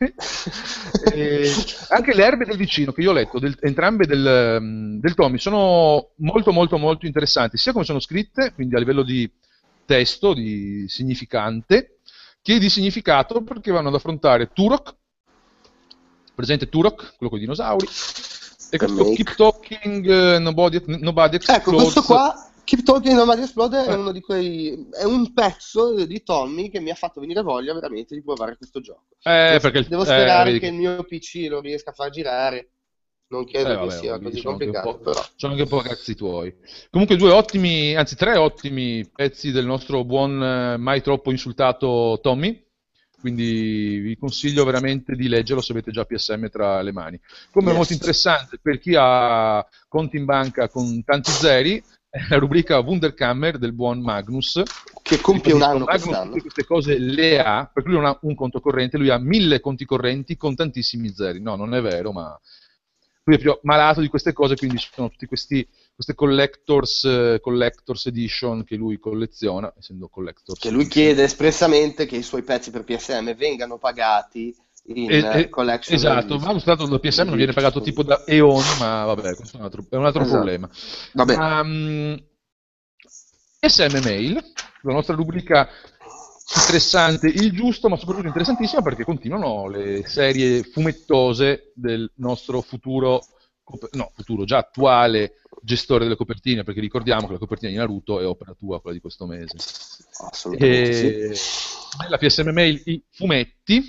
E anche le erbe del vicino che io ho letto, del- entrambe del, mm, del Tommy, sono molto molto molto interessanti, sia come sono scritte, quindi a livello di testo, di significante, che di significato, perché vanno ad affrontare Turok, presente Turok, quello con i dinosauri, e questo Remake. Keep Talking, eh, Nobody, Nobody Ecco, Explodes. questo qua, Keep Talking Nobody Explode, è Eh. uno di quei. È un pezzo di Tommy che mi ha fatto venire voglia veramente di provare questo gioco. Eh, Devo, perché il- devo eh, sperare vedi che che- il mio P C lo riesca a far girare. Non Eh, credo vabbè, che sia lì così sono anche un complicato, po', però. sono anche un po' cazzi tuoi. Comunque due ottimi, anzi tre ottimi pezzi del nostro buon, eh, mai troppo insultato Tommy, quindi vi consiglio veramente di leggerlo se avete già P S M tra le mani. Come Yes. molto interessante per chi ha conti in banca con tanti zeri, è la rubrica Wunderkammer del buon Magnus, Che compie un Ribadisco, anno Magnus quest'anno. tutte queste cose le ha, perché lui non ha un conto corrente, lui ha mille conti correnti con tantissimi zeri. No, non è vero, ma lui è più malato di queste cose, quindi ci sono tutti questi queste collectors, eh, collectors edition che lui colleziona, essendo collectors Che lui edition. chiede espressamente che i suoi pezzi per P S M vengano pagati in E- e- collection. esatto, ma stato da P S M non viene pagato tipo da eoni, ma vabbè, questo è un altro, è un altro Esatto. problema. Vabbè. Ma, mh, P S M Mail, la nostra rubrica interessante, il giusto, ma soprattutto interessantissima perché continuano le serie fumettose del nostro futuro, no, futuro già attuale gestore delle copertine, perché ricordiamo che la copertina di Naruto è opera tua, quella di questo mese. Assolutamente E sì. nella P S M Mail i fumetti,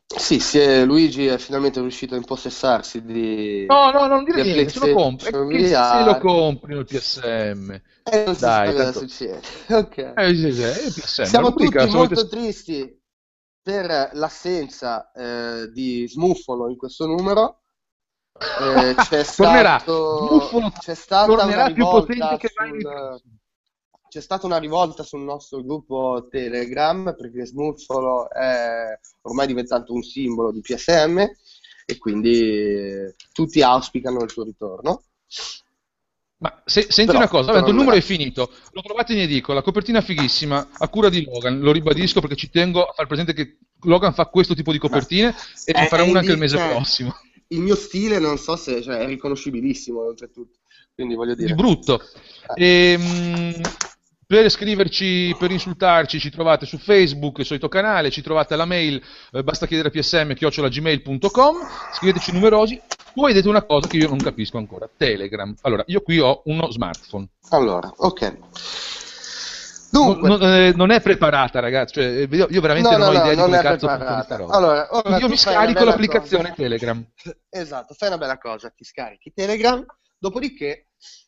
Sì, si è- Luigi è finalmente riuscito a impossessarsi di, No, no, non dire del niente, se lo compri. È PlayStation che se lo V R comprino il P S M. e non si sa Dai, cosa tanto... succede. Ok. Eh, sì, sì, è il P S M, Siamo rubrica, tutti se volete... molto tristi per l'assenza eh, di Smuffolo in questo numero. Eh, c'è Tornerà, stato, Smuffolo c'è stata una tornerà più potente rivolta che mai nei sul, prossimi. c'è stata una rivolta sul nostro gruppo Telegram perché Smuffolo è ormai diventato un simbolo di P S M e quindi eh, tutti auspicano il suo ritorno. Ma se- senti una Però cosa, vabbè, tanto il numero tornerà. è finito, lo trovate in edicola, copertina fighissima, a cura di Logan, lo ribadisco perché ci tengo a far presente che Logan fa questo tipo di Ma copertine e ne è, è farà una anche il indi- mese cioè, prossimo. il mio stile non so se cioè, è riconoscibilissimo oltretutto, quindi voglio Di dire. brutto. eh, E, mh, per scriverci, per insultarci, ci trovate su Facebook, il solito canale, ci trovate alla mail, eh, basta chiedere a psm chiocciola gmail punto com, scriveteci numerosi. Poi vedete una cosa che io non capisco ancora, Telegram. Allora, io qui ho uno smartphone. allora, ok. Non, Dunque, non- eh, non è preparata, ragazzi. Cioè, eh, io, io veramente no, non no, ho no, idea di non come è cazzo funzioni sta preparata. roba. Allora, ora Quindi io tu mi fai una scarico bella l'applicazione cosa. Telegram. Esatto, fai una bella cosa, ti scarichi Telegram, dopodiché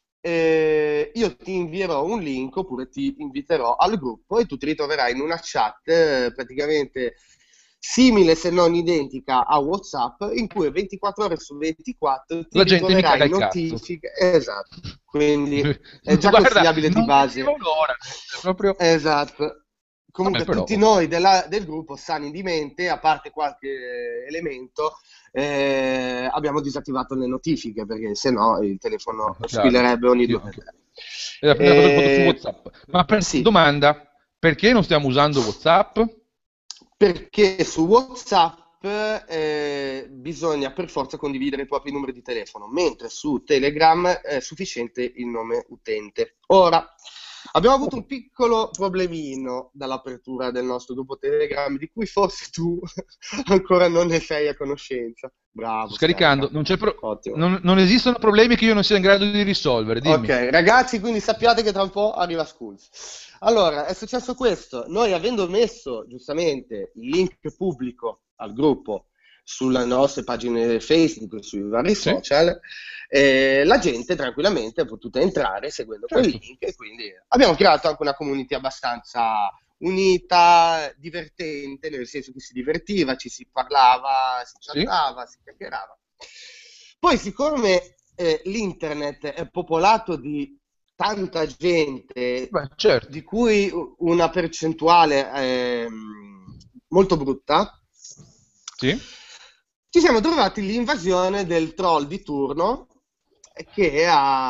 eh, io ti invierò un link oppure ti inviterò al gruppo e tu ti ritroverai in una chat eh, praticamente simile se non identica a WhatsApp in cui ventiquattro ore su ventiquattro ti La gente mi caga ritroverai il cazzo. notifiche. Esatto, quindi è già Guarda, consigliabile di non base. vedevo l'ora. Cioè, proprio... Esatto. Vabbè, Comunque però, tutti noi della- del gruppo, sani di mente, a parte qualche elemento, eh, abbiamo disattivato le notifiche perché se no il telefono chiaro, squillerebbe ogni anch'io, due per anch'io. tre. È la prima cosa che ho fatto su Eh, WhatsApp. Ma per- sì, domanda, perché non stiamo usando WhatsApp? perché su WhatsApp eh, bisogna per forza condividere i propri numeri di telefono, mentre su Telegram è sufficiente il nome utente. Ora, abbiamo avuto un piccolo problemino dall'apertura del nostro gruppo Telegram, di cui forse tu ancora non ne sei a conoscenza. Sto Bravo, scaricando, scarica. non, c'è pro- Ottimo. non- non esistono problemi che io non sia in grado di risolvere, Ok, dimmi. ragazzi, quindi sappiate che tra un po' arriva Schools. Allora, è successo questo. Noi avendo messo giustamente il link pubblico al gruppo sulle nostre pagine Facebook, sui vari Sì, social, eh, la gente tranquillamente è potuta entrare seguendo quel certo. link e quindi abbiamo creato anche una community abbastanza unita, divertente, nel senso che si divertiva, ci si parlava, si Sì, chattava, si chiacchierava. Poi, siccome eh, l'internet è popolato di tanta gente, beh, certo. di cui una percentuale ehm, molto brutta, Sì. ci siamo trovati l'invasione del troll di turno che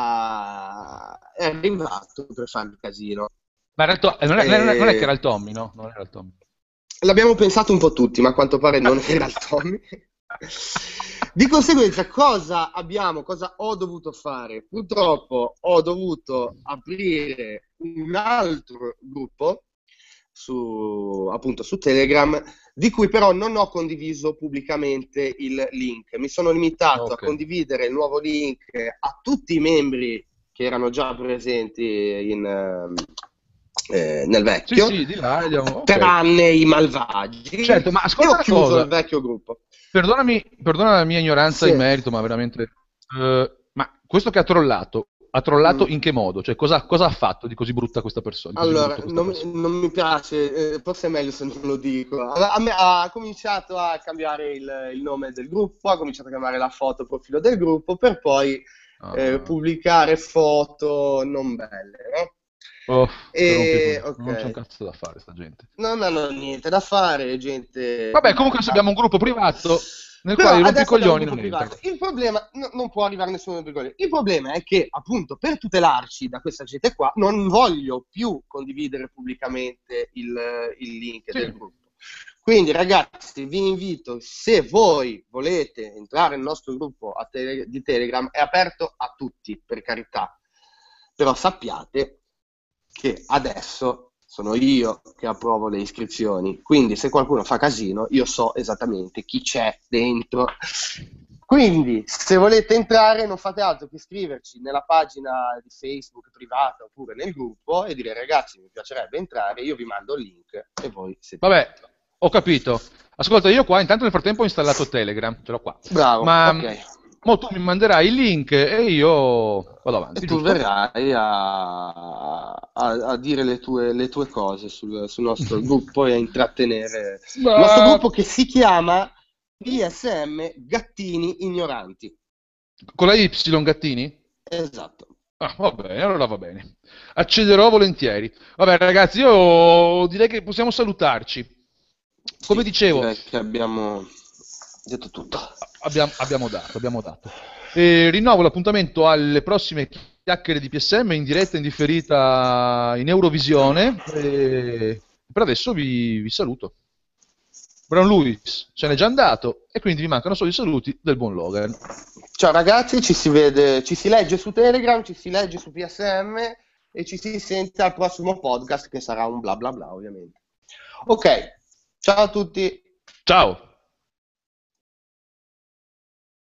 ha- è arrivato per fare il casino. Ma era il to- eh, non, è, non è- non è che era E il Tommy, no? Non era il Tommy. l'abbiamo pensato un po' tutti, ma a quanto pare non era il Tommy. Di conseguenza, cosa abbiamo, cosa ho dovuto fare? Purtroppo ho dovuto aprire un altro gruppo su, appunto, su Telegram, di cui però non ho condiviso pubblicamente il link. Mi sono limitato a Ok. condividere il nuovo link a tutti i membri che erano già presenti in, ehm, eh, nel Sì, vecchio, sì, di là, vediamo. Ok. tranne i malvagi, Certo, ma e ascolta ho una chiuso il cosa. vecchio gruppo. Perdonami, perdona la mia ignoranza in Sì. merito, ma veramente... eh, ma questo che ha trollato, ha trollato Mm. in che modo? Cioè, cosa, cosa ha fatto di così brutta questa persona? Di così Allora, brutto questa non, persona? non mi piace, eh, forse è meglio se non lo dico. Ha, ha- ha cominciato a cambiare il, il nome del gruppo, ha cominciato a cambiare la foto profilo del gruppo per poi eh, Ah, pubblicare foto non belle, no? oh, te rompi E, così. Non c'è un ok, cazzo da fare, sta gente. non hanno niente da fare, gente Vabbè, di comunque adesso merda. abbiamo un gruppo privato nel Però quale i adesso abbiamo un rompicoglioni gruppo non entrano. privato. Il problema, no- non può arrivare nessuno dei coglioni. Il problema è che, appunto, per tutelarci da questa gente qua, non voglio più condividere pubblicamente il, il link del Sì, gruppo. Quindi, ragazzi, vi invito, se voi volete entrare nel nostro gruppo a tele- di Telegram, è aperto a tutti, per carità. Però sappiate che adesso sono io che approvo le iscrizioni, quindi se qualcuno fa casino io so esattamente chi c'è dentro. Quindi se volete entrare non fate altro che iscriverci nella pagina di Facebook privata oppure nel gruppo e dire ragazzi mi piacerebbe entrare, io vi mando il link e voi siete vabbè, dentro. Ho capito. Ascolta, io qua intanto nel frattempo ho installato Telegram, ce l'ho qua. Bravo, Ma ok. mo tu mi manderai il link e io vado E avanti, tu giusto? verrai a, a- a dire le tue, le tue cose sul, sul nostro gruppo e a intrattenere il nostro Ma- gruppo che si chiama P S M Gattini Ignoranti. Con la Y, Gattini? Esatto. Ah, va bene, allora va bene. Accederò volentieri. Vabbè, ragazzi, io direi che possiamo salutarci. Come Sì, dicevo, direi che abbiamo detto tutto. abbiamo, abbiamo dato, abbiamo dato. E rinnovo l'appuntamento alle prossime chiacchiere di P S M in diretta, in differita in Eurovisione. E per adesso vi, vi saluto. Brown Lewis se n'è già andato e quindi vi mancano solo i saluti del buon Logan. Ciao ragazzi, ci si vede, ci si legge su Telegram, ci si legge su P S M e ci si sente al prossimo podcast che sarà un bla bla bla ovviamente. Ok, ciao a tutti. Ciao!